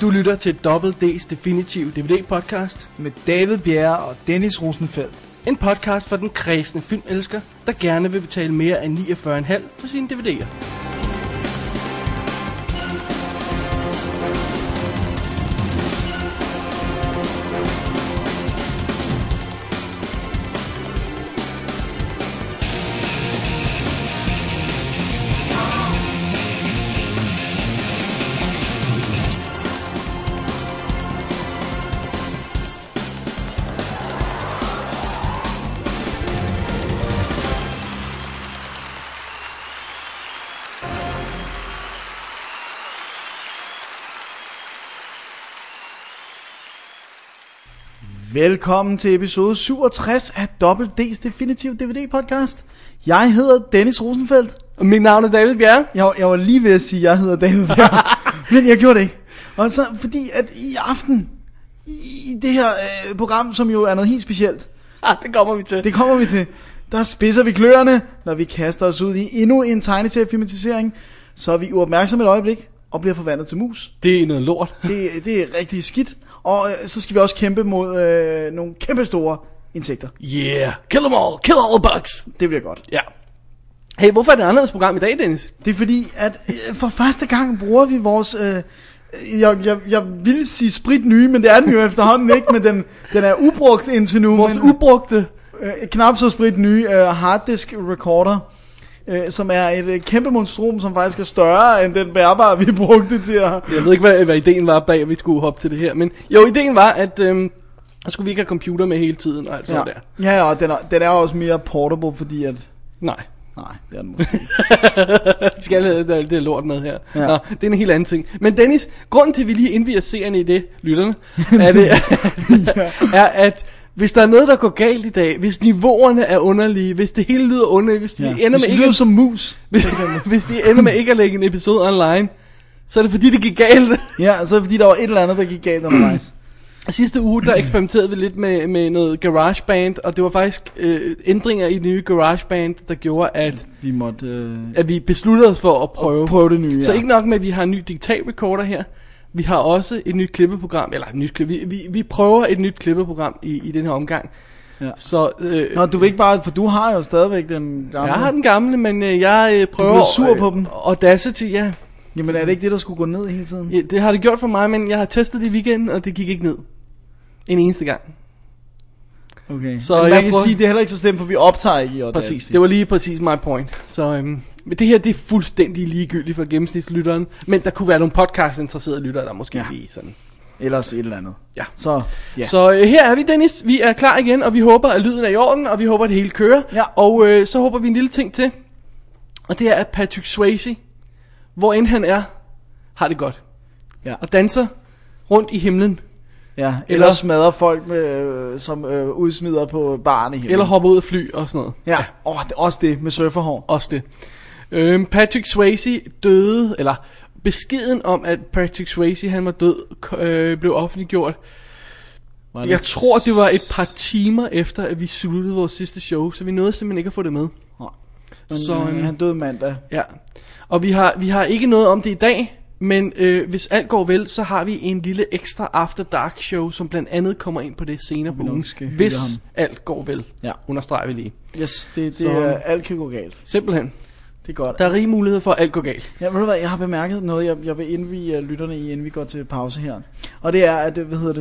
Du lytter til Double D's Definitive DVD-podcast med David Bjerre og Dennis Rosenfeldt. En podcast for den kredsende filmelsker, der gerne vil betale mere end 49,5 for sine DVD'er. Velkommen til episode 67 af Double D's Definitive DVD-podcast. Jeg hedder Dennis Rosenfeldt. Og mit navn er David Bjerre. Jeg var lige ved at sige, at jeg hedder David Bjerre, men jeg gjorde det ikke. Og så fordi, at i aften, i det her program, som jo er noget helt specielt. Det kommer vi til. Der spidser vi kløerne, når vi kaster os ud i endnu en tegneseriefilmatisering. Så er vi uopmærksomme et øjeblik og bliver forvandlet til mus. Det er noget lort. det er rigtig skidt. Og så skal vi også kæmpe mod nogle kæmpe store insekter. Yeah, kill them all, kill all the bugs. Det bliver godt. Ja. Hey, hvorfor er det et anderledes program i dag, Dennis? Det er fordi, at for første gang bruger vi vores... Jeg vil sige sprit nye, men det er den jo efterhånden ikke, men den er ubrugt indtil nu. Vores ubrugte... knap så sprit nye harddisk recorder, som er et kæmpe monstrum, som faktisk er større end den bærbare, vi brugte til at... Jeg ved ikke, hvad ideen var bag, at vi skulle hoppe til det her, men jo, ideen var, at der skulle vi ikke have computer med hele tiden og alt sådan der. Ja, og den er også mere portable, fordi at... Nej, det er den måske. Vi skal have det er lort med her. Ja. Nå, det er en helt anden ting. Men Dennis, grunden til, at vi lige indviger seerne i det, lytterne, er, at hvis der er noget, der går galt i dag, hvis niveauerne er underlige, hvis det hele lyder underligt, hvis vi ender med ikke som mus, hvis vi ender med ikke at lægge en episode online, så er det fordi det gik galt. Ja, så er det fordi der var et eller andet, der gik galt undervejs. Sidste uge, der eksperimenterede vi lidt med noget GarageBand, og det var faktisk ændringer i det nye GarageBand, der gjorde, at vi måtte at vi besluttede os for at prøve det nye. Ja. Så ikke nok med, at vi har en ny digital recorder her, vi har også et nyt klippeprogram, vi prøver et nyt klippeprogram i den her omgang. Ja. Så, Nå, du vil ikke bare, for du har jo stadigvæk den gamle. Jeg har den gamle, men jeg prøver... Du bliver sur på dem. Audacity, ja. Jamen er det ikke det, der skulle gå ned hele tiden? Ja, det har det gjort for mig, men jeg har testet det i weekenden, og det gik ikke ned. En eneste gang. Okay. Så man kan sige, det er heller ikke så slemt, for vi optager ikke i Audacity. Præcis, det var lige præcis my point. Så men det her, det er fuldstændig ligegyldigt for gennemsnitslytteren. Men der kunne være nogle podcast-interesserede lyttere, der måske lige sådan... Ellers et eller andet. Ja. Så her er vi, Dennis. Vi er klar igen, og vi håber, at lyden er i orden, og vi håber, at det hele kører. Ja. Og så håber vi en lille ting til. Og det er, at Patrick Swayze, hvor end han er, har det godt. Ja. Og danser rundt i himlen. Ja, eller smadrer folk, som udsmider på baren i himlen. Eller hopper ud af fly og sådan noget. Ja, også det med surferhår. Også det. Patrick Swayze døde, eller beskeden om, at Patrick Swayze han var død, blev offentliggjort. Jeg tror, det var et par timer efter, at vi sluttede vores sidste show, så vi nåede simpelthen ikke at få det med. Så han døde mandag. Ja. Og vi har ikke noget om det i dag. Men hvis alt går vel, så har vi en lille ekstra After Dark show, som blandt andet kommer ind på det senere på ugen. Hvis alt går vel, understreger vi lige. Yes, det er alt kan gå galt. Simpelthen. Det er godt. Der er rig mulighed for, at alt går galt. Ja, ved du hvad, jeg har bemærket noget, jeg vil indvige lytterne i, inden vi går til pause her. Og det er, at,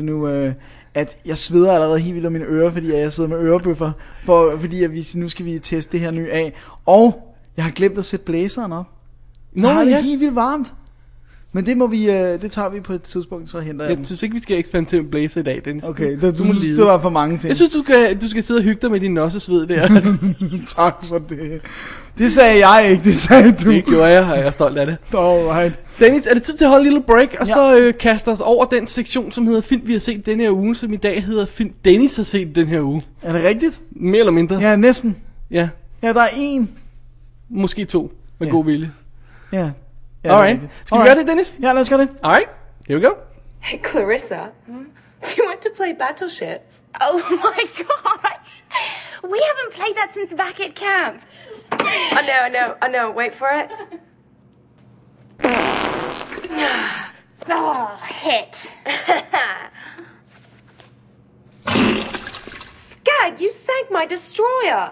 at jeg sveder allerede helt vildt af mine ører, fordi jeg sidder med ørebøffer, fordi at nu skal vi teste det her nye af. Og jeg har glemt at sætte blæseren op. Så har det helt vildt varmt. Men det må vi, det tager vi på et tidspunkt, så henter jeg den. Jeg synes ikke, vi skal eksperimentere med blazer i dag, Dennis. Okay, du må lide. Der er for mange ting. Jeg synes, du skal sidde og hygge dig med din nossesved der. Tak for det. Det sagde jeg ikke, det sagde du. Det gjorde jeg, og jeg er stolt af det. Alright. Dennis, er det tid til at holde en lille break, og så kaste os over den sektion, som hedder Film, vi har set denne her uge, som i dag hedder Film, Dennis har set den her uge. Er det rigtigt? Mere eller mindre. Ja, næsten. Ja. Ja, der er en. Måske to, med god vilje. Ja. Alright. Skal vi gøre det, Dennis? Ja, lad os gøre det. Alright, here we go. Hey, Clarissa. Do you want to play Battleships? Oh my gosh! We haven't played that since back at camp. Oh no, wait for it. Oh, hit. Skag, you sank my destroyer.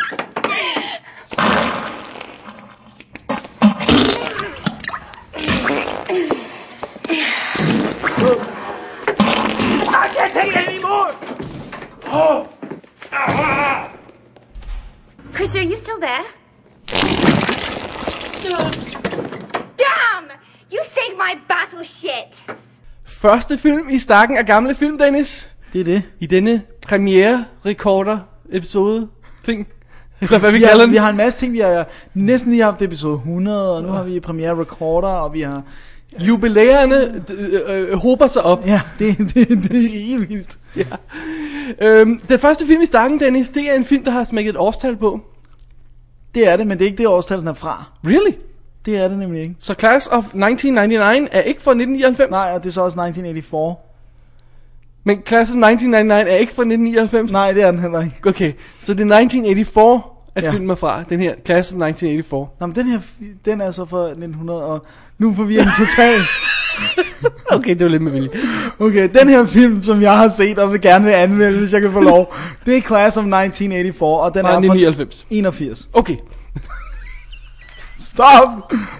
I can't take it anymore! Oh! Chris, are you still there? Damn! You saved my battle shit! Første film i stakken af gamle film, Dennis. Det er det. I denne premiere-recorder-episode ting. Eller hvad vi kalder den. Vi har en masse ting. Vi har næsten lige haft episode 100, og nu har vi premiere recorder, og vi har... Jubilæerne hober sig op. Ja, det er helt vildt. Ja. Den første film i stakken, Dennis, det er en film, der har smækket et årstal på. Det er det, men det er ikke det årstal, den er fra. Really? Det er det nemlig ikke. Så Class of 1999 er ikke fra 1999? Nej, og det er så også 1984. Men Class of 1999 er ikke fra 1999? Nej, det er den heller ikke. Okay, så det er 1984, at Ja. filmen er fra. Den her Class of 1984. Nå, men den er så fra 1900, og nu forvirrer den totalt. Okay, det var lidt med vilje. Okay, den her film, som jeg har set og vil gerne vil anmelde, hvis jeg kan få lov, det er Class of 1984, og den er fra 1999. 81. Okay. Stop!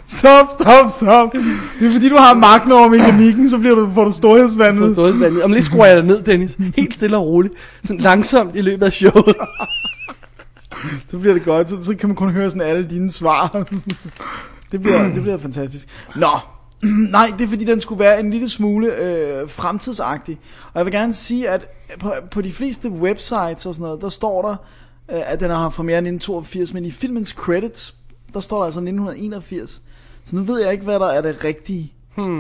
Det er fordi, du har magten over mekanikken, så får du storhedsvandet. Om lidt skruer jeg dig ned, Dennis. Helt stille og roligt. Sådan langsomt i løbet af showet. Så bliver det godt, så kan man kun høre sådan alle dine svar. Det bliver fantastisk. Nå, nej, det er fordi, den skulle være en lille smule fremtidsagtig. Og jeg vil gerne sige, at på de fleste websites og sådan noget, der står der, at den har haft premiere 1982, men i filmens credits, der står der altså 1981. Så nu ved jeg ikke, hvad der er det rigtige.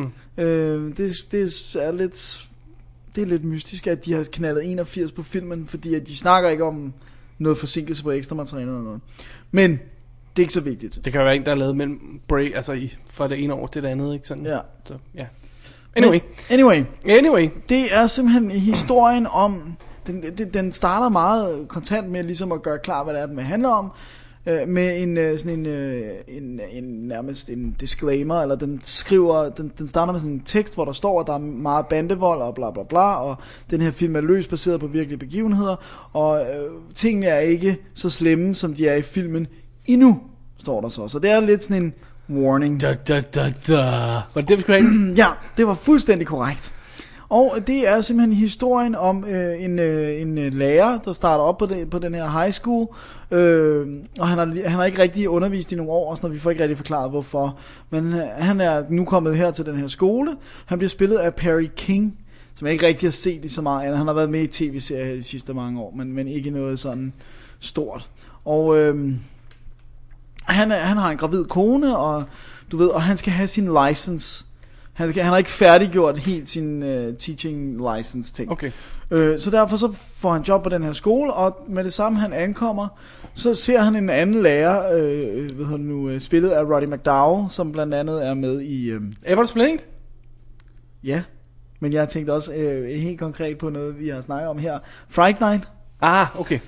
Det er lidt mystisk, at de har knaldet 81 på filmen, fordi at de snakker ikke om noget forsinkelse på ekstra materiale eller noget. Men det er ikke så vigtigt. Det kan jo være en, der er lavet mellem break, altså fra det ene år til det andet, ikke sådan? Ja. Så, ja. Anyway, det er simpelthen historien om, den starter meget kontant med ligesom at gøre klar, hvad det er, den vil handle om, med nærmest en disclaimer, eller den starter med sådan en tekst, hvor der står, at der er meget bandevold og bla bla bla, og den her film er løst baseret på virkelige begivenheder, og tingene er ikke så slemme, som de er i filmen endnu, står der så. Så det er lidt sådan en warning. Var det det, vi skulle have? Ja, det var fuldstændig korrekt. Og det er simpelthen historien om en lærer, der starter op på den her high school, og han har ikke rigtig undervist i nogle år, og vi får ikke rigtig forklaret hvorfor. Men han er nu kommet her til den her skole. Han bliver spillet af Perry King, som jeg ikke rigtig har set i så meget andet. Han har været med i tv-serier de sidste mange år, men ikke noget sådan stort. Og han har en gravid kone, og du ved, og han skal have sin license. Han har ikke færdiggjort helt sin teaching license ting. Okay. Så derfor så får han job på den her skole, og med det samme han ankommer, så ser han en anden lærer, spillet af Roddy McDowall, som blandt andet er med i... Abbott Splendid? Ja, men jeg tænkte også helt konkret på noget, vi har snakket om her. Fright Night. Okay.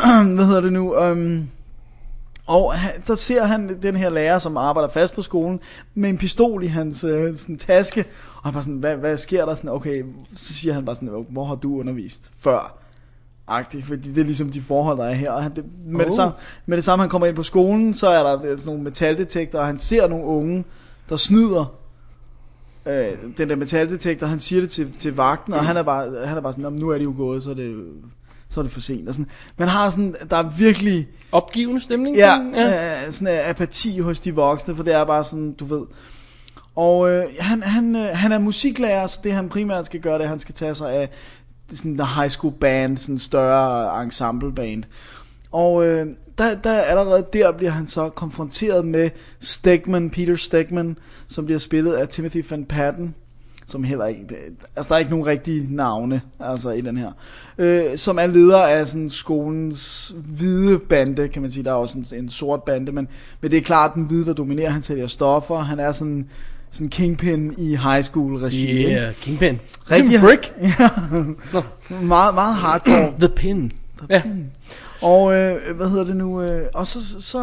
Og så ser han den her lærer, som arbejder fast på skolen, med en pistol i hans sådan, taske. Og han var sådan, hvad sker der? Sådan, okay, så siger han bare sådan, hvor har du undervist før? Agtigt, fordi det er ligesom de forhold, der er her. Og med det samme, han kommer ind på skolen, så er der sådan nogle metaldetektorer, og han ser nogle unge, der snyder den der metaldetektor. Han siger det til vagten, og han er bare sådan, nu er de jo gået, så er det for sent. Og sådan. Man har sådan, der er virkelig... Opgivende stemning? Ja. Sådan apati hos de voksne, for det er bare sådan, du ved. Og han er musiklærer, så det han primært skal gøre, det er, at han skal tage sig af sådan the high school band, sådan en større ensemble band. Og der allerede der bliver han så konfronteret med Peter Stegman, som bliver spillet af Timothy Van Patten, som heller ikke, altså der er ikke nogen rigtige navne, altså i den her, som er leder af sådan skolens hvide bande, kan man sige. Der er også en sort bande, men det er klart den hvide, der dominerer. Han sælger stoffer, han er sådan kingpin i high school regi. Yeah, kingpin. Rigtig Brick. Ja. Meget, meget hardcore. The Pin. Og og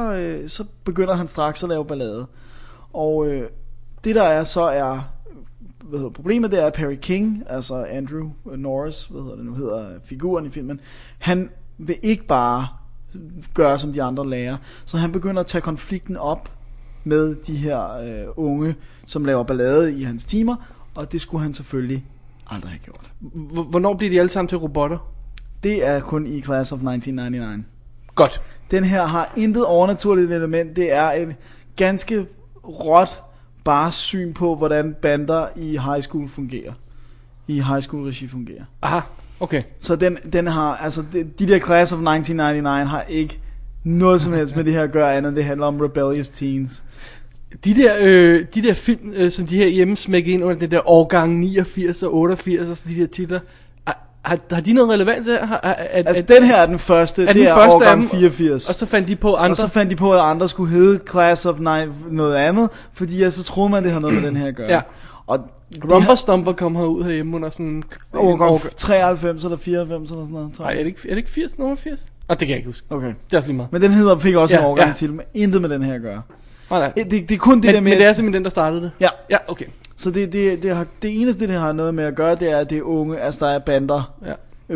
så begynder han straks at lave ballade. Og det der er så er problemet det er, at Perry King, altså Andrew Norris, hedder figuren i filmen, han vil ikke bare gøre, som de andre lærer. Så han begynder at tage konflikten op med de her unge, som laver ballade i hans timer, og det skulle han selvfølgelig aldrig have gjort. Hvornår bliver de alle sammen til robotter? Det er kun i Class of 1999. Godt. Den her har intet overnaturligt element. Det er et ganske råt bare syn på, hvordan bander i high school fungerer. I high school regi fungerer. Aha, okay. Så den har, altså de der Class of 1999 har ikke noget som helst med det her at gøre andet. Det handler om rebellious teens. De der film, som de her hjemme smækker ind under det der årgang 89 og 88 og så de der titler, har de noget relevans her? Altså den her er den første, det er årgang 84. Og så fandt de på andre. Og så fandt de på, at andre skulle hedde Class of noget andet, fordi så troede man, det havde noget med den her at gøre. Ja. Og Rumper Stumper kom herud herhjemme under sådan årgang 93 eller 94 eller sådan noget. Nej, er det ikke 80, nummer 80? Det kan jeg ikke huske. Okay. Det er også lige meget. Men den fik også en årgang til, men intet med den her at gøre. Nej. Det er kun det der med... Men det er simpelthen den, der startede det? Ja. Ja, okay. Så det eneste, det har noget med at gøre, det er, at det er unge, altså der er bander. Ja.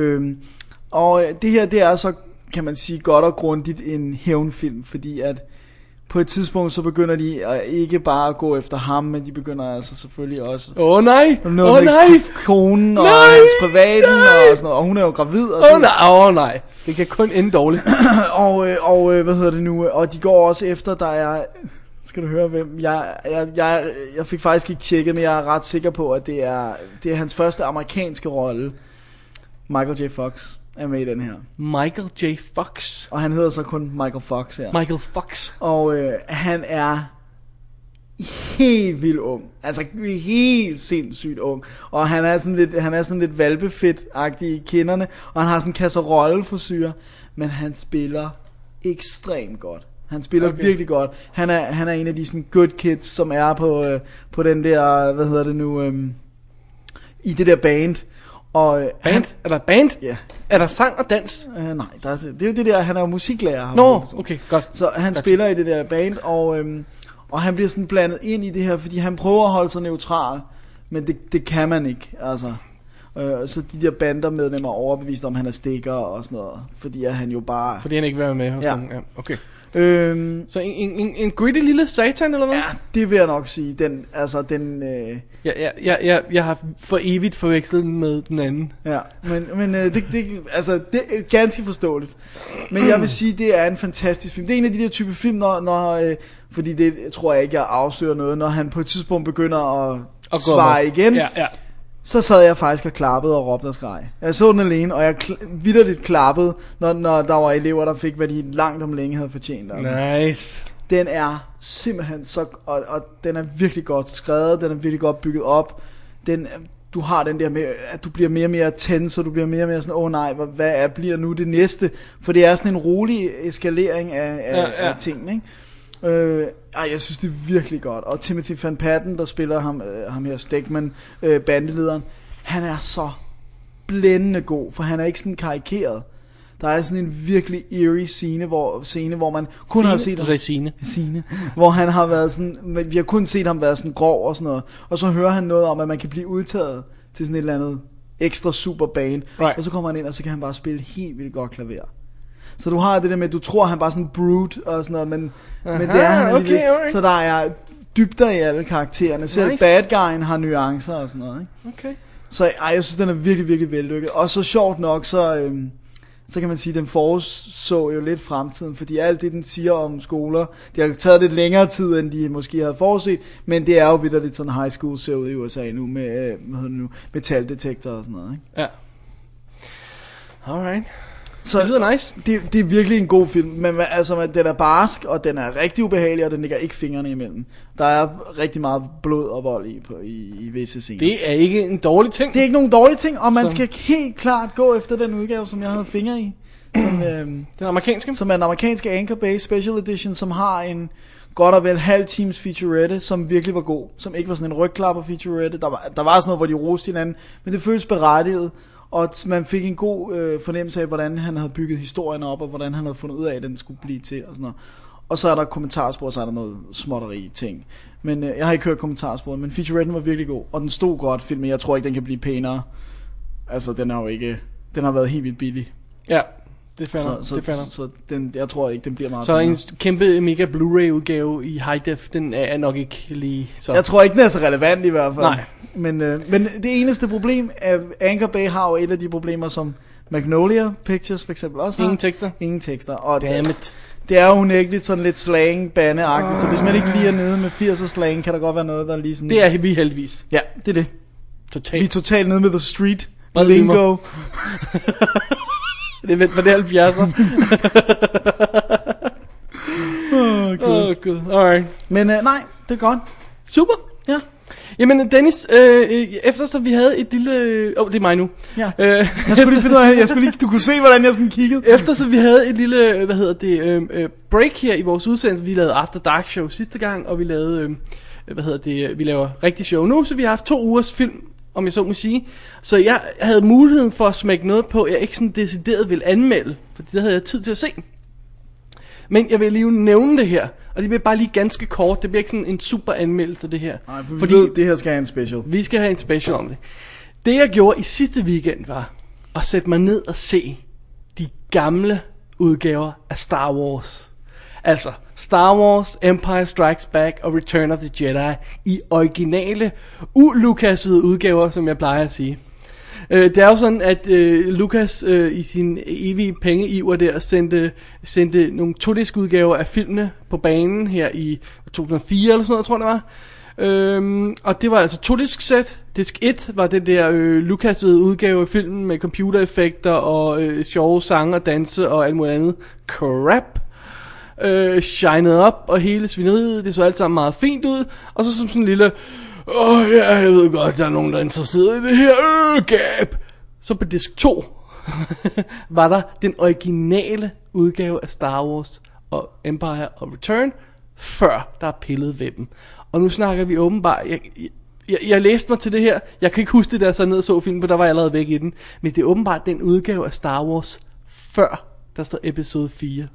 Og det her, det er så, kan man sige, godt og grundigt en hævnfilm, fordi at på et tidspunkt, så begynder de at ikke bare at gå efter ham, men de begynder altså selvfølgelig også... Nej! Konen og hans privaten og sådan noget, og hun er jo gravid. Og nej. Det kan kun ende dårligt. og hvad hedder det nu? Og de går også efter, der er... Skal du høre hvem? Jeg fik faktisk ikke tjekket, men jeg er ret sikker på, at det er hans første amerikanske rolle. Michael J. Fox er med i den her. Michael J. Fox. Og han hedder så kun Michael Fox her. Michael Fox. Og han er helt vildt ung. Altså helt sindssygt ung. Og han er sådan lidt valbefedt-agtig i kinderne. Og han har sådan en kasserollefrisyre. Men han spiller ekstremt godt. Han spiller virkelig godt. Han er en af de sådan good kids, som er på den der, hvad hedder det nu, i det der band. Og band? Er der band? Ja. Er der sang og dans? Nej, det er jo det der, han er jo musiklærer. Nå, okay, godt. Så han spiller i det der band, og han bliver sådan blandet ind i det her, fordi han prøver at holde sig neutral, men det kan man ikke, altså. Så de der bandemedlemmer er overbevist om, han er stikker og sådan noget, fordi han jo bare... Fordi han ikke vil være med hos nogen, ja, okay. Så en gritty lille satan, eller hvad? Ja, det vil jeg nok sige. Jeg har for evigt forvekslet med den anden. Ja, men det er ganske forståeligt. Men jeg vil sige, det er en fantastisk film. Det er en af de der type film, når fordi det tror jeg ikke, jeg afslører noget, når han på et tidspunkt begynder at svare igen. Ja. Så sad jeg faktisk og klappede og råbte og skreg. Jeg så den alene, og jeg vitterligt klappede, når der var elever, der fik, hvad de langt om længe havde fortjent. Nice. Den er simpelthen så... Og den er virkelig godt skrevet, den er virkelig godt bygget op. Du har den der med, at du bliver mere og mere tense, og du bliver mere og mere sådan, nej, hvad bliver nu det næste? For det er sådan en rolig eskalering af ting, ikke? Jeg synes det er virkelig godt. Og Timothy Van Patten, der spiller ham her Stegman, bandelederen, han er så blændende god, for han er ikke sådan karikeret. Der er sådan en virkelig eerie scene, hvor man kun har set ham, Scene, hvor han har været sådan, vi har kun set ham være sådan grov og sådan noget, og så hører han noget om, at man kan blive udtaget til sådan et eller andet ekstra super band, og så kommer han ind, og så kan han bare spille helt vildt godt klaver. Så du har det der med, at du tror, han bare sådan brute og sådan noget, men det er han alligevel. Okay. Så der er dybder i alle karaktererne. Selv bad guyen har nuancer og sådan noget, ikke? Okay. Så jeg synes, den er virkelig, virkelig vellykket. Og så sjovt nok, så kan man sige, at den forudså jo lidt fremtiden, fordi alt det, den siger om skoler, det har taget lidt længere tid, end de måske havde forudset, men det er jo vitterligt sådan high school ser ud i USA nu, med metaldetektorer og sådan noget, ikke? Ja. Alright. Så det lyder nice. Det er virkelig en god film, men altså, den er barsk, og den er rigtig ubehagelig, og den ligger ikke fingrene imellem. Der er rigtig meget blod og vold i visse scener. Det er ikke en dårlig ting. Det er ikke nogen dårlig ting, og man skal helt klart gå efter den udgave, som jeg havde fingre i. Den amerikanske? Som er den amerikanske Anchor Bay Special Edition, som har en godt og vel halv times featurette, som virkelig var god. Som ikke var sådan en rygklapper featurette. Der var sådan noget, hvor de roste hinanden, men det føles berettiget. Og man fik en god fornemmelse af, hvordan han havde bygget historien op, og hvordan han havde fundet ud af, at den skulle blive til, og sådan noget. Og så er der kommentarspor, og så er der noget småtteri ting. Men jeg har ikke hørt kommentarsporet, men featuretten var virkelig god. Og den stod godt, filmen. Jeg tror ikke, den kan blive pænere. Altså, den har været helt vildt billig. Ja, det falder. Så jeg tror ikke, den bliver meget så pænere. En kæmpe mega Blu-ray udgave i high def, den er nok ikke lige så. Jeg tror ikke, den er så relevant i hvert fald. Nej. Men det eneste problem er, Anchor Bay har jo et af de problemer, som Magnolia Pictures for eksempel også har. Ingen tekster. Og det er jo unægteligt sådan lidt slang-bande-agtigt, så hvis man ikke lige er nede med 80'er slang, kan der godt være noget, der lige sådan... Det er vi heldigvis. Ja, det er det. Totalt. Vi er totalt nede med The Street. Lingo. Var det 70'er? Gud. Alright. Men nej, det er godt. Super. Ja. Jamen Dennis, efter så vi havde et lille... det er mig nu. Ja. Jeg skulle lige finde ud af, du kunne se, hvordan jeg sådan kiggede. Efter så vi havde et lille, break her i vores udsendelse. Vi lavede After Dark show sidste gang, og vi lavede, vi laver rigtig show nu. Så vi har haft 2 ugers film, om jeg så må sige. Så jeg havde muligheden for at smække noget på, jeg ikke sådan decideret ville anmelde. For det havde jeg tid til at se. Men jeg vil lige nævne det her. Og det bliver bare lige ganske kort. Det bliver ikke sådan en super anmeldelse, det her. Nej, for vi ved, det her skal have en special. Vi skal have en special om det. Det jeg gjorde i sidste weekend var at sætte mig ned og se de gamle udgaver af Star Wars. Altså Star Wars, Empire Strikes Back og Return of the Jedi i originale, Lucas'ede udgaver, som jeg plejer at sige. Det er jo sådan, at Lucas i sin evige pengeiver der sendte nogle 2-disk udgaver af filmene på banen her i 2004 eller sådan noget, tror jeg det var. Og det var altså 2-disk sæt. Disk 1 var det der Lucas' udgave af filmen med computereffekter og sjove sange og danse og alt muligt andet crap. Shined op og hele svineriet, det så alt sammen meget fint ud. Og så som sådan en lille... ja, jeg ved godt, der er nogen, der er interesseret i det her gab. Så på disk 2 var der den originale udgave af Star Wars og Empire og Return, før der er pillet ved dem. Og nu snakker vi åbenbart... Jeg læste mig til det her. Jeg kan ikke huske det, da jeg så ned og så filmen, for der var jeg allerede væk i den. Men det er åbenbart den udgave af Star Wars, før der står episode 4.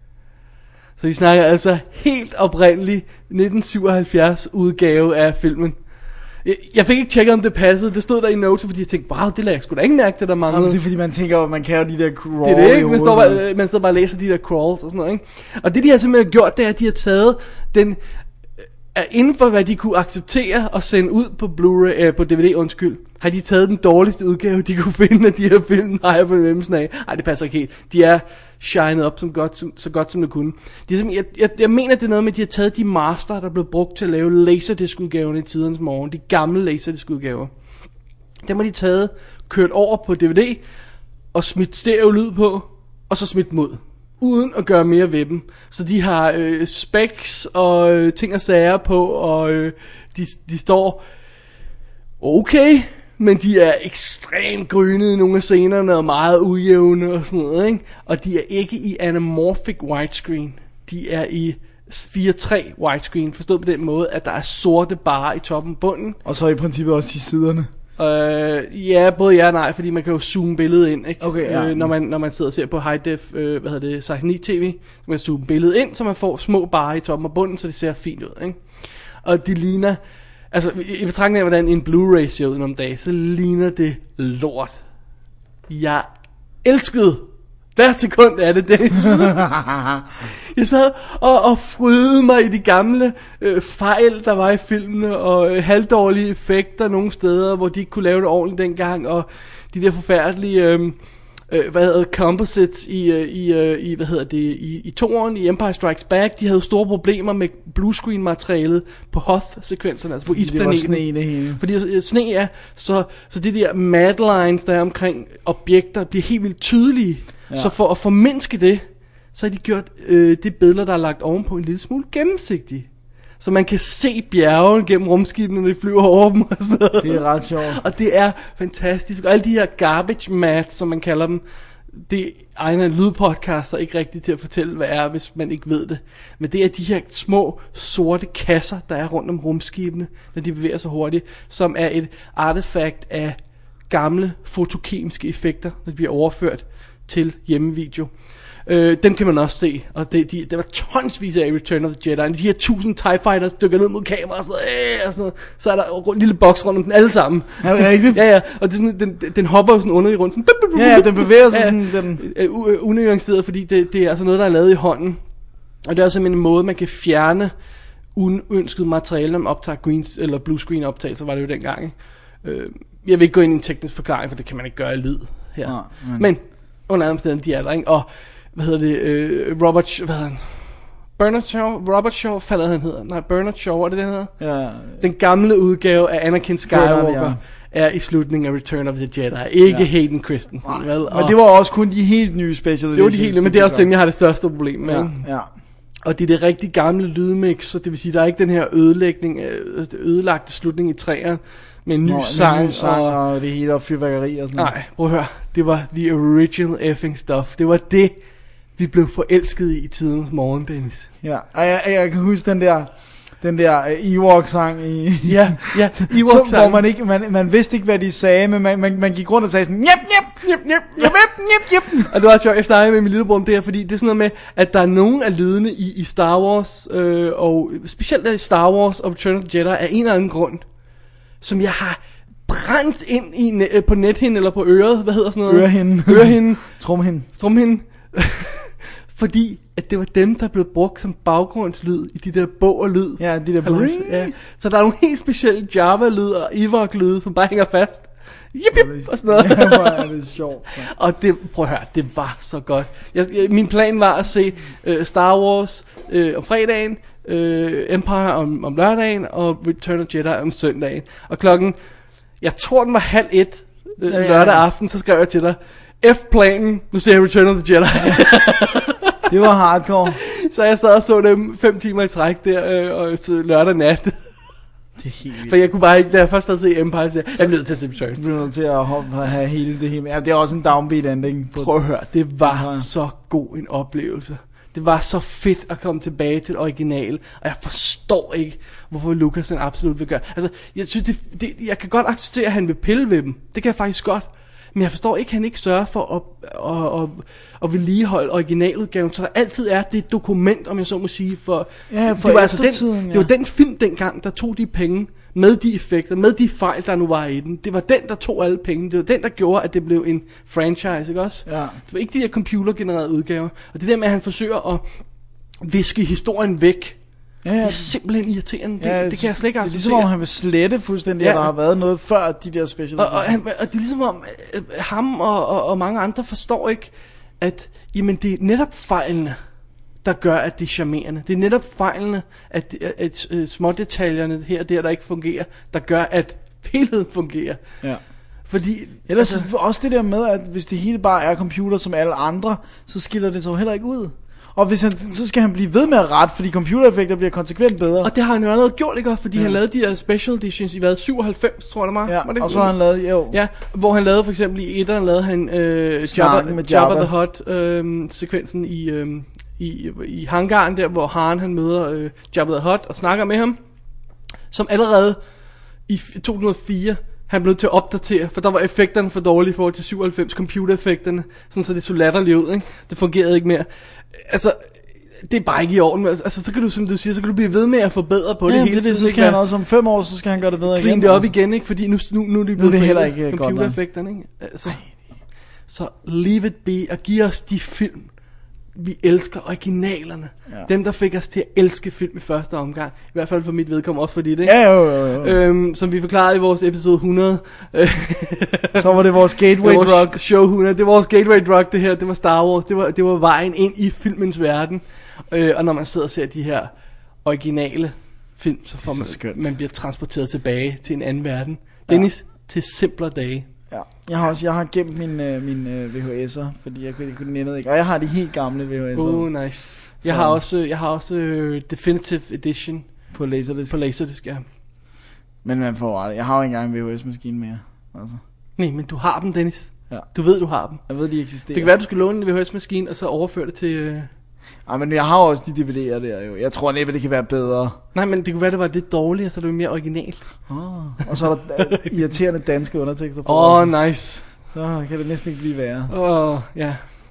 Så vi snakker altså helt oprindelig 1977 udgave af filmen. Jeg fik ikke tjekket, om det passede. Det stod der i notes, fordi jeg tænkte, wow, det lader jeg sgu da ikke mærke til, der manglede. Jamen, det er fordi, man tænker, man kan jo de der crawls. Det er det, ikke? Man står bare og læser de der crawls og sådan noget, ikke? Og det, de har simpelthen gjort, det er, at de har taget den... inden for hvad de kunne acceptere og sende ud på Blu-ray, på DVD, har de taget den dårligste udgave, de kunne finde af de her film, har jeg på nemmelsen af. Ej, det passer ikke helt. De er shined op så godt som det kunne. Jeg mener, det er noget med, at de har taget de master, der blev brugt til at lave laserdisc-udgaven i tidernes morgen. De gamle laserdisc-udgaver. Dem har de taget, kørt over på DVD, og smidt stereo-lyd på, og så smidt mod. Uden at gøre mere ved dem. Så de har specs og ting og sager på, og de står okay, men de er ekstremt grønne i nogle af scenerne, og meget ujævne og sådan noget, ikke? Og de er ikke i anamorphic widescreen. De er i 4:3 widescreen, forstået på den måde, at der er sorte barer i toppen og bunden. Og så i princippet også i siderne. Ja, både ja og nej, fordi man kan jo zoome billedet ind, ikke? Okay, ja. Når man sidder og ser på high def, 16:9 tv, så man kan zoome billedet ind, så man får små barer i toppen og bunden, så det ser fint ud, ikke? Og det ligner, altså i betragtning af hvordan en Blu-ray ser ud om dagen, så ligner det lort. Jeg elskede hvert sekund af det. Jeg sad og frydede mig i de gamle fejl, der var i filmene, og halvdårlige effekter nogle steder, hvor de ikke kunne lave det ordentligt dengang, og de der forfærdelige composites i toeren, i Empire Strikes Back, de havde store problemer med bluescreen materialet på Hoth-sekvenserne, altså på isplaneten. Det var sne i det hele. Fordi sne er, så det der mad lines, der er omkring objekter, bliver helt vildt tydelige. Ja. Så for at formindske det, så har de gjort det billeder, der er lagt ovenpå, en lille smule gennemsigtige. Så man kan se bjergen gennem rumskibene, når de flyver over dem og sådan noget. Det er ret sjovt. Og det er fantastisk. Og alle de her garbage mats, som man kalder dem, det egner lydpodcaster ikke rigtigt til at fortælle, hvad er, hvis man ikke ved det. Men det er de her små sorte kasser, der er rundt om rumskibene, når de bevæger sig hurtigt, som er et artefakt af gamle fotokemiske effekter, når de bliver overført til hjemmevideo. Dem kan man også se, og der var tonsvis af Return of the Jedi. De her 1000 TIE Fighters dykker ned mod kamera og sådan noget, så er der en lille boks rundt om den alle sammen. Er det rigtigt? Ja, og den hopper jo sådan underligt rundt. Sådan, Ja, den bevæger sig sådan. Unuanceret, fordi det er altså noget, der er lavet i hånden. Og det er simpelthen en måde, man kan fjerne uønsket materiale, når man optager green eller blue screen optagelser, var det jo dengang. Ikke? Jeg vil ikke gå ind i en teknisk forklaring, for det kan man ikke gøre i lyd her. Men under andre steder, de er der, ikke? Og Robert Shaw falder han hedder. Nej, Bernard Shaw, er det hedder? Ja. Den gamle udgave af Anakin Skywalker er i slutningen af Return of the Jedi. Ikke Hayden Christensen, vel? Men det var også kun de helt nye special editions. Det var de helt, men det er også dem, jeg har det største problem med. Ja. Og det er det rigtig gamle lydmix, så det vil sige, der er ikke den her ødelagte slutning i træerne med en ny sang og det hele og fyrværkeri og sådan noget. Nej, prøv at høre. Det var the original effing stuff. Det var det, vi blev forelsket i tidens morgen, Dennis. Ja, og jeg kan huske den der Ewok-sang i... Ja, Ewok-sang. Hvor man ikke, man vidste ikke, hvad de sagde, men man gik rundt og sagde sådan, jep. Og det var sjovt, jeg snakkede med min lillebror om det her, fordi det er sådan noget med, at der er nogle af lydene i Star Wars, og specielt i Star Wars og Return of the Jedi, af en eller anden grund, som jeg har brændt ind i på nethinden eller på øret, hvad hedder sådan noget? Ørehinden. Trumhinden. Fordi at det var dem, der blev brugt som baggrundslyd i de der bog og lyd. Ja, de der ja. Så der er nogle helt specielle Java-lyd og Ewok-lyd, som bare hænger fast. Jip, og sådan noget. Ja, hvor er det sjovt. Og det, prøv at høre, det var så godt. Min plan var at se Star Wars om fredagen, Empire om lørdagen, og Return of Jedi om søndagen. Og klokken, jeg tror den var 12:30 lørdag aften, så skrev jeg til dig, F-planen, nu ser jeg Return of the Jedi. Det var hardcore. Så jeg sad og så dem 5 timer i træk der, og lørdag nat. Det er helt vildt. For jeg kunne bare ikke, da jeg først havde set Empire, så jeg blev nødt til at se Return. Du blev nødt til at have hele det hele. Ja, det er også en downbeat ending. Prøv at høre, det var så god en oplevelse. Det var så fedt at komme tilbage til det originale, og jeg forstår ikke, hvorfor Lucas han absolut vil gøre. Altså, jeg synes, jeg kan godt acceptere, at han vil pille ved dem. Det kan jeg faktisk godt. Men jeg forstår ikke, at han ikke sørger for at vedligeholde originaludgaven, så der altid er det dokument, om jeg så må sige, for det var altså det var den film dengang, der tog de penge med de effekter, med de fejl, der nu var i den. Det var den, der tog alle penge. Det var den, der gjorde, at det blev en franchise, ikke også? Ja. Det var ikke de her computergenererede udgaver. Og det der med, at han forsøger at viske historien væk, det er simpelthen irriterende. Det kan jeg slet ikke acceptere. Det er ligesom om han vil slette fuldstændig, at der har været noget før de der special. Og det er ligesom om ham og mange andre forstår ikke, at jamen, det er netop fejlene, der gør, at det er charmerende. Det er netop fejlene, at små detaljerne her og der ikke fungerer, der gør, at helheden fungerer. Ja. Fordi ellers også det der med, at hvis det hele bare er computer som alle andre, så skiller det så heller ikke ud. Og hvis så skal han blive ved med at rette, fordi computereffekter bliver konsekvent bedre. Og det har han jo allerede gjort, ikke? Fordi han lavede de der special editions i 97, tror jeg det var. Ja, var det og så har han lavet, Ja, hvor han lavede for eksempel i etteren, lavede han Jabba the Hutt sekvensen i hangaren der, hvor Han han møder Jabba the Hutt og snakker med ham. Som allerede i 2004 han blev til at opdatere, for der var effekterne for dårlige i forhold til 97 computereffekterne, sådan så det så latterligt ud, ikke? Det fungerede ikke mere. Altså, det er bare ikke i orden. Altså, så kan du, som du siger, så kan du blive ved med at forbedre på det hele tiden. Så skal han også om 5 år, så skal han gøre det bedre igen. Clean det op igen, ikke? Fordi nu er de blevet heller ikke computereffekterne, ikke? Altså, så leave it be, og giv os de film, vi elsker, originalerne. Ja. Dem, der fik os til at elske film i første omgang. I hvert fald for mit vedkommende, også for dit, ikke? Ja, jo. Som vi forklarede i vores episode 100. Så var det vores gateway drug. Show 100. Det var vores gateway drug, det her. Det var Star Wars. Det var vejen ind i filmens verden. Og når man sidder og ser de her originale film, så får man bliver transporteret tilbage til en anden verden. Dennis, til simplere dage. Ja, jeg har gemt mine VHS'er, fordi jeg kunne nændede ikke. Og jeg har de helt gamle VHS'er. Nice. Jeg har også Definitive Edition på Laserdisc, ja. Men man får aldrig. Jeg har jo ikke engang en VHS-maskine mere. Altså. Nej, men du har dem, Dennis. Ja. Du ved, du har dem. Jeg ved, de eksisterer. Det kan være, du skal låne en VHS-maskine og så overføre det til... men jeg har også de DVD'er der jo. Jeg tror næppe, det kan være bedre. Nej, men det kunne være, det var lidt dårligere, så det var mere originalt. Og så er der irriterende danske undertekster på. Nice. Så kan det næsten ikke blive værre. Ja.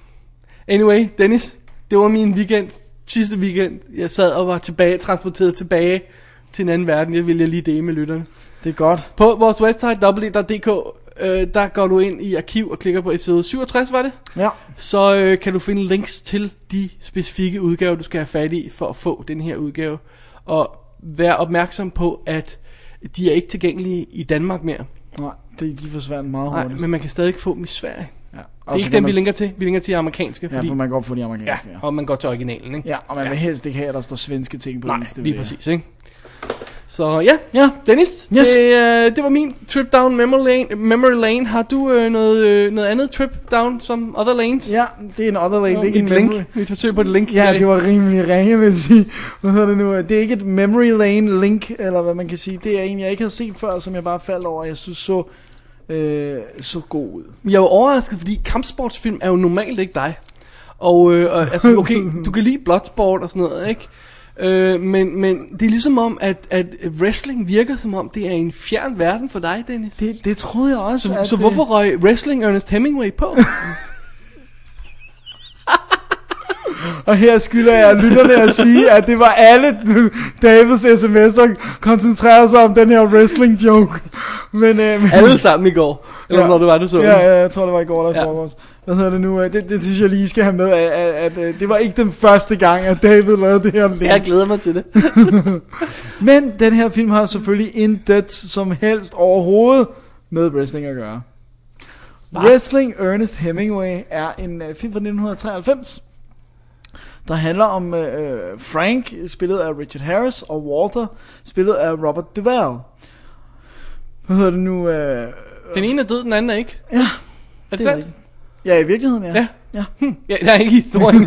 Anyway, Dennis, det var min weekend, sidste weekend. Jeg sad og var transporteret tilbage til en anden verden. Jeg ville lige dele med lytterne. Det er godt. På vores website, www.dk, der går du ind i arkiv og klikker på episode 67, var det? Ja. Så kan du finde links til de specifikke udgaver, du skal have fat i, for at få den her udgave. Og vær opmærksom på, at de er ikke tilgængelige i Danmark mere. Nej, de forsvandt meget hurtigt. Nej, men man kan stadig få dem i Sverige. Ja. Det er ikke dem, vi linker til. Vi linker til de amerikanske. Ja, for man kan godt få de amerikanske. Ja, og man går til originalen, ikke? Ja, og man vil helst ikke have, at der står svenske ting på. Nej, det lige præcis, ikke? Så ja, Dennis, yes. Det var min trip down memory lane. Har du noget andet trip down som other lanes? Ja, det er en other lane, det er ikke en link. memory. Vi forsøger på et link. Ja, det var rimelig ringe, vil jeg sige. Hvad hedder det nu? Det er ikke et memory lane link, eller hvad man kan sige. Det er en, jeg ikke havde set før, som jeg bare faldt over. Jeg synes så god ud. Jeg var overrasket, fordi kampsportsfilm er jo normalt ikke dig. Og altså, okay, du kan lide Bloodsport og sådan noget, ikke? Men det er ligesom om, at wrestling virker som om, det er en fjern verden for dig, Dennis. Det troede jeg også. Så hvorfor røg wrestling Ernest Hemingway på? Og her skylder jeg lytterne at sige, at det var alle Davids sms'er koncentrerede sig om den her wrestling joke. Men alle sammen i går. Eller når det var, du så. Ja, jeg tror det var i går, der foregås. Hvad hedder det nu? Det synes jeg lige skal have med, at det var ikke den første gang, at David lavede det her link. Jeg glæder mig til det. Men den her film har selvfølgelig intet som helst overhovedet med wrestling at gøre. Wrestling Ernest Hemingway er en film fra 1993, der handler om Frank, spillet af Richard Harris, og Walter, spillet af Robert Duvall. Hvad hedder det nu? Den ene er død, den anden er ikke. Ja, er det sandt? Ja, i virkeligheden, ja. Ja. Ja, der er ikke historien.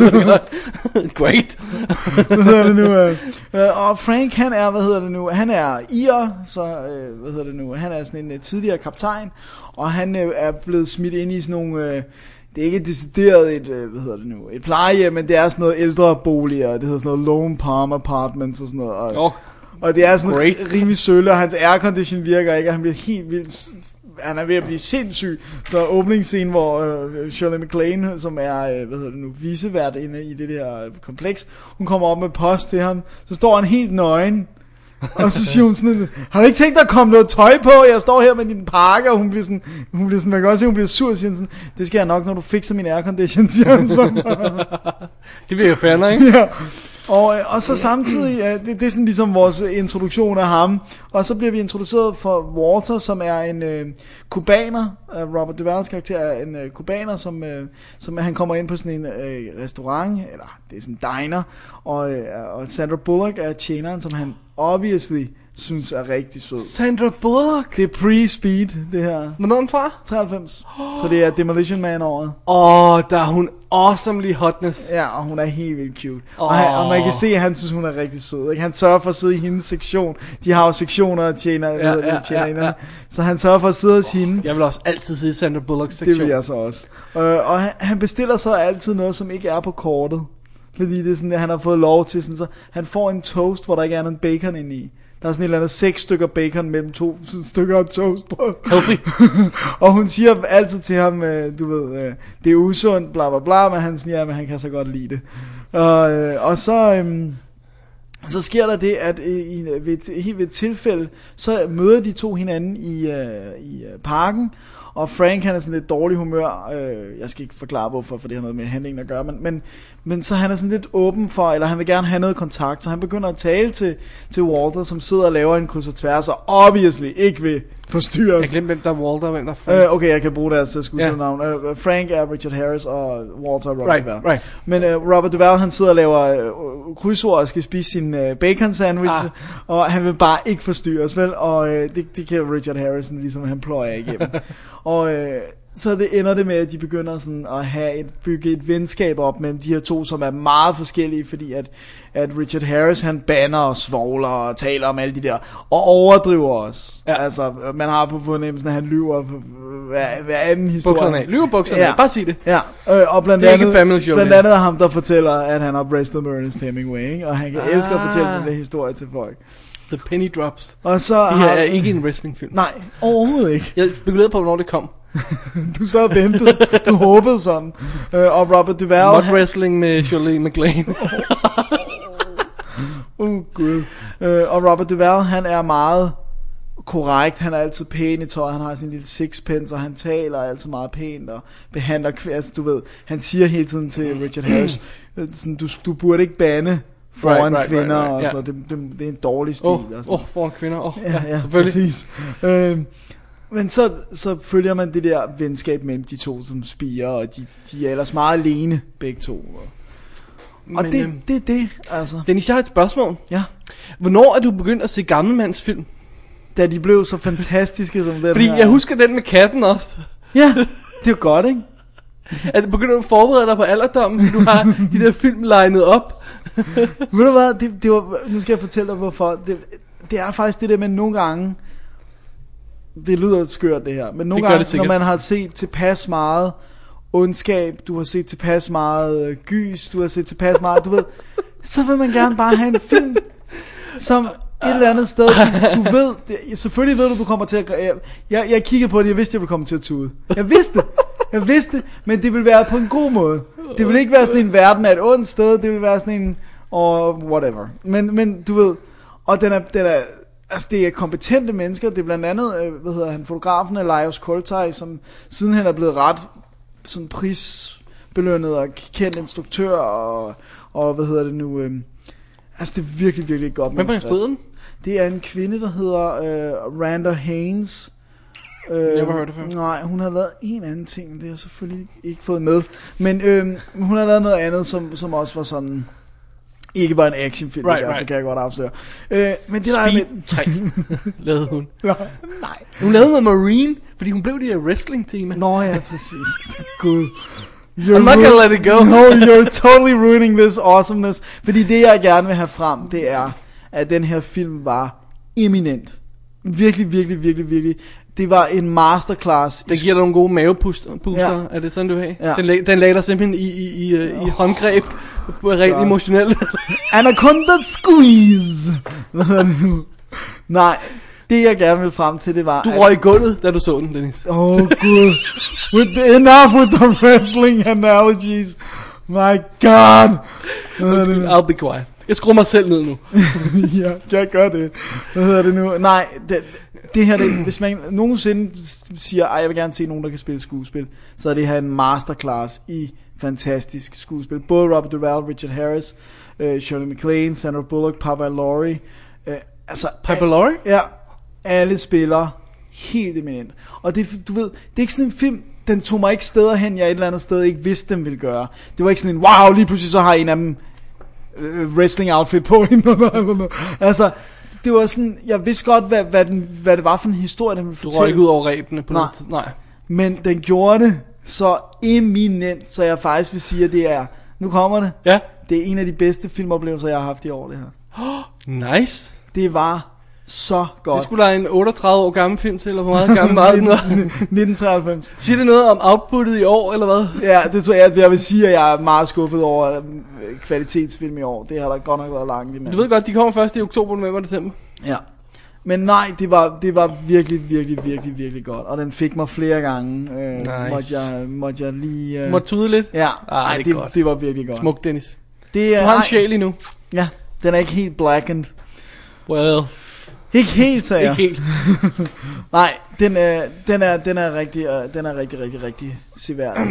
Great. Hvad hedder det nu? Og Frank, han er, han er irer, så, han er sådan en tidligere kaptajn, og han er blevet smidt ind i sådan nogle, det er ikke decideret et plejehjem, men det er sådan noget ældre boliger, det hedder sådan noget Lone Palm Apartments og sådan noget. Og det er sådan rimelig sølle, og hans aircondition virker ikke, og han bliver helt vildt, han er ved at blive sindssyg. Så åbningsscene, hvor Shirley MacLaine, som er, vicevært inde i det der kompleks, hun kommer op med post til ham, så står han helt nøgen. Og så siger hun sådan, har du ikke tænkt dig at komme noget tøj på? Jeg står her med din pakke, og hun bliver sådan, man kan også se, hun bliver sur, og siger sådan, det skal jeg nok, når du fikser min aircondition, siger han så. Det bliver jo fair, ikke? Ja. Og så samtidig, det er sådan ligesom vores introduktion af ham, og så bliver vi introduceret for Walter, som er en kubaner, Robert Duvalls karakter er en kubaner, som han kommer ind på sådan en restaurant, eller det er sådan en diner, og Sandra Bullock er tjeneren, som han obviously synes er rigtig sød. Sandra Bullock? Det er pre-Speed, det her. Hvornår er den fra? 93. Så det er Demolition Man året. Der er hun awesomely hotness. Ja, og hun er helt vildt cute. Og man kan se, at han synes, hun er rigtig sød. Ikke? Han sørger for at sidde i hendes sektion. De har jo sektioner og tjener. Så han sørger for at sidde hos hende. Jeg vil også altid sidde i Sandra Bullocks sektion. Det vil jeg så også. Og han bestiller så altid noget, som ikke er på kortet. Fordi det er sådan, at han har fået lov til sådan, så han får en toast, hvor der ikke er noget bacon inde i. Der er sådan et eller andet 6 stykker bacon mellem 2 stykker af toast på. Og hun siger altid til ham, det er usundt, bla bla bla, men han siger, at han kan så godt lide det. Og så sker der det, at ved et tilfælde, så møder de to hinanden i parken, og Frank, han er sådan lidt dårlig humør. Jeg skal ikke forklare hvorfor, for det har noget med handlingen at gøre, men så han er sådan lidt åben for, eller han vil gerne have noget kontakt, så han begynder at tale til Walter, som sidder og laver en kryds og tværs, og obviously ikke vil forstyrres. Jeg glemte, hvem der er Walter, hvem der er Frank. Okay, jeg kan bruge deres skuespillernavn. Frank er Richard Harris, og Walter er Robert Duvall. Right. Men Robert Duvall, han sidder og laver krydsord og skal spise sin bacon sandwich, og han vil bare ikke forstyrres, vel? Og det kan Richard Harrison, ligesom han pløjer igennem. Og så det ender det med, at de begynder sådan at bygge et venskab op mellem de her to, som er meget forskellige, fordi at Richard Harris, han banner og svogler og taler om alle de der, og overdriver også. Ja. Altså, man har på fornemmelsen, at han lyver hver anden historie. Lyver bukserne, bare sig det. Ja, og blandt andet er ham, der fortæller, at han har wrestlet med Ernest Hemingway, ikke? Og han kan elske at fortælle den der historie til folk. The penny drops. Og så det her er ikke en wrestlingfilm. Nej, overhovedet ikke. Jeg spekulerede på, hvornår det kom. Du sad og ventede. Du håbede sådan. Og Robert Duvall... Mud wrestling med Shirley MacLaine. Gud. Og Robert Duvall, han er meget korrekt. Han er altid pæn i tøj. Han har sin lille sixpence, og han taler altid meget pænt og behandler altså, du ved, han siger hele tiden til Richard Harris, sådan, du burde ikke bande foran kvinder og sådan noget. Det er en dårlig stil. Foran kvinder. Ja, selvfølgelig. Præcis. Men så følger man det der venskab mellem de to, som spirer, og de er ellers meget alene, begge to. Og det, altså. Dennis, jeg har et spørgsmål. Ja. Hvornår er du begyndt at se gammelmandsfilm? Da de blev så fantastiske som den Fordi her. jeg husker den med katten også. Ja, det er godt, ikke? At du begynder at forberede dig på alderdommen, så du har de der film legnet op. Ved du hvad, det var, nu skal jeg fortælle dig hvorfor. Det er faktisk det der med nogle gange, det lyder skørt det her, men nogle gange, når man har set tilpas meget ondskab, du har set tilpas meget gys, du har set tilpas meget, du ved, så vil man gerne bare have en film, som et eller andet sted, du ved, selvfølgelig ved du kommer til at, jeg kiggede på det, jeg vidste, jeg ville komme til at tude. Jeg vidste, men det ville være på en god måde. Det ville ikke være sådan en verden af et ondt sted, det ville være sådan en, whatever. Men du ved, og den er, altså det er kompetente mennesker, det er blandt andet, fotografen Elias Koltai, som sidenhen er blevet ret sådan prisbelønnet og kendt instruktør, og altså det er virkelig, virkelig godt. Hvem har instrueret den? Det er en kvinde, der hedder Randa Haynes. Jeg har hørt det før. Nej, hun har lavet en anden ting, det har jeg selvfølgelig ikke fået med. Men hun har lavet noget andet, som også var sådan, ikke bare en actionfilm, derfor kan jeg godt afsløre. Men det der er med 3 lavede hun. Nej. Hun lavede noget Marine, fordi hun blev det der wrestling-tema. Nå ja, præcis. Gud. I'm not gonna let it go. No, you're totally ruining this awesomeness. Fordi det jeg gerne vil have frem, det er, at den her film var eminent. Virkelig, virkelig, virkelig, virkelig. Det var en masterclass. Den giver dig nogle gode mavepuster. Ja. Er det sådan du har? Ja. Den lagde dig simpelthen i håndgreb. Rent emotionelt. Anaconda squeeze. Hvad hedder det nu? Nej, det jeg gerne vil frem til, det var... Du røg i gulvet, da du så den, Dennis. Oh gud. Enough with the wrestling analogies. My god. I'll be quiet. Jeg skruer mig selv ned nu. Ja, jeg gør det. Hvad hedder det nu? Nej, det her, hvis man nogensinde siger, jeg vil gerne se nogen, der kan spille skuespil, så er det her en masterclass i fantastisk skuespil. Både Robert Duvall, Richard Harris, Shirley MacLaine, Sandra Bullock, Papa Laurie. Papa Laurie? Ja, alle spiller helt eminent. Og det, du ved, det er ikke sådan en film, den tog mig ikke steder hen, jeg et eller andet sted ikke vidste, den ville gøre. Det var ikke sådan en, wow, lige pludselig så har en af dem wrestling outfit på. Altså, det var sådan, jeg vidste godt, hvad det var for en historie, den ville fortælle. Du røg ikke ud over rebene på noget. Nej. Men den gjorde det så eminent, så jeg faktisk vil sige, at det er, nu kommer det. Ja. Det er en af de bedste filmoplevelser, jeg har haft i år, det her. Nice. Det var så godt. Det skulle der en 38 år gammel film til, eller hvor meget gammel var den? 1993. Siger det noget om outputtet i år, eller hvad? Ja, det tror jeg vil sige, at jeg er meget skuffet over kvalitetsfilm i år. Det har der godt nok været langt imellem. Du ved godt, de kommer først i oktober, november, december. Ja. Men nej, det var virkelig, virkelig, virkelig, virkelig godt. Og den fik mig flere gange. Nice. Måtte jeg lige... Måtte tude lidt? Ja, det var virkelig godt. Smuk, Dennis. Du har en sjæl endnu. Ja, den er ikke helt blackened. Well. Ikke helt, sagde jeg. Ikke helt. Nej, den er rigtig seværdig.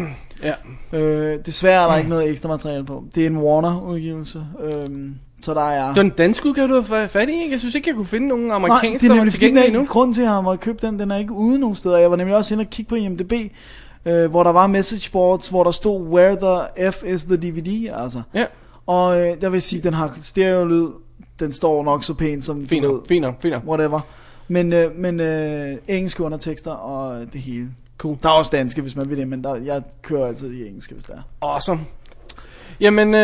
Ja. Desværre er der ikke noget ekstra materiale på. Det er en Warner-udgivelse. Så der er... Det var en dansk udgave, du har fat i, ikke? Jeg synes ikke, jeg kunne finde nogen amerikanske, der var tilgængelige endnu. Grunden til, at jeg har købt den er ikke ude nogen steder. Jeg var nemlig også inde og kigge på IMDb, hvor der var message boards, hvor der stod, where the F is the DVD, altså. Ja. Og der vil sige, den har stereo-lyd. Den står nok så pænt som finer. Whatever. Men engelske undertekster og det hele. Cool. Der er også danske, hvis man vil det, men jeg kører altid i engelske, hvis der er. Awesome. Jamen,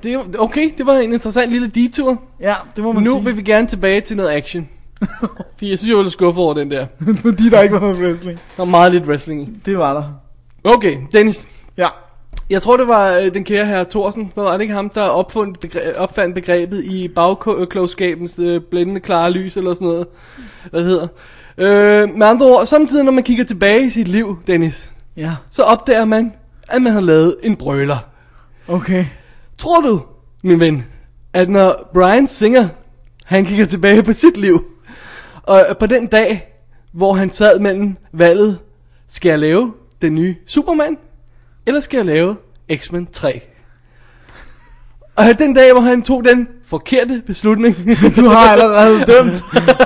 det var en interessant lille detur. Ja, det må man sige. Nu vil vi gerne tilbage til noget action. Fordi jeg synes, jeg var lidt skuffet over den der. Fordi der ikke var noget wrestling. Der var meget lidt wrestling i. Det var der. Okay, Dennis. Ja. Jeg tror, det var den kære herre Thorsen, var det ikke ham, der opfandt begrebet i bagklogskabens blændende klare lys, eller sådan noget, hvad det hedder. Med andre ord, samtidig når man kigger tilbage i sit liv, Dennis, Ja. så opdager man, at man har lavet en brøler. Okay. Tror du, min ven, at når Bryan Singer, han kigger tilbage på sit liv, og på den dag, hvor han sad mellem valget, skal jeg lave den nye Superman, eller skal jeg lave X-Men 3? Og den dag, hvor han tog den forkerte beslutning, Du har allerede dømt.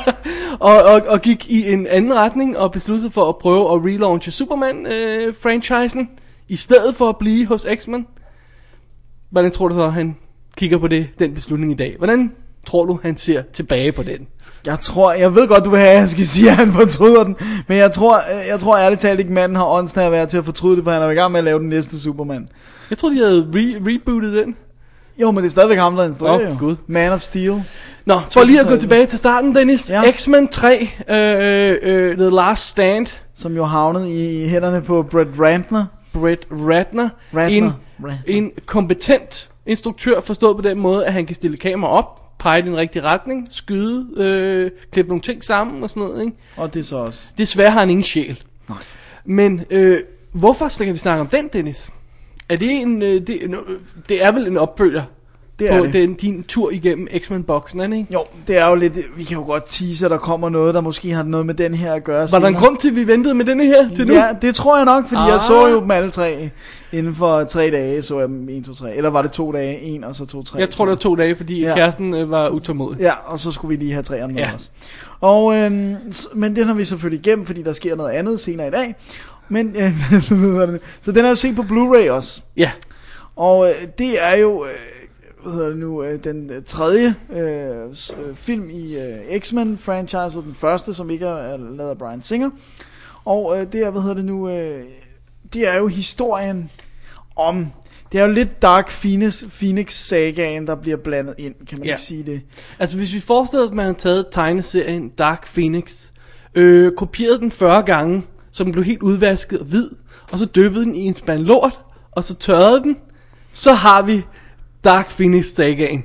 og gik i en anden retning, og besluttede for at prøve at relaunche Superman-franchisen, i stedet for at blive hos X-Men. Hvordan tror du så, han kigger på den beslutning i dag? Hvordan tror du, han ser tilbage på den? Jeg ved godt, du vil have, at jeg skal sige, at han fortryder den. Men jeg tror ærligt talt ikke, manden har åndsnær været til at fortryde det, for han er i gang med at lave den næste Superman. Jeg tror, de havde rebootet den. Jo, men det er stadigvæk ham, der instruerer. Åh, Gud. Man of Steel. Nå, for lige at gå tilbage til starten, Dennis. Ja. X-Men 3, The Last Stand. Som jo havnede i hænderne på Brett Ratner. Brett Ratner. Ratner. En kompetent instruktør, forstået på den måde, at han kan stille kamera op, pege i den rigtige retning, skyde, klippe nogle ting sammen og sådan noget, ikke? Og det er så også. Desværre har han ingen sjæl. Nej. Men hvorfor skal vi snakke om den, Dennis? Er det det er vel en opfølger Det er på det. din tur igennem X-Men-boksen, er det ikke? Jo, det er jo lidt, vi kan jo godt tease, at der kommer noget, der måske har noget med den her at gøre. Var der en grund til, at vi ventede med denne her til nu? Ja, det tror jeg nok, fordi jeg så jo dem alle tre. Inden for 3 dage så jeg dem 1, 2, 3. Eller var det 2 dage, 1 og så 2, 3. Jeg tror, det var 2 dage, fordi kæresten var utålmodig. Ja, og så skulle vi lige have 3'eren med os. Og, men den har vi selvfølgelig igennem, fordi der sker noget andet senere i dag. Men, så den er jo set på Blu-ray også. Ja. Og det er jo, den tredje film i X-Men-franchise, og den første, som ikke er lavet af Bryan Singer. Og det er, det er jo historien om, det er jo lidt Dark Phoenix-sagaen, der bliver blandet ind, kan man ikke sige det? Altså hvis vi forestiller os, at man havde taget tegneserien Dark Phoenix, kopieret den 40 gange, så den blev helt udvasket og hvid, og så dyppede den i en spand lort, og så tørrede den, så har vi Dark Phoenix-sagaen.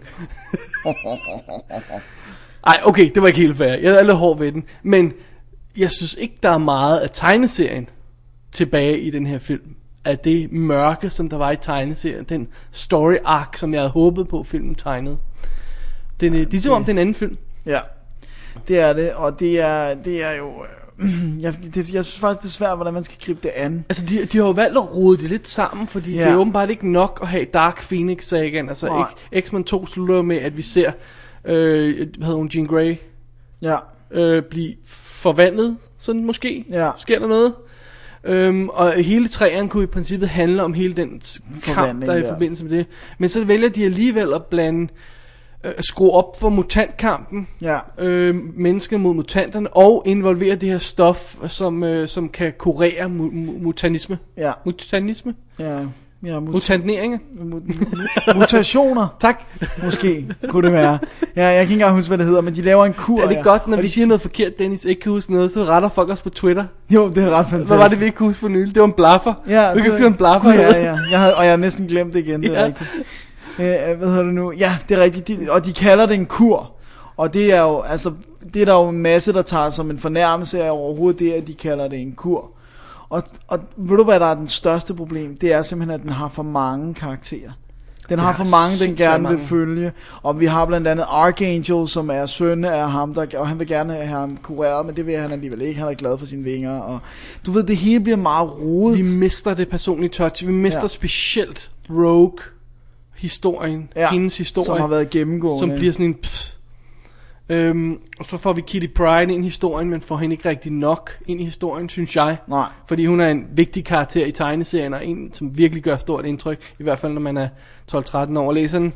Ej, okay, det var ikke helt fair. Jeg er lidt hård ved den. Men jeg synes ikke, der er meget af tegneserien tilbage i den her film. Af det mørke, som der var i tegneserien. Den story arc, som jeg havde håbet på, filmen tegnede. Det er ligesom om den anden film. Ja, det er det. Og det er jo... Jeg synes faktisk, det er svært, hvordan man skal gribe det an. Altså, de har jo valgt at rode det lidt sammen, fordi det er åbenbart ikke nok at have Dark Phoenix-sagaen. Altså, X-Men 2 slutter med, at vi ser, hvad hedder hun, Jean Grey, blive forvandlet, sådan måske. Ja. Sker der noget? Og hele træerne kunne i princippet handle om hele den kamp, der er i forbindelse med det. Men så vælger de alligevel at blande... skrue op for mutantkampen, mennesker mod mutanterne, og involvere det her stof, som kan kurere mutanisme. Ja. Mutanisme? Ja, mutantneringer? Mutationer. Tak. Måske kunne det være. Ja, jeg kan ikke engang huske, hvad det hedder, men de laver en kur. Er det godt, når vi siger noget forkert, Dennis, ikke kan huske noget, så retter folk os på Twitter? Jo, det er ret fantastisk. Hvad var det, vi ikke kunne huske for nylig? Det var en blaffer. Ja, vi kan sige en blaffer. Ja. Jeg havde næsten glemt det igen, det er rigtigt. Hvad hedder det nu? Ja, det er rigtigt. Og de kalder det en kur. Og det er jo, altså, det er der jo en masse, der tager som en fornærmelse af overhovedet det, at de kalder det en kur. Og ved du, hvad der er den største problem? Det er simpelthen, at den har for mange karakterer. Den har for mange, den gerne vil følge. Og vi har blandt andet Archangel, som er søn af ham, og han vil gerne have ham kureret, men det vil han alligevel ikke. Han er glad for sine vinger. Og du ved, det hele bliver meget rodet. Vi mister det personlige touch. Vi mister specielt Rogue. Historien, hendes historie, som har været gennemgående, som bliver sådan en og så får vi Kitty Pryde ind i historien, men får hende ikke rigtig nok ind i historien, synes jeg. Nej. Fordi hun er en vigtig karakter i tegneserien, og en, som virkelig gør stort indtryk, i hvert fald når man er 12-13 år og læser den.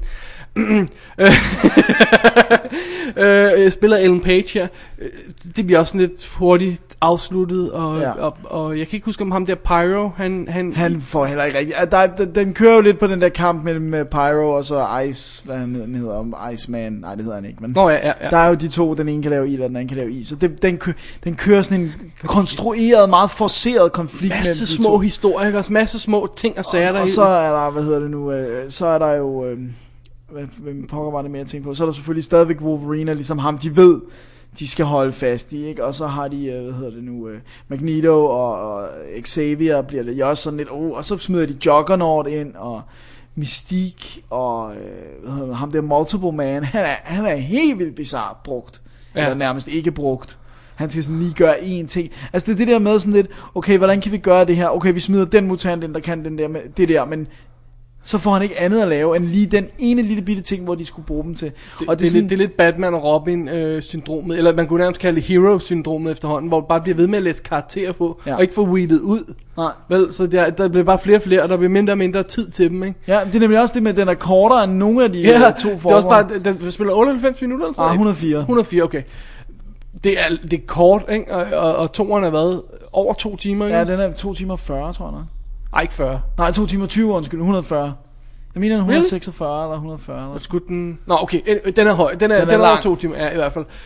Jeg spiller Ellen Page her. Det bliver også sådan lidt hurtigt afsluttet, og jeg kan ikke huske om ham der Pyro, han får heller ikke rigtigt. Den kører jo lidt på den der kamp mellem Pyro og så Ice, hvad han hedder, om Iceman. Nej, det hedder han ikke, men der er jo de to, den ene kan lave ild, og den anden kan lave is. Så den kører sådan en konstrueret, meget forceret konflikt mellem masse små historier, også masse små ting og sager der. Og så er der, hvad hedder det nu, så er der jo hvem pokker var det mere at tænke på. Så er der selvfølgelig stadigvæk Wolverine, ligesom ham, de ved, de skal holde fast i, ikke? Og så har de, Magneto og Xavier bliver det også sådan lidt, og så smider de Juggernaut ind, og Mystique, og ham der Multiple Man, han er helt vildt bizarrt brugt, eller nærmest ikke brugt. Han skal sådan lige gøre én ting. Altså det er det der med sådan lidt, okay, hvordan kan vi gøre det her? Okay, vi smider den mutant ind, der kan den der med det der, men så får han ikke andet at lave end lige den ene lille bitte ting, hvor de skulle bruge dem til. Og det er lidt Batman og Robin syndromet, eller man kunne nærmest kalde det Hero syndromet efterhånden, hvor du bare bliver ved med at læse karakterer på, og ikke få weedet ud. Nej. Vel, så der bliver bare flere og flere, og der bliver mindre og mindre tid til dem, ikke? Ja, det er nemlig også det med, at den er kortere end nogle af de to former. Det er også bare, den spiller 98 minutter eller sådan. 104. 104, okay. Det er kort, ikke? Og toeren har været over 2 timer, ikke? Ja, den er 2 timer 40, tror jeg nok. Ej, ikke 40. Nej, 2 timer 20, undskyld, 140. Jeg mener 146 eller 140. Eller. Skulle den... Nå, okay, den er høj. Den er over 2 timer, ja, i hvert fald.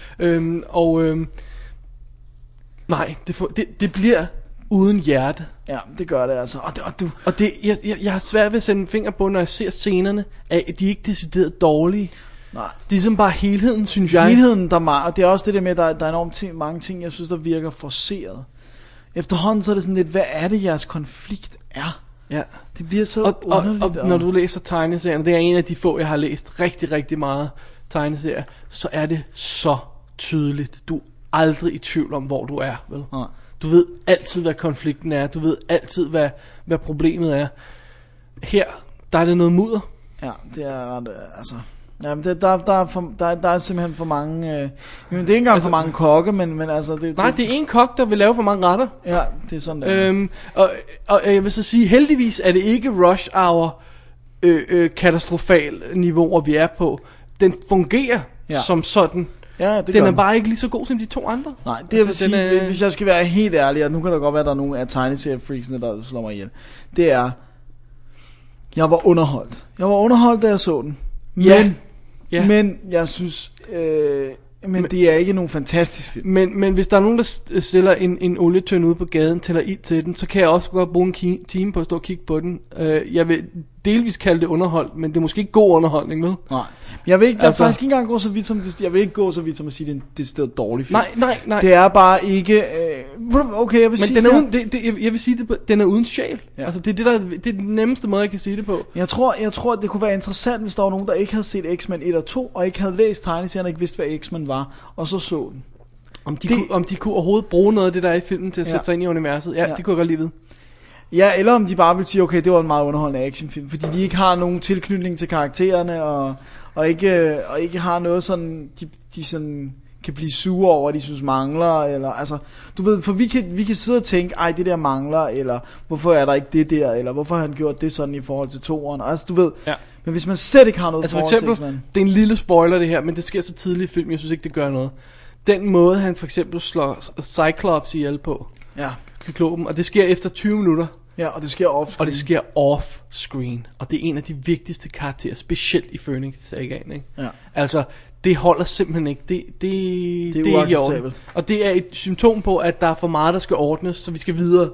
Nej, det bliver uden hjerte. Ja, det gør det altså. Jeg har svært ved at sætte en finger på, når jeg ser scenerne, at de ikke decideret dårlige. Nej. Det er ligesom bare helheden, synes jeg. Helheden, og det er også det der med, at der er enormt mange ting, jeg synes, der virker forceret. Efterhånden så er det sådan lidt, hvad er det, jeres konflikt er? Ja. Det bliver så underligt. Og når du læser tegneserien, det er en af de få, jeg har læst rigtig, rigtig meget tegneserier, så er det så tydeligt. Du er aldrig i tvivl om, hvor du er, vel? Nej. Du ved altid, hvad konflikten er. Du ved altid, hvad problemet er. Her, der er det noget mudder. Ja, det er ret, altså... Ja, men der er simpelthen for mange... det er ikke engang for mange kokke, men altså... Det er en kok, der vil lave for mange retter. Ja, det er sådan der. Og jeg vil så sige, heldigvis er det ikke rush hour katastrofal niveauer, vi er på. Den fungerer som sådan. Ja, den er bare ikke lige så god som de to andre. Nej, det altså, jeg vil sige, hvis jeg skal være helt ærlig, og nu kan der godt være, at der er nogle af tegneseriefreaksene, der slår mig ihjel. Det er... Jeg var underholdt, da jeg så den. Men jeg synes men det er ikke nogen fantastisk film. Men hvis der er nogen der stiller en olietønde ude på gaden, tæller ild til den, så kan jeg også godt bruge en time på at stå og kigge på den. Jeg vil delvis kalde det underholdt, men det er måske ikke god underholdning med. Nej. Jeg vil ikke faktisk ikke engang gå så vidt som det. Jeg vil ikke gå så vidt som at sige det er en decideret dårlig film. Nej. Det er bare ikke okay, jeg vil sige jeg vil sige det, den er uden sjæl. Ja. Altså det er den nemmeste måde jeg kan sige det på. Jeg tror at det kunne være interessant, hvis der var nogen der ikke havde set X-Men 1 og 2 og ikke havde læst tegneserien og ikke vidste hvad X-Men var, og så den. Om de kunne overhovedet bruge noget af det der i filmen til at sætte sig ind i universet. Ja, det kunne jeg godt lide ved. Ja, eller om de bare vil sige, okay, det var en meget underholdende actionfilm, fordi de ikke har nogen tilknytning til karaktererne, og ikke har noget sådan, de sådan kan blive sure over, de synes mangler, eller altså, du ved, for vi kan sidde og tænke, ej, det der mangler, eller hvorfor er der ikke det der, eller hvorfor har han gjort det sådan i forhold til toeren, altså, du ved, men hvis man slet ikke har noget altså, forhold til X-Men. Det er en lille spoiler det her, men det sker så tidligt i film, jeg synes ikke, det gør noget. Den måde, han for eksempel slår Cyclops ihjel på, kan klå dem, og det sker efter 20 minutter. Ja, og det sker off-screen. Og det sker off-screen. Og det er en af de vigtigste karakterer, specielt i Phoenix-sagaen, ikke? Ja. Altså, det holder simpelthen ikke. Det er uacceptabelt. Og det er et symptom på, at der er for meget, der skal ordnes, så vi skal videre.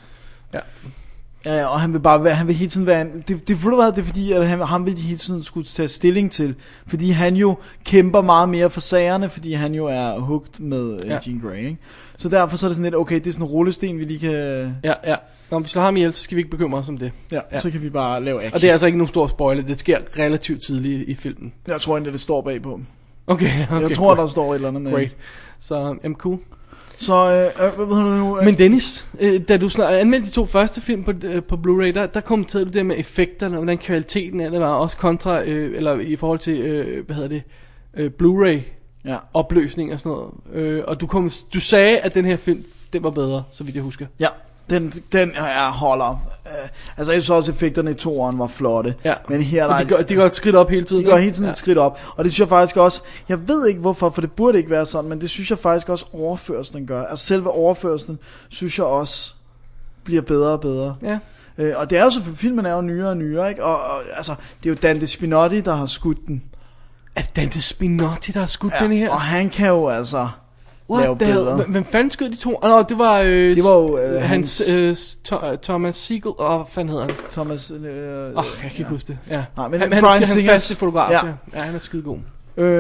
Ja, og han vil bare være, han vil hele tiden være det er fordi at han vil hele tiden skulle tage stilling til, fordi han jo kæmper meget mere for sagerne, fordi han jo er hooked med Jean Grey, ikke? Så derfor så er det sådan lidt, okay, det er sådan en rullesten vi lige kan. Ja. Når vi slår ham ihjel, så skal vi ikke bekymre os om det. Ja, så kan vi bare lave action. Og det er altså ikke nogen stor spoiler, det sker relativt tidligt i filmen. Jeg tror ikke, det står bagpå. Okay. Jeg tror, der står et eller andet med. Great. Så, cool. Så, hvad ved du nu? Men Dennis, da du anmeldte de 2 første film på Blu-ray, der kommenterede du det med effekterne, og hvordan kvaliteten af det var, også kontra, eller i forhold til, Blu-ray opløsning og sådan noget. Og du sagde, at den her film, den var bedre, så vidt jeg husker. Ja. Den holder. Altså jeg synes også effekterne i toeren var flotte. Ja. Men her de går et skridt op hele tiden. De går hele tiden et skridt op. Og det synes jeg faktisk også. Jeg ved ikke hvorfor, for det burde ikke være sådan, men det synes jeg faktisk også overførslen gør. Altså selve overførslen synes jeg også bliver bedre og bedre. Ja. Og det er jo så, for filmen er jo nyere og nyere, ikke? Og altså det er jo Dante Spinotti der har skudt den. Er det Dante Spinotti der har skudt den her? Og han kan jo altså lave bedre. Hvem fanden skød de 2? Det var jo hans Thomas Siegel. Hvad fanden hedder han? Thomas jeg kan ikke huske det. Ja. Nej, men han er fast fotograf. Ja, han er skidegod.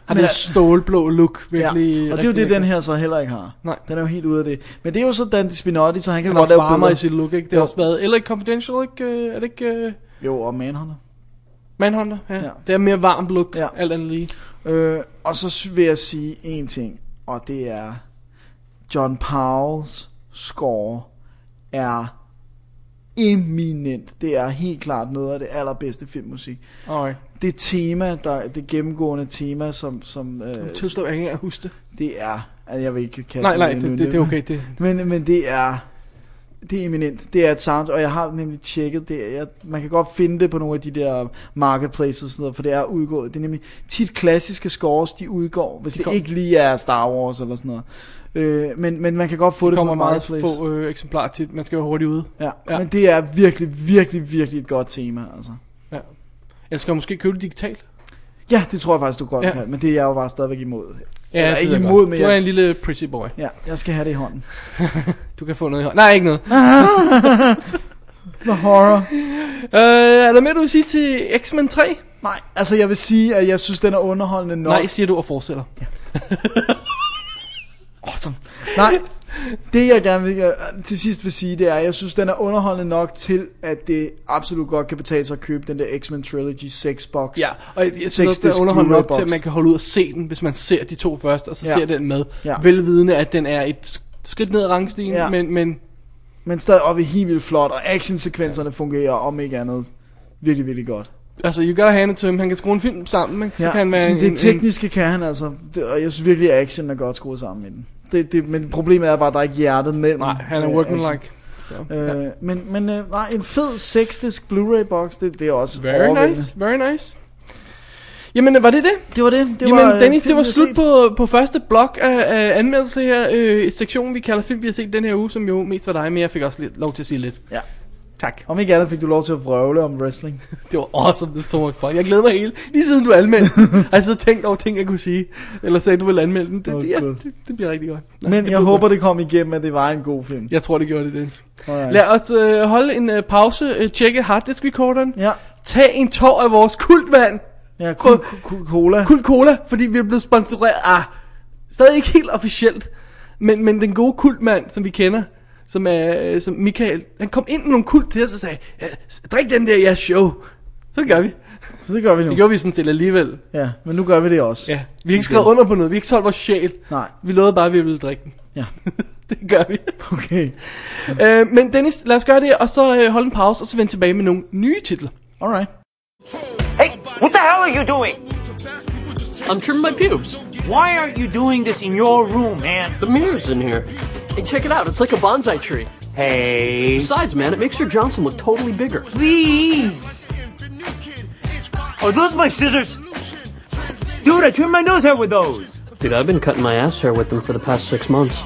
Har det stålblå look virkelig. Ja, og det er jo det, den her så heller ikke har. Nej. Den er jo helt ude af det. Men det er jo så Dan Spinotti, så han kan Han godt har lave varmere i billeder. sit look, ikke? Det har også været LA Confidential, ikke? Er det ikke... Jo, og Manhunter. Manhunter, ja. Ja. Det er mere varmt look, Ja. alt andet lige. Og så vil jeg sige en ting, og det er John Powells score er eminent. Det er helt klart noget af det allerbedste filmmusik. Alright. Det tema, det gennemgående tema, som Tilstå, jeg kan ikke huske det. det er, altså jeg vil ikke kalde Nej, det er okay. Det. Men det er eminent. Det er et sound, og jeg har nemlig tjekket det. Man kan godt finde det på nogle af de der marketplaces og sådan noget, for det er udgået. Det er nemlig tit klassiske scores, de udgår, hvis det ikke lige er Star Wars eller sådan noget. Men man kan godt få det på marketplace. Det kommer meget få eksemplarer til, man skal være hurtigt ude. Ja, men det er virkelig, virkelig, virkelig et godt tema, altså. Ja. Jeg skal måske købe det digitalt. Ja, det tror jeg faktisk, du godt kan, men det er jeg jo bare stadigvæk imod. Ja, eller ikke imod, men du er en lille pretty boy. Ja, jeg skal have det i hånden. Du kan få noget i hånden. Nej, ikke noget. The horror. Er der mere, du vil sige til X-Men 3? Nej, altså jeg vil sige, at jeg synes, den er underholdende nok. Nej, siger du og fortsætter. Ja. Awesome. Nej, det jeg gerne vil, til sidst vil sige, det er, at jeg synes, den er underholdende nok til, at det absolut godt kan betale sig at købe den der X-Men Trilogy 6-box. Ja, og jeg synes også, det er underholdende nok til, at man kan holde ud og se den, hvis man ser de to første, og så ser den med. Ja. Velvidende, at den er et skridt ned ad rangstigen, men stadig op i helt vildt flot, og actionsekvenserne fungerer, om ikke andet, virkelig, virkelig godt. Altså, you gotta hand it to him. Han kan skrue en film sammen, ikke? Så kan han være det tekniske kan han altså, og jeg synes virkelig, at action er godt skruet sammen med den. Men problemet er bare, at der er ikke hjertet mellem. Nej, han er working like. Men nej, en fed 6-disk Blu-ray box, det er også very nice. Jamen, var det det? Det var det. Jamen, Dennis, det var slut på første blok af anmeldelser her. Sektionen, vi kalder film, vi har set den her uge, som jo mest var dig, men jeg fik også lov til at sige lidt. Ja. Tak. Om ikke andet fik du lov til at vrøvle om wrestling. Det var awesome, det er så much fun. Jeg glæder mig helt. Lige siden du anmeldte den, har jeg så tænkt over ting, jeg kunne sige. Eller sagde, du ville anmelde den. Det bliver rigtig godt. Nej, men jeg håber, det kom igennem, at det var en god film. Jeg tror, det gjorde det. Lad os holde en pause. Tjekke harddisk recorderen. Ja. Tag en tår af vores kultvand. Ja, cola. Kult cola, fordi vi er blevet sponsoreret. Stadig ikke helt officielt. Men den gode kultmand, som vi kender, som Michael, han kom ind med nogle kult til os og sagde, drik den der i jeres show. Så gør vi. Så det gør vi nu. Det gjorde vi sådan set alligevel. Ja, men nu gør vi det også. Ja, vi har ikke skrevet under på noget, vi har ikke solgt vores sjæl. Nej. Vi lovede bare, at vi ville drikke den. Ja. Det gør vi. Okay. Men Dennis, lad os gøre det, og så holde en pause, og så vende tilbage med nogle nye titler. Alright. Hey, what the hell are you doing? I'm trimming my pubes. Why aren't you doing this in your room, man? The mirror's in here. Hey, check it out. It's like a bonsai tree. Hey. Besides, man, it makes your Johnson look totally bigger. Please. Are those my scissors? Dude, I trimmed my nose hair with those. Dude, I've been cutting my ass hair with them for the past 6 months.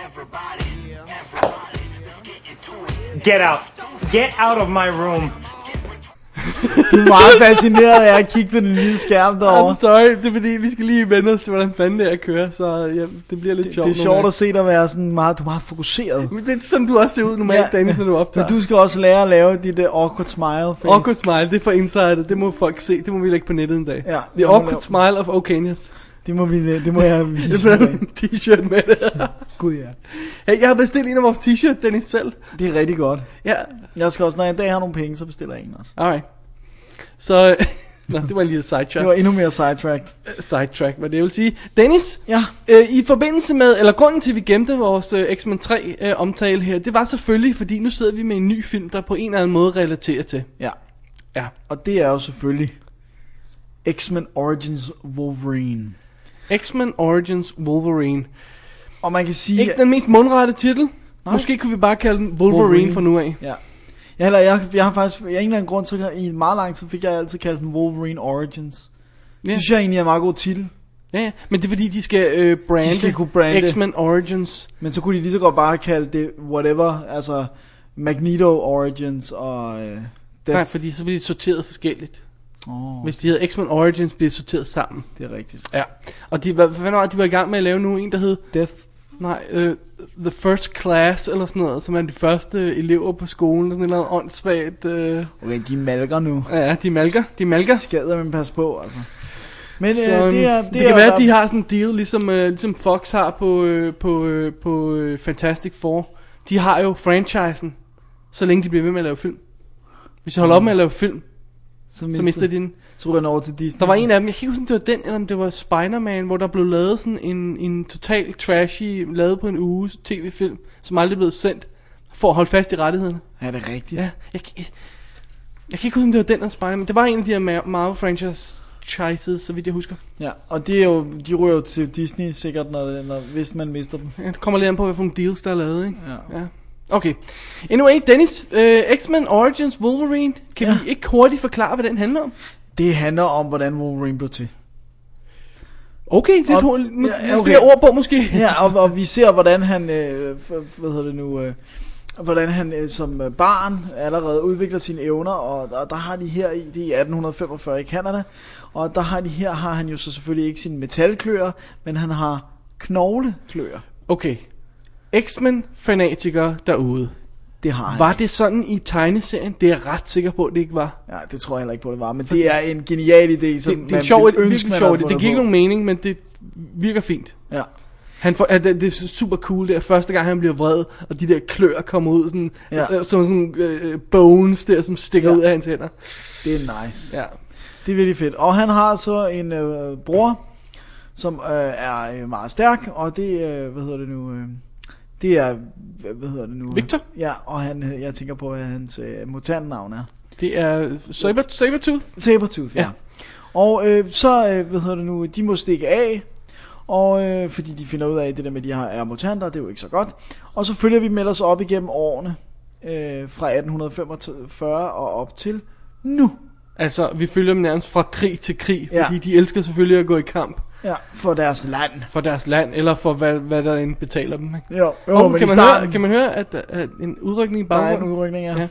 Get out. Get out of my room. Du er meget fascineret af at kigge på den lille skærm derovre. I'm sorry, det er fordi, vi skal lige vende os til, hvordan fanden det er at køre, så ja, det bliver lidt sjovt. Det er sjovt at se dig være sådan meget, du er meget fokuseret. Men det er sådan, du også ser ud normalt, Dennis, når du optager. Men du skal også lære at lave dit awkward smile face. Awkward smile, det er for insider, det må folk se, det må vi lægge på nettet en dag. Ja, The awkward smile of Ocanius. Det må jeg vise dig. En t-shirt med det. Gud ja. Hey, jeg har bestilt en af vores t-shirt, Dennis selv. Det er rigtig godt. Ja. Jeg skal også, når jeg en dag har nogle penge, så bestiller jeg en også. Alright. Så, nå, det var en lille sidetrack. Det var endnu mere sidetracked. Sidetrack, hvad det vil sige. Dennis, ja. I forbindelse med, eller grunden til, at vi gemte vores X-Men 3 omtale her, det var selvfølgelig, fordi nu sidder vi med en ny film, der på en eller anden måde relaterer til. Ja. Ja. Og det er jo selvfølgelig X-Men Origins Wolverine. X-Men Origins Wolverine. Og man kan sige... Ikke den mest mundrette titel. Nej. Måske kunne vi bare kalde den Wolverine fra nu af. Ja. Jeg har faktisk, af en eller anden grund, så i meget lang tid fik jeg altid kaldt den Wolverine Origins. Det synes jeg egentlig er en meget god titel. Ja, men det er fordi, de skal brande X-Men Origins. Men så kunne de lige så godt bare have kaldt det whatever, altså Magneto Origins og Death. Nej, fordi så bliver de sorteret forskelligt. Hvis de hedder X-Men Origins, bliver de sorteret sammen. Det er rigtigt. Ja, og de var i gang med at lave nu en, der hed Death. Nej, The First Class eller sådan noget, som er de første elever på skolen, sådan noget åndssvagt. Okay, de malker nu. Ja, de malker. Skal man passe på, altså. Men Så, det kan være, at de har sådan en deal, ligesom Fox har på Fantastic Four. De har jo franchisen, så længe de bliver ved med at lave film. Hvis de holder op med at lave film, så mister de den. Så ryger den over til Disney. Der var en af dem, jeg kan ikke huske, om det var den, eller om det var Spider-Man, hvor der blev lavet sådan en total trashy, lavet på en uge tv-film, som aldrig blev sendt, for at holde fast i rettighederne. Ja, det er rigtigt. Ja, jeg kan ikke huske, om det var den, der Spider-Man. Det var en af de her Marvel franchises, så vidt jeg husker. Ja, og det er jo, de ryger jo til Disney sikkert, hvis man mister dem. Ja, det kommer lidt an på, hvad for nogle deals, der er lavet, ikke? Ja. Okay. Anyway, Dennis, X-Men Origins Wolverine, kan vi ikke hurtigt forklare, hvad den handler om? Det handler om, hvordan Wolverine blev til. Okay, det er flere ord på måske. Ja, og vi ser, hvordan han, hvordan han som barn allerede udvikler sine evner, og der har de her det er i 1845 i Canada, og der har han jo så selvfølgelig ikke sine metalkløer, men han har knoglekløer. Okay. X-Men-fanatikere derude. Det har han. Var det sådan i tegneserien? Det er jeg ret sikker på, at det ikke var. Ja, det tror jeg heller ikke på, det var. Men det er en genial idé, som det er sjovt, virkelig sjovt. Det giver ikke nogen mening, men det virker fint. Ja. Det er super cool, det er første gang, han bliver vred, og de der klør kommer ud, sådan bones der, som stikker ud af hans hænder. Det er nice. Ja. Det er virkelig fedt. Og han har så en bror, som er meget stærk, og det, det er Victor? Ja, og jeg tænker på, hvad hans mutantnavn er. Det er Sabretooth? Sabretooth, ja. Og de må stikke af, og fordi de finder ud af, at det der med, at de er mutanter, det er jo ikke så godt. Og så følger vi med os op igennem årene, fra 1845 og op til nu. Altså, vi følger dem nærmest fra krig til krig, fordi de elsker selvfølgelig at gå i kamp. Ja, for deres land. For deres land, eller for hvad der end betaler dem, ikke? Jo, men kan man høre, at en udrykning i baggrunden? Der er en udrykning, ja.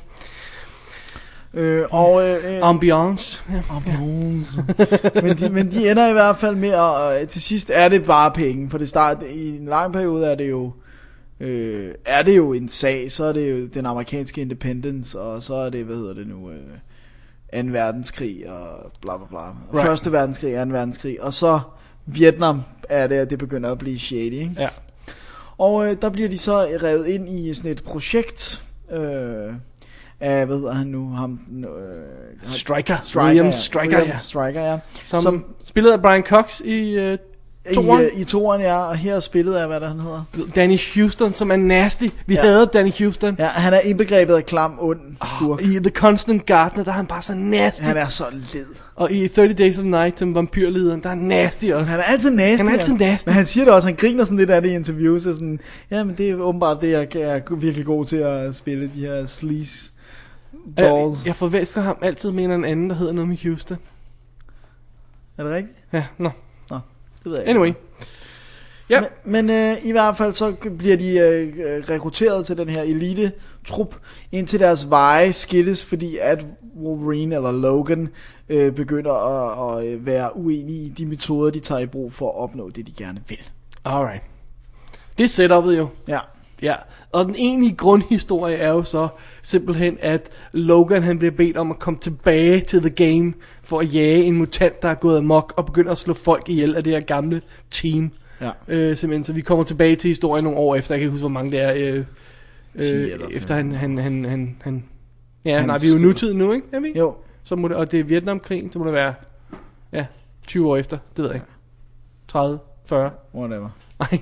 Ambiance. Ja. Ambiance. men de ender i hvert fald med, og til sidst er det bare penge, for det starter i en lang periode er det jo en sag, så er det jo den amerikanske independence, og så er det, 2. verdenskrig og bla bla bla. Right. 1. verdenskrig, 2. verdenskrig, og så Vietnam er det, at det begynder at blive shady, ikke? Ja. Og der bliver de så revet ind i sådan et projekt af, hvad hedder han nu? Stryker. William Stryker, ja. Som spillet af Brian Cox i i toeren, ja, og her er spillet af, hvad der han hedder. Danny Houston, som er nasty. Vi hader Danny Houston. Ja, han er indbegrebet af klam, ond skurk. I The Constant Gardener, der er han bare så nasty. Han er så led. Og i 30 Days of Night, som vampyrlederen, der er nasty også. Han er altid nasty. Men han siger det også, han griner sådan lidt af det i interviews. Sådan, ja, men det er åbenbart det, jeg er virkelig god til at spille, de her sleaze balls. Jeg forveksler ham altid med en anden, der hedder noget med Houston. Er det rigtigt? Ja, nå. Det ved jeg anyway. Ja. Men i hvert fald så bliver de rekrutteret til den her elite-trup, indtil deres veje skilles, fordi at Wolverine eller Logan begynder at være uenige i de metoder, de tager i brug for at opnå det, de gerne vil. Alright. Det er setupet jo. Ja. Og den egentlige grundhistorie er jo så simpelthen, at Logan han bliver bedt om at komme tilbage til the game for at jage en mutant, der er gået amok og begynder at slå folk ihjel af det her gamle team. Ja. Simpelthen, så vi kommer tilbage til historien nogle år efter. Jeg kan ikke huske, hvor mange det er. Efter han ja, nej, vi er jo nutiden nu, ikke? Er vi? Jo. Så må det, og det er Vietnamkrigen, så må det være 20 år efter, det ved jeg ikke. 30, 40. Whatever. Nej.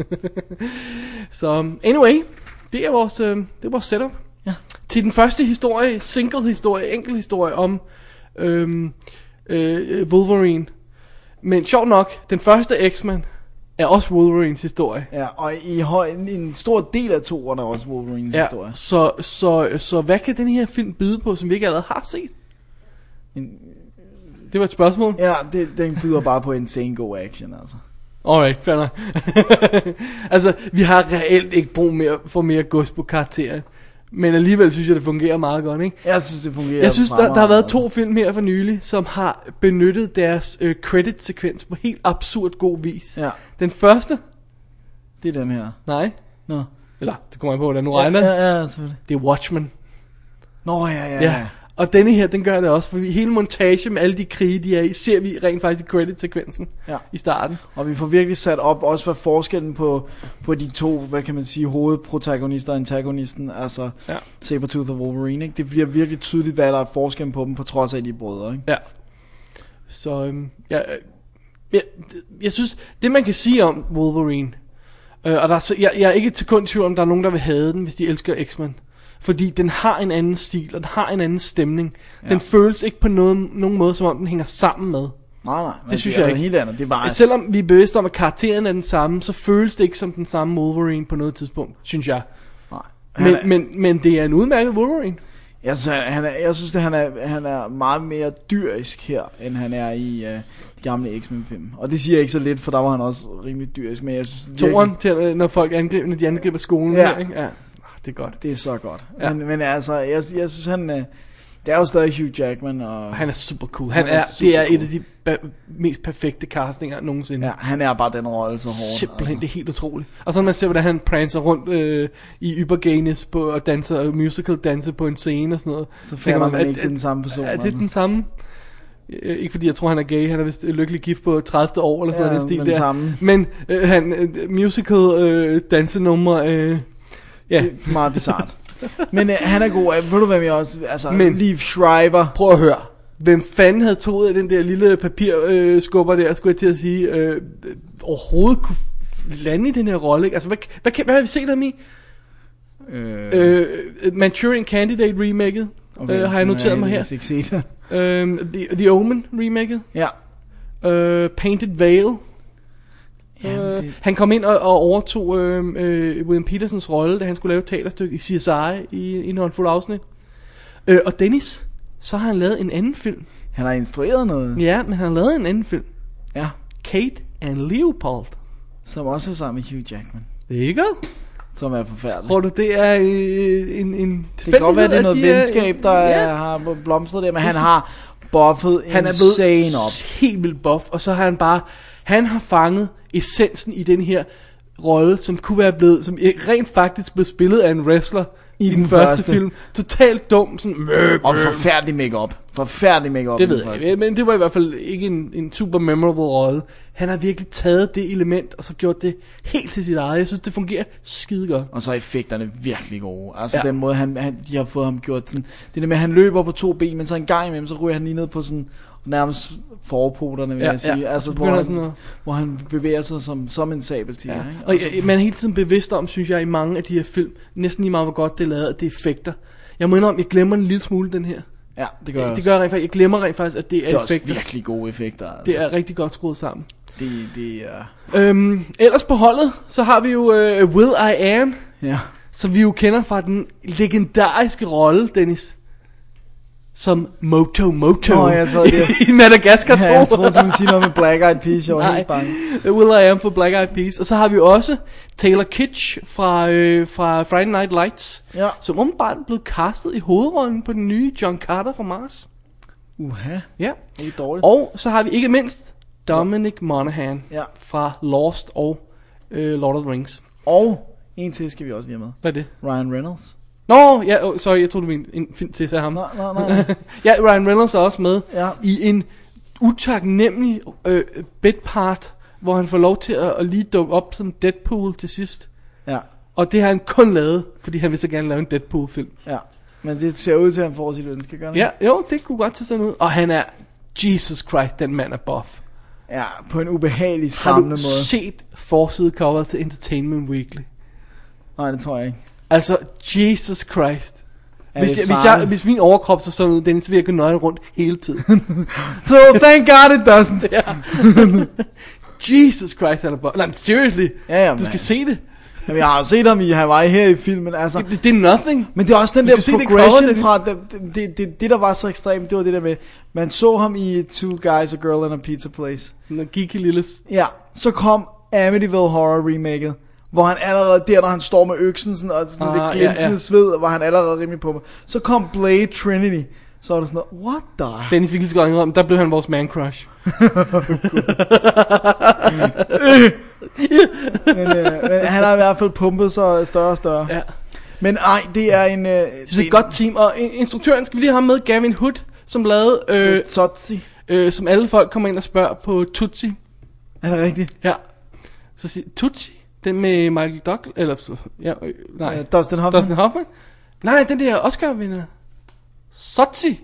Så anyway, det er vores setup. Ja. Til den første historie, single historie, enkel historie om Wolverine. Men sjovt nok, den første X-Men er også Wolverines historie. Ja, og en stor del af toerne er også Wolverines historie. Så hvad kan den her film byde på, som vi ikke allerede har set? Det var et spørgsmål. Ja, den byder bare på insane go action, altså. Alright, fair nok. Altså, vi har reelt ikke brug for mere gods på karakteren. Men alligevel synes jeg, det fungerer meget godt, ikke? Jeg synes, det fungerer. Jeg synes, der har været 2 film her for nylig, som har benyttet deres credit-sekvens på helt absurd god vis. Ja. Den første... Det er den her. Nej. Nå. Eller, det kommer jeg på, hvordan nu regner. Ja, selvfølgelig. Det er Watchmen. Nå, ja. Og denne her, den gør det også, for hele montage med alle de krige, de er i, ser vi rent faktisk i credit-sekvensen i starten. Og vi får virkelig sat op også for forskellen på de to, hvad kan man sige, hovedprotagonister og antagonisten, altså Sabretooth og Wolverine, ikke? Det bliver virkelig tydeligt, hvad der er forskellen på dem, på trods af, at de er brødre, ikke? Ja. Så jeg synes, det man kan sige om Wolverine, og jeg er ikke til kun tvivl om, der er nogen, der vil hade den, hvis de elsker X-Men. Fordi den har en anden stil, og den har en anden stemning. Den føles ikke på nogen måde, som om den hænger sammen med. Nej, det synes jeg ikke. Helt andet. Det er bare... Selvom vi er bevidste om, at karakteren er den samme, så føles det ikke som den samme Wolverine på noget tidspunkt, synes jeg. Nej. Men det er en udmærket Wolverine. Jeg synes, at han er meget mere dyrisk her, end han er i de gamle X-Men-film. Og det siger jeg ikke så lidt, for der var han også rimelig dyrisk. Men jeg synes, Toren til, når folk angriber skolen. Ja. Her, ikke? Ja. Det er godt. Det er så godt. Ja. Men altså, jeg synes, han... Det er jo stadig Hugh Jackman. Og han er super cool. Det er et af de mest perfekte castinger nogensinde. Ja, han er bare den rolle så hårdt. Simpelthen, det er helt utroligt. Og så når man ser, hvordan han prancer rundt i yberganes og danser musical danser på en scene og sådan noget. Så finder man ikke den samme person. Er det den samme? Ikke fordi jeg tror han er gay. Han er vist lykkelig gift på 30. år eller sådan noget, den stil der. Samme. Men han musical dansenummer. Ja. Det er meget bizarrt. Men han er god. Ved du hvem jeg også... Altså, Liev Schreiber. Prøv at høre. Hvem fanden havde troet, at den der lille papirskubber der, skulle jeg til at sige, overhovedet kunne lande i den her rolle, ikke? Altså, hvad har vi set ham i? Manchurian Candidate remaket, okay, har jeg noteret mig her. The Omen remaket. Ja. Painted Veil. Han kom ind og overtog William Petersens rolle, da han skulle lave et teaterstykke i CSI i en håndfuld afsnit. Og Dennis, så har han lavet en anden film. Han har instrueret noget. Ja, men han har lavet en anden film. Ja. Kate and Leopold. Som også er sammen med Hugh Jackman. Det er ikke godt. Som er forfærdeligt. Tror du, det er en det kan godt være, det er noget venskab, der har blomstret der, men han har buffet han er blevet helt vildt buff, og så har han har fanget essensen i den her rolle, som kunne være blevet, som rent faktisk blev spillet af en wrestler i den første film. Totalt dum, sådan og forfærdelig make-up. Det ved jeg, men det var i hvert fald ikke en super memorable rolle. Han har virkelig taget det element og så gjort det helt til sit eget. Jeg synes det fungerer skide godt. Og så er effekterne virkelig gode. Altså den måde de har fået ham gjort sådan. Det der med at han løber på 2 ben, men så en gang imellem så ryger han lige ned på sådan nærmest forpoterne, vil jeg sige. Altså hvor han bevæger sig som en sabeltiger, ikke? Og man er hele tiden bevidst om, synes jeg, i mange af de her film, næsten lige meget hvor godt det er lavet, at det er effekter. Jeg må indrømme, jeg glemmer en lille smule den her. Ja, det gør jeg det gør jeg rent faktisk. Jeg glemmer rent faktisk, at det er effekter. Det er også virkelig gode effekter. Altså. Det er rigtig godt skruet sammen. Det er... Ellers på holdet, så har vi jo Will I Am, som vi jo kender fra den legendariske rolle, Dennis, som Moto i Madagascar 2. Ja, jeg troede, du ville sige noget med Black Eyed Peas. Jeg var helt bange. Will I Am for Black Eyed Peas. Og så har vi også Taylor Kitsch fra Friday Night Lights, som åbenbart er blevet castet i hovedrollen på den nye John Carter fra Mars. Ja. Ikke dårligt. Og så har vi ikke mindst Dominic Monaghan fra Lost og Lord of the Rings. Og en til skal vi også lige have med. Hvad er det? Ryan Reynolds. Nå, ja, sorry, jeg troede du mente en film til ham. Nej. Ja, Ryan Reynolds er også med i en utaknemmelig bedpart, hvor han får lov til at lige dukke op som Deadpool til sidst. Ja. Og det har han kun lavet, fordi han vil så gerne lave en Deadpool-film. Ja, men det ser ud til, at han får sit ønske, gør det? Ja, jo, det kunne godt tage sådan ud. Og han er, Jesus Christ, den mand er buff. Ja, på en ubehagelig skræmmende måde. Har du set forside-coveret til Entertainment Weekly? Nej, det tror jeg ikke. Altså, Jesus Christ. Hvis min overkrop så sådan ud, den så vil jeg gå nøgen rundt hele tiden. So thank God it doesn't. Jesus Christ, han er bare... Nej, seriously. Du skal se det. Jamen, jeg har jo set ham i Hawaii her i filmen. Altså, det er nothing. Men det er også den der progression fra... Det der var så ekstremt, det var det der med... Man så ham i Two Guys, A Girl and a Pizza Place. Når geeky lille... Ja, så kom Amityville Horror remaket. Hvor han allerede der, når han står med øksen sådan, og sådan lidt glinsende sved, var han allerede rimelig på mig. Så kom Blade Trinity. Så var det sådan noget, what the... Dennis virkelig skal indrømme, der blev han vores man crush. men han har i hvert fald pumpet sig større og større. Ja. Men det er en... det er et godt team, og instruktøren skal vi lige have med, Gavin Hood, som lavede... Tutsi. Som alle folk kommer ind og spørger på Tutsi. Er det rigtigt? Ja. Så siger Tutsi, den med Michael Douglas, eller... Ja, nej. Dustin Hoffman. Nej, den der Oscar-vinder. Sotsi.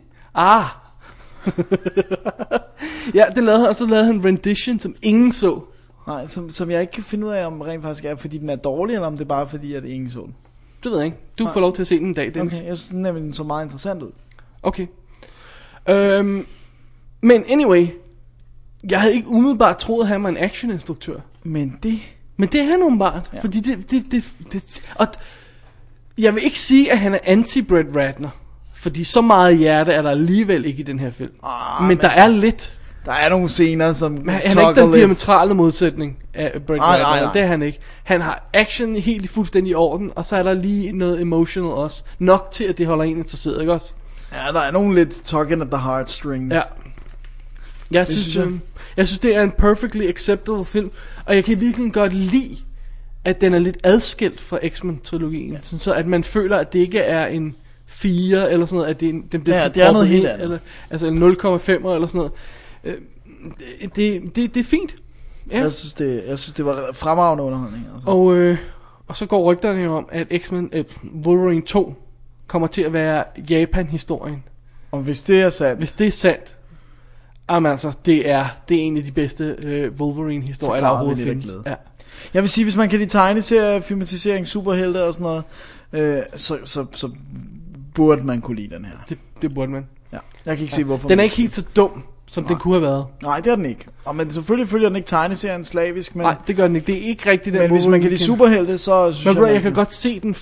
Ja, den lavede han, og så lavede han Rendition, som ingen så. Nej, som jeg ikke kan finde ud af, om rent faktisk er, fordi den er dårlig, eller om det er bare fordi, at ingen så den. Det ved jeg ikke. Du får lov til at se den en dag, Dennis. Okay, jeg synes nemlig, den så meget interessant ud. Okay. Men anyway, jeg havde ikke umiddelbart troet, at han var en actioninstruktør. Men det er han umiddelbart, ja. Fordi det og jeg vil ikke sige, at han er anti-Brett Ratner, fordi så meget hjerte er der alligevel ikke i den her film. Men der er lidt. Der er nogle scener, som han er ikke den diametrale modsætning af Brett Ratner. Nej. Det er han ikke. Han har action helt i fuldstændig orden, og så er der lige noget emotional også. Nok til, at det holder en interesseret, ikke også? Ja, der er nogle lidt tugging at the heartstrings. Ja. Jeg synes, det er en perfectly acceptable film, og jeg kan virkelig godt lide, at den er lidt adskilt fra X-Men-trilogien. Ja. Så at man føler, at det ikke er en 4 eller sådan noget, at den bliver det er noget helt andet. Eller, altså en 0,5 eller sådan noget. Det er fint. Ja. Jeg synes det var fremragende underholdning. Altså. Og så går rygterne jo om, at X-Men Wolverine 2 kommer til at være Japan-historien. Og hvis det er sandt, jamen altså, det er en af de bedste Wolverine-historier, der overhovedet findes. Ja. Jeg vil sige, hvis man kan lide tegneserier, filmatisering, superhelte og sådan noget, så burde man kunne lide den her. Det burde man. Ja. Jeg kan ikke se, hvorfor. Den er ikke helt så dum, som den kunne have været. Nej, det er den ikke. Men selvfølgelig følger den ikke tegneserien slavisk. Men... Nej, det gør den ikke. Det er ikke rigtigt den. Men hvis man kan lide superhelte, så synes jeg kan godt se den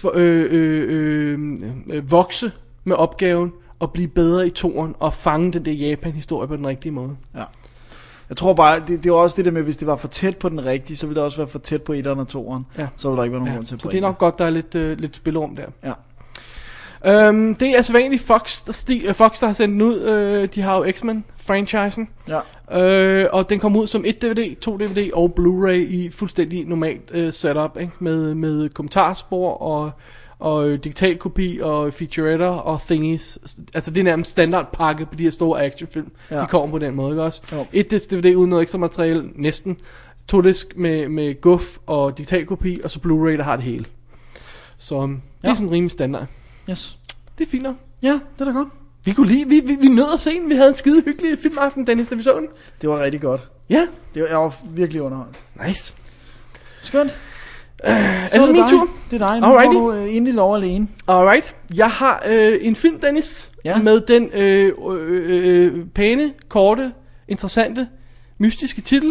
vokse med opgaven og blive bedre i toren og fange den der Japan-historie på den rigtige måde. Ja. Jeg tror bare, det er også det der med, hvis det var for tæt på den rigtige, så ville det også være for tæt på 1'eren og 2'eren. Ja. Så ville der ikke være nogen grund til at så det er nok godt, der er lidt spillerum der. Ja. Det er altså vanligt Fox, der har sendt den ud. De har jo X-Men-franchisen. Ja. Og den kom ud som 1 DVD, 2 DVD og Blu-ray i fuldstændig normalt setup, ikke? Med kommentarspor og digital kopi og featuretter og thingies. Altså det er nærmest standardpakke på de her store actionfilm. Ja. De kommer på den måde, ikke også? Jo. 1 DVD uden noget ekstra materiale, næsten. 2 disk med guf og digital kopi, og så Blu-ray, der har det hele. Så det er sådan rimelig standard. Yes. Det er fint nok. Ja, det er da godt. Vi kunne lide, vi nød at se den. Vi havde en skide hyggelig filmaften, Dennis, da vi så den. Det var rigtig godt. Ja. Jeg var virkelig underholdt. Nice. Skønt. Er det min tur? Det er dig. Nu får du endelig lov alene. Alright. Jeg har en film, Dennis, med den pæne, korte, interessante, mystiske titel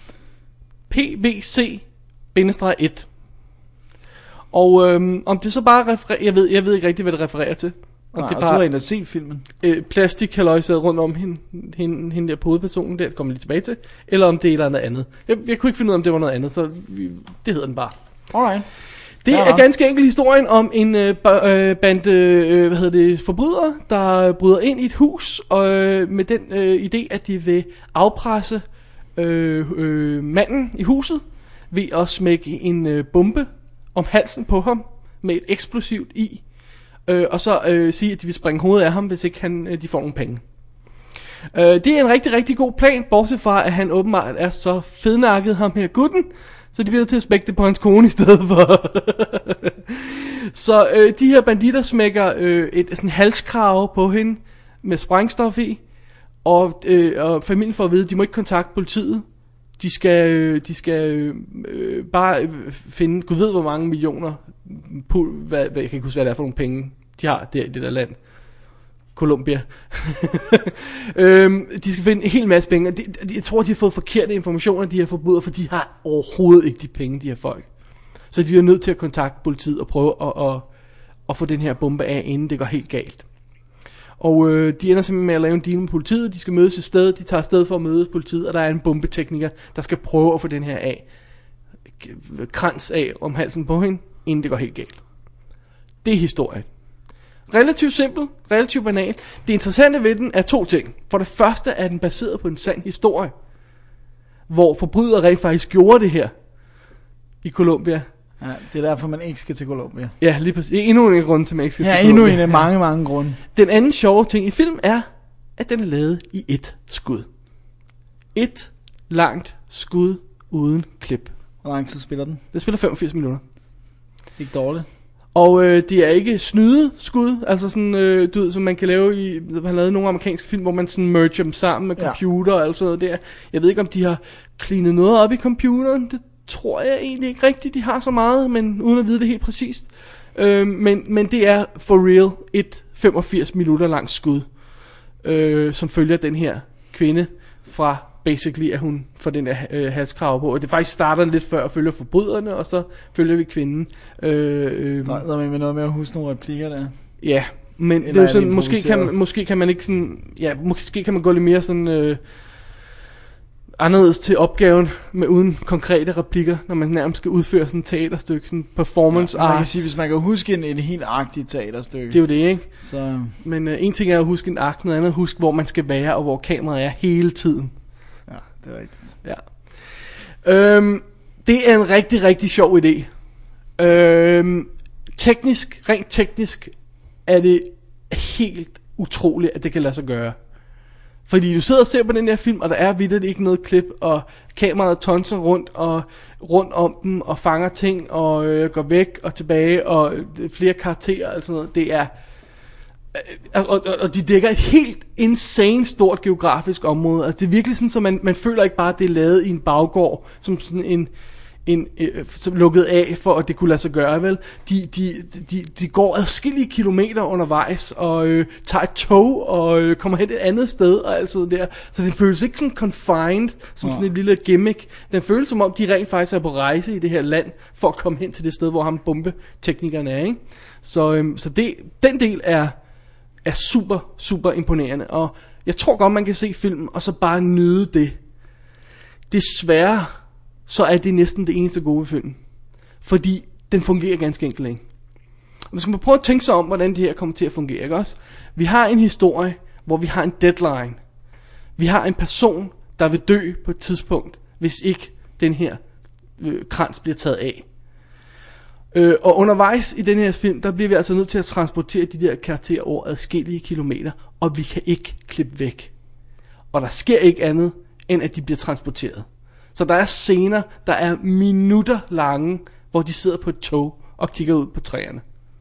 PVC-1. Og om det så bare refererer... Jeg ved ikke rigtig, hvad det refererer til. Nej, det bare, du har endda set filmen. Plastik-halløjsad rundt om hende der på hovedpersonen der, det kommer lige tilbage til. Eller om det er noget andet. Jeg kunne ikke finde ud af, om det var noget andet, så det hedder den bare. Alright. Det er ganske enkelt historien om en bande forbrydere, der bryder ind i et hus, og med den idé, at de vil afpresse manden i huset ved at smække en bombe om halsen på ham med et eksplosivt i, og så sige, at de vil springe hovedet af ham, hvis ikke de får nogle penge. Det er en rigtig, rigtig god plan, bortset fra, at han åbenbart er så fednakket, ham her gutten, så de bliver til at smække det på hans kone i stedet for. Så de her banditter smækker et sådan halskrave på hende med sprængstof i, og familien får at vide, at de må ikke kontakte politiet. De skal bare finde, Gud ved hvor mange millioner, jeg kan ikke huske, hvad det er for nogle penge, de har der i det der land. Colombia. De skal finde en hel masse penge. Jeg tror, de har fået forkerte informationer, de her forbrydere, for de har overhovedet ikke de penge, de her folk. Så de er nødt til at kontakte politiet og prøve at få den her bombe af, inden det går helt galt. Og de ender simpelthen med at lave en deal med politiet. De skal mødes et sted. De tager afsted for at mødes politiet, og der er en bombetekniker, der skal prøve at få den her krans af om halsen på hende, inden det går helt galt. Det er historien. Relativt simpel, relativt banal. Det interessante ved den er 2 ting. For det første er den baseret på en sand historie, hvor forbrydere rent faktisk gjorde det her i Colombia Ja, det er derfor, man ikke skal til Colombia. Ja, lige præcis. Endnu en grund til, at man ikke skal til Ja, Colombia. endnu en af mange, mange grunde. Den anden sjove ting i film er, at den er lavet i et skud. Et langt skud uden klip. Hvor lang tid spiller den? Det spiller 85 minutter. Ikke dårligt. Og det er ikke snydeskud, altså sådan, du ved, som man kan lave i, man har lavet nogle amerikanske film, hvor man sådan merger dem sammen med computer og alt sådan noget der. Jeg ved ikke, om de har cleanet noget op i computeren, det tror jeg egentlig ikke rigtigt, de har så meget, men uden at vide det helt præcist. Men det er for real et 85 minutter langt skud, som følger den her kvinde fra basically, at hun får den der halskrave på. Og det faktisk starter lidt før at følge forbryderne, og så følger vi kvinden. Der er med noget med at huske nogle replikker der. Ja, men eller det er jo sådan, måske kan man ikke sådan, ja, måske kan man gå lidt mere sådan anderledes til opgaven med uden konkrete replikker, når man nærmest skal udføre sådan et teaterstykke, sådan performance art. Man kan sige, hvis man kan huske et helt agtigt teaterstykke. Det er jo det, ikke? Så. Men en ting er at huske en akt, noget andet at huske, hvor man skal være, og hvor kameraet er hele tiden. Ja, det er rigtigt. Ja. Det er en rigtig, rigtig sjov idé. Rent teknisk er det helt utroligt, at det kan lade sig gøre. Fordi du sidder og ser på den her film, og der er vitterligt ikke noget klip, og kameraet tonser rundt om dem, og fanger ting, og går væk og tilbage, og flere karakterer og sådan noget. Det er... Og de dækker et helt insane stort geografisk område. Altså det er virkelig sådan, så man føler ikke bare, at det er lavet i en baggård, som sådan som lukket af for at det kunne lade sig gøre, vel? De går adskillige kilometer undervejs og tager et tog og kommer hen et andet sted og alt sådan der. Så det føles ikke sådan confined som sådan et lille gimmick. Den føles som om de rent faktisk er på rejse i det her land for at komme hen til det sted, hvor ham bombeteknikeren er, ikke? Så den del er super, super imponerende. Og jeg tror godt, man kan se filmen og så bare nyde det. Desværre så er det næsten det eneste gode film. Fordi den fungerer ganske enkelt ikke. Nu skal man prøve at tænke sig om, hvordan det her kommer til at fungere, ikke også? Vi har en historie, hvor vi har en deadline. Vi har en person, der vil dø på et tidspunkt, hvis ikke den her krans bliver taget af. Og undervejs i den her film, der bliver vi altså nødt til at transportere de der karakterer over adskillige kilometer, og vi kan ikke klippe væk. Og der sker ikke andet, end at de bliver transporteret. Så der er scener, der er minutter lange, hvor de sidder på et tog og kigger ud på træerne.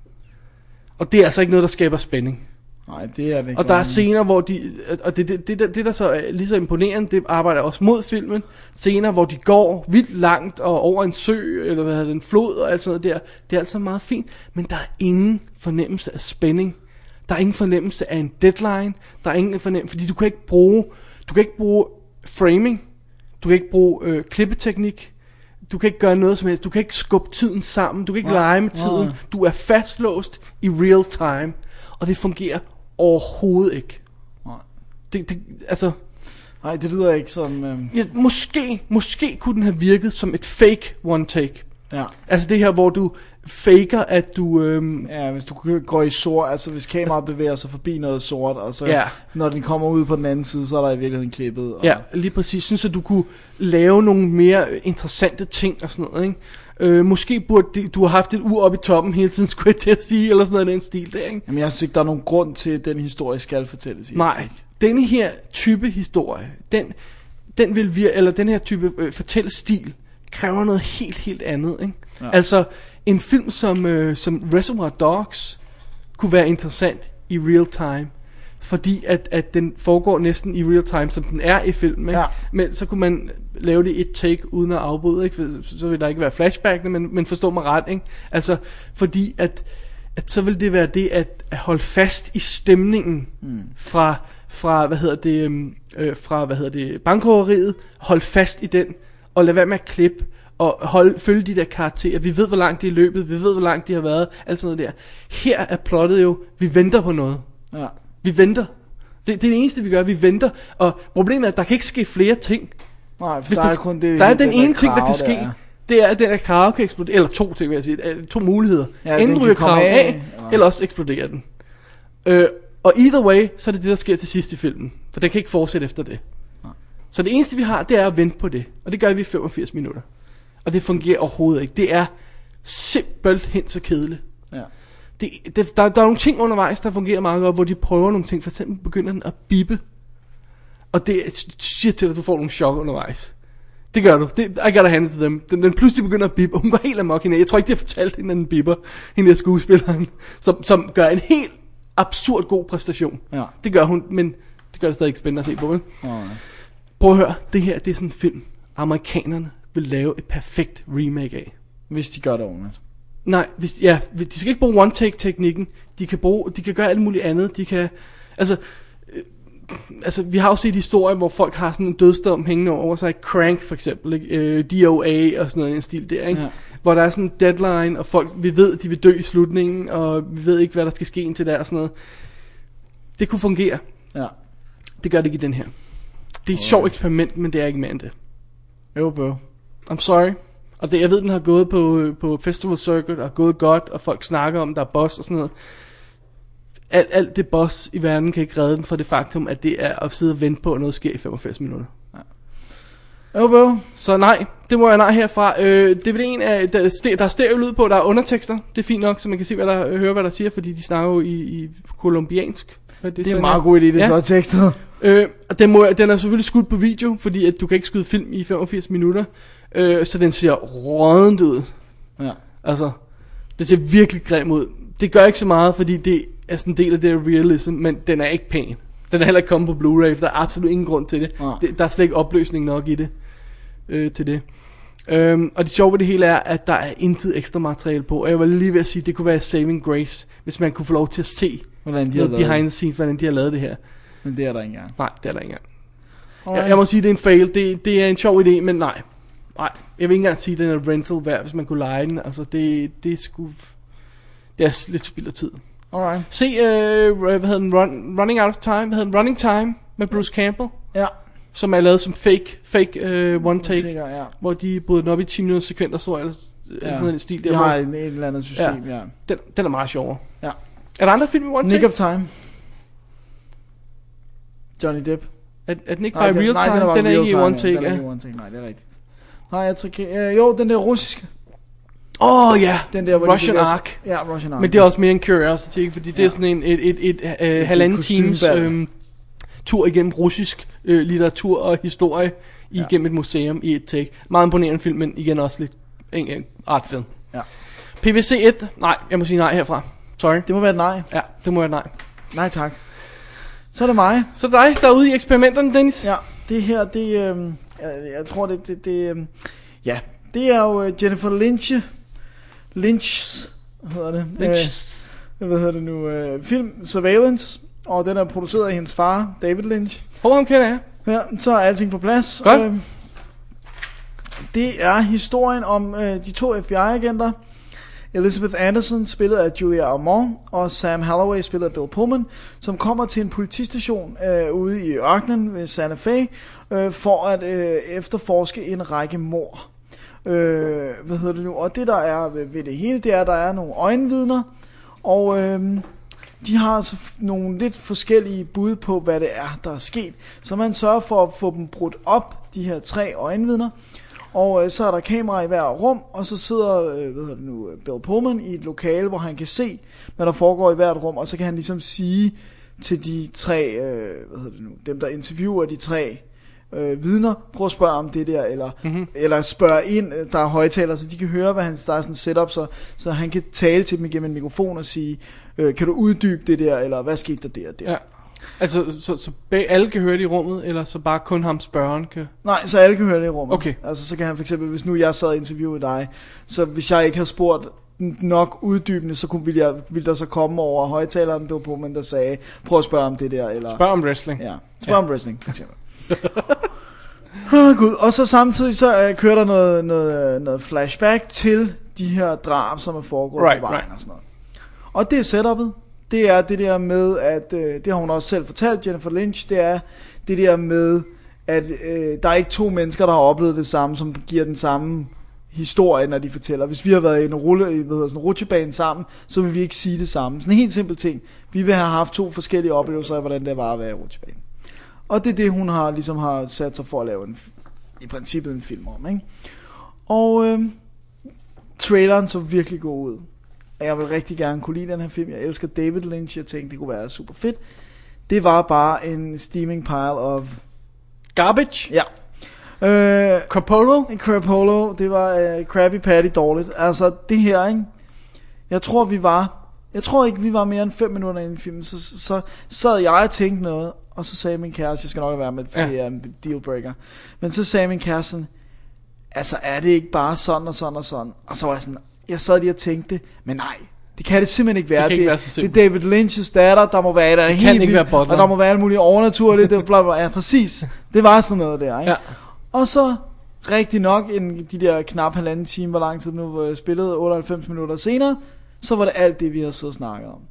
Og det er altså ikke noget, der skaber spænding. Nej, det er det ikke. Og der er scener, hvor de... Og det der så er lige så imponerende, det arbejder også mod filmen. Scener, hvor de går vildt langt og over en sø, eller hvad hedder det, en flod og alt sådan noget der. Det er altså meget fint, men der er ingen fornemmelse af spænding. Der er ingen fornemmelse af en deadline. Der er ingen fornemmelse... Fordi du kan ikke bruge framing. Du kan ikke bruge klippeteknik. Du kan ikke gøre noget som helst. Du kan ikke skubbe tiden sammen. Du kan ikke lege med tiden. Du er fastlåst i real time. Og det fungerer overhovedet ikke. Altså... Nej, det lyder ikke som... Ja, måske kunne den have virket som et fake one take. Ja. Altså det her, hvor du faker, at du... Ja, hvis du går i sort, altså hvis kameraet bevæger sig forbi noget sort, og så når den kommer ud på den anden side, så er der i virkeligheden klippet. Og... Ja, lige præcis. Sådan, så du kunne lave nogle mere interessante ting og sådan noget, ikke? Måske burde du have haft et ur op i toppen hele tiden, skulle jeg til at sige, eller sådan noget, den stil der, ikke? Jamen jeg synes ikke, der er nogen grund til, at den historie skal fortælles. Nej, denne her type historie, den vil eller den her type fortællestil, kræver noget helt andet, ikke? Ja. Altså, en film som Reservoir Dogs kunne være interessant i real time, fordi at den foregår næsten i real time, som den er i filmen, ikke? Ja. Men så kunne man lave det et take uden at afbryde, ikke? Så vil der ikke være flashbackene, men forstå mig ret, ikke? Altså, fordi at så vil det være det at holde fast i stemningen fra bankrøveriet, holde fast i den, og lade være med at klippe, og følge de der karakterer. Vi ved, hvor langt de er løbet, vi ved, hvor langt de har været, alt sådan noget der. Her er plottet jo, vi venter på noget. Ja. Vi venter. Det er det eneste, vi gør, vi venter. Og problemet er, at der kan ikke ske flere ting. Nej, hvis der er den ene ting, der kan ske, det er, at den her krave kan eksplodere, eller to ting, vil jeg sige, to muligheder. Ja, enten ryger kraven af, eller også eksploderer den. Og either way, så er det det, der sker til sidst i filmen. For den kan ikke fortsætte efter det. Nej. Så det eneste, vi har, det er at vente på det. Og det gør vi i 85 minutter. Og det fungerer overhovedet ikke. Det er simpelthen så kedelig. Ja. Der er nogle ting undervejs, der fungerer meget godt, hvor de prøver nogle ting. For eksempel begynder den at bippe. Og det er shit til, at du får nogle chok undervejs. Det gør du. I gotta hand it to them. Den pludselig begynder at bippe, og hun går helt amok hende. Jeg tror ikke, det er fortalt hende, at den bipper, hende der skuespilleren, som gør en helt absurd god præstation. Ja. Det gør hun, men det gør det stadig ikke spændende at se på, vel? Prøv at høre, det her, det er sådan en film, amerikanerne vil lave et perfekt remake af. Hvis de gør det ordentligt. Nej, de skal ikke bruge one-take-teknikken. De kan gøre alt muligt andet. De kan, altså, vi har jo set historier, hvor folk har sådan en dødsdom hængende over sig. Crank for eksempel, ikke? DOA og sådan noget i en stil der, ikke? Ja. Hvor der er sådan en deadline, og folk, vi ved, de vil dø i slutningen, og vi ved ikke, hvad der skal ske indtil der og sådan noget. Det kunne fungere. Ja. Det gør det ikke i den her. Det er et sjovt eksperiment, men det er ikke mere end det. Jo, bro. I'm sorry. Og det, jeg ved, den har gået på Festival Circuit, og gået godt, og folk snakker om, der er boss og sådan noget. Alt det boss i verden kan ikke redde den fra det faktum, at det er at sidde og vente på, at noget sker i 85 minutter. Jo, bro. Så nej, det må jeg nej herfra. DVD'en er, der er stereo-lyd på, der er undertekster. Det er fint nok, så man kan se, høre, hvad der siger, fordi de snakker jo i kolumbiansk. Det er en meget god idé, det så er tekstet. Og den er selvfølgelig skudt på video, fordi at du kan ikke skyde film i 85 minutter. Så den ser rådent ud. Ja. Altså, det ser virkelig grim ud. Det gør ikke så meget, fordi det er sådan en del af det realism, men den er ikke pæn. Den er heller ikke kommet på Blu-ray, for der er absolut ingen grund til det. Der er slet ikke opløsning nok i det. Til det. Og det sjove ved det hele er, at der er intet ekstra materiale på. Og jeg var lige ved at sige, at det kunne være saving grace, hvis man kunne få lov til at se, hvordan de har lavet behind the scenes, hvordan de har lavet det her. Men det er der ikke engang. Nej, det er der ikke engang. Jeg må sige, det er en fail. Det er en sjov idé, men nej. Jeg vil ikke engang sige, at den er rental værd, hvis man kunne lege den. Altså, det er sgu... Det er lidt spild af tid. Alright. Se, hvad hedder den? Running Out of Time. Hvad hedder den? Running Time med Bruce Campbell. Ja. Som er lavet som fake one take. Ja. Hvor de bryder den op i 10 minutters sekventer, så eller sådan en stil. De har et eller andet system, ja. Den er meget sjovere. Ja. Er der andre film i one take? Nick of Time. Johnny Depp. Er den ikke bare i real time? Den er ikke i one take, ja. Den er ikke i one take, nej, det er rigtigt. Nej, jeg tror ikke... Jo, den der russiske. Ja, den der, Russian Ark. Ja, Russian Ark. Men det er også mere en curiosity, ikke? Fordi det er sådan et halvanden times tur igennem russisk litteratur og historie igennem et museum i et take. Meget imponerende film, men igen også lidt en artfilm. Ja. PVC 1, nej, jeg må sige nej herfra. Sorry. Det må være et nej. Ja, det må være et nej. Nej tak. Så er det mig. Så er det dig, der er ude i eksperimenterne, Dennis. Ja, det her, jeg tror ja, det er jo Jennifer Lynch's, hvad hedder det nu, film Surveillance, og den er produceret af hendes far, David Lynch. Ham kender jeg. Ja, så er alting på plads. Godt. Det er historien om de to FBI-agenter, Elizabeth Anderson, spillet af Julia Ormond, og Sam Holloway, spillet af Bill Pullman, som kommer til en politistation ude i ørkenen ved Santa Fe, for at efterforske en række mord. Og det der er ved det hele, det er, at der er nogle øjenvidner, og de har altså nogle lidt forskellige bud på, hvad det er, der er sket. Så man sørger for at få dem brudt op, de her 3 øjenvidner, og så er der kamera i hver rum, og så sidder Bill Pullman i et lokale, hvor han kan se, hvad der foregår i hvert rum, og så kan han ligesom sige til de 3, dem der interviewer de 3 vidner, prøv at spørge om det der, eller spørge ind, der er højtaler, så de kan høre, hvad der er sådan et setup, så han kan tale til dem igennem en mikrofon og sige, kan du uddybe det der, eller hvad skete der der? Ja. Altså, så alle kan høre det i rummet, eller så bare kun ham spørgeren kan? Nej, så alle kan høre det i rummet. Okay. Altså, så kan han for eksempel, hvis nu jeg sad og interviewede dig, så hvis jeg ikke havde spurgt nok uddybende, så ville der så komme over højtaleren på, men der sagde, prøv at spørge om det der, eller... Spørg om wrestling. Ja, spørg om wrestling, for eksempel. Gud. Og så samtidig så kører der noget flashback til de her drab, som er foregået på vejen og sådan noget. Og det er setupet. Det er det der med, at det har hun også selv fortalt, Jennifer Lynch, det er det der med, at der er ikke 2 mennesker, der har oplevet det samme, som giver den samme historie, når de fortæller. Hvis vi har været i en rutsjebane sammen, så vil vi ikke sige det samme. Sådan en helt simpel ting. Vi vil have haft 2 forskellige oplevelser af, hvordan det var at være i rutsjebanen. Og det er det, hun har sat sig for at lave i princippet en film om, ikke? Og traileren så virkelig god ud. Og jeg vil rigtig gerne kunne lide den her film. Jeg elsker David Lynch. Jeg tænkte, det kunne være super fedt. Det var bare en steaming pile of... Garbage? Ja. Crapolo. Det var Krabby Patty dårligt. Altså, det her, ikke? Jeg tror ikke, vi var mere end 5 minutter inde i filmen. Så sad jeg og tænkte noget, og så sagde min kæreste, jeg skal nok være med, for det er en dealbreaker. Men så sagde min kæreste, altså er det ikke bare sådan og sådan og sådan? Og så var jeg sådan, jeg sad lige og tænkte, men nej, det kan det simpelthen ikke være. Det er David Lynch's datter, der må være der helt vildt, og der må være alt muligt overnaturligt. Det bla bla, ja, præcis. Det var sådan noget der, ikke? Ja. Og så rigtig nok, de der knap 1,5 time, hvor lang tid nu spillede, 98 minutter senere, så var det alt det, vi havde siddet og snakket om.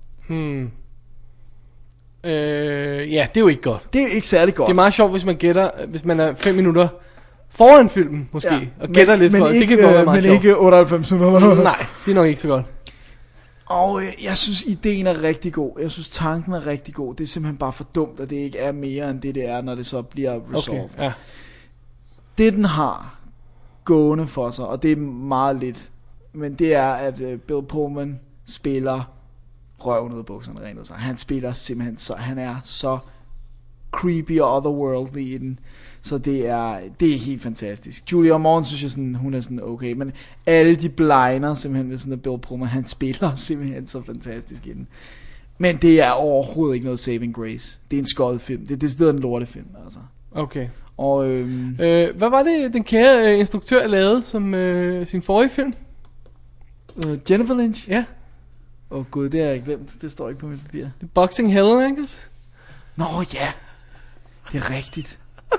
Ja, det er jo ikke godt. Det er ikke særlig godt. Det er meget sjovt, hvis man gætter, hvis man er 5 minutter foran filmen, måske, ja, og gætter lidt for. Det kan godt være meget sjovt. Men ikke 98 minutter. Nej, det er nok ikke så godt. Og jeg synes, ideen er rigtig god. Jeg synes, tanken er rigtig god. Det er simpelthen bare for dumt, at det ikke er mere end det er, når det så bliver resolved. Okay, ja. Det den har gående for sig, og det er meget lidt, men det er, at Bill Pullman spiller røven ud af bukserne rent ud. Han spiller simpelthen så, han er så creepy og otherworldly i den, så det er helt fantastisk. Julia Moore synes jeg sådan, hun er sådan okay, men alle de bliner simpelthen ved sådan, at Bill Pullman, han spiller simpelthen så fantastisk i den. Men det er overhovedet ikke noget saving grace. Det er en skød film. Det er decideret en lortefilm, altså. Okay. Og hvad var det den kære instruktør lavede som sin forrige film? Jennifer Lynch? Ja. Gud, det har jeg glemt. Det står ikke på mit papir. Boxing Hell, ikke? Nå ja. Det er rigtigt.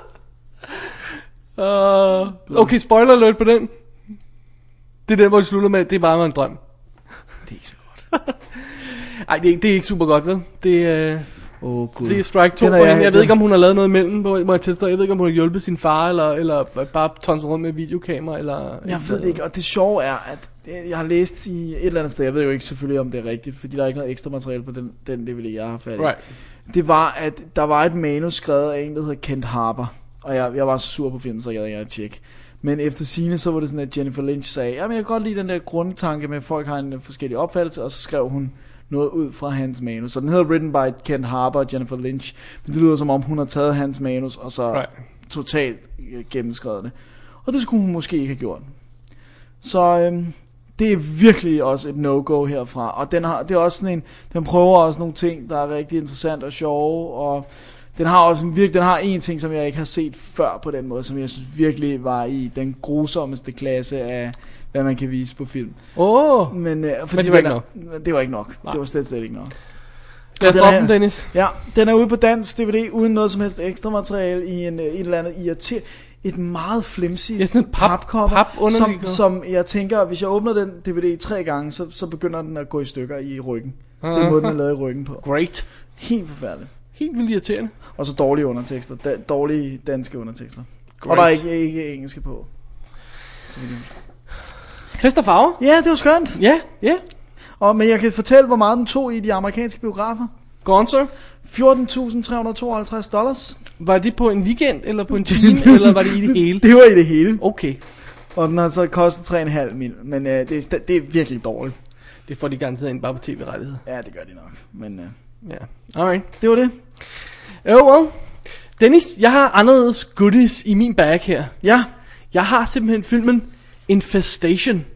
Okay, spoiler alert på den. Det er den, hvor det slutter med, det bare var en drøm. Det er ikke så godt. Ej, det er ikke super godt, vel? Det er strike 2 for hende. Jeg ved ikke, om hun har lavet noget imellem, må jeg teste. Jeg ved ikke, om hun har hjulpet sin far, eller bare tonset rundt med videokamera, eller... Jeg ved det ikke, og det sjove er, at jeg har læst i et eller andet sted, jeg ved jo ikke selvfølgelig, om det er rigtigt, fordi der er ikke noget ekstra materiale på den DVD, jeg har fat i. Right. Det var, at der var et manus skrevet af en, der hedder Kent Harper, og jeg var så sur på filmen, så jeg havde ikke tjekke. Men efter sigende, så var det sådan, at Jennifer Lynch sagde, jamen jeg kan godt lide den der grundtanke med, at folk har en forskellig opfattelse, og så skrev hun noget ud fra hans manus. Så den hedder Written by Kent Harper og Jennifer Lynch, men det lyder som om, hun har taget hans manus, og så totalt gennemskrevet det. Og det skulle hun måske ikke have gjort. Så det er virkelig også et no-go herfra. Og det er også sådan en, den prøver også nogle ting, der er rigtig interessant og sjove, og den har også den har en ting, som jeg ikke har set før på den måde, som jeg synes virkelig var i den grusommeste klasse af, hvad man kan vise på film. Men det var ikke nok. Det var ikke nok. Nej. Det var slet ikke nok. Lad os droppe den, Dennis. Ja, den er ude på dansk DVD, uden noget som helst ekstra materiale, i et eller andet et meget flimsy papcover, som jeg tænker, hvis jeg åbner den DVD 3 gange, så begynder den at gå i stykker i ryggen. Det er måden, den er lavet i ryggen på. Great. Helt forfærdeligt. Helt vildt irriterende. Og så dårlige undertekster. Dårlige danske undertekster. Great. Og der er ikke engelske på. Fest og farver? Ja, det var skønt. Ja. Men jeg kan fortælle, hvor meget den tog i de amerikanske biografer. Go on, sir. $14,352. Var det på en weekend, eller på en time, eller var det i det hele? Det var i det hele. Okay. Og den har så kostet 3,5 mil. Men det er virkelig dårligt. Det får de garanteret ind bare på tv-rettigheder. Ja, det gør de nok. Men ja, alright. Det var det. Well. Dennis, jeg har anderledes goodies i min bag her. Ja. Jeg har simpelthen filmen Infestation.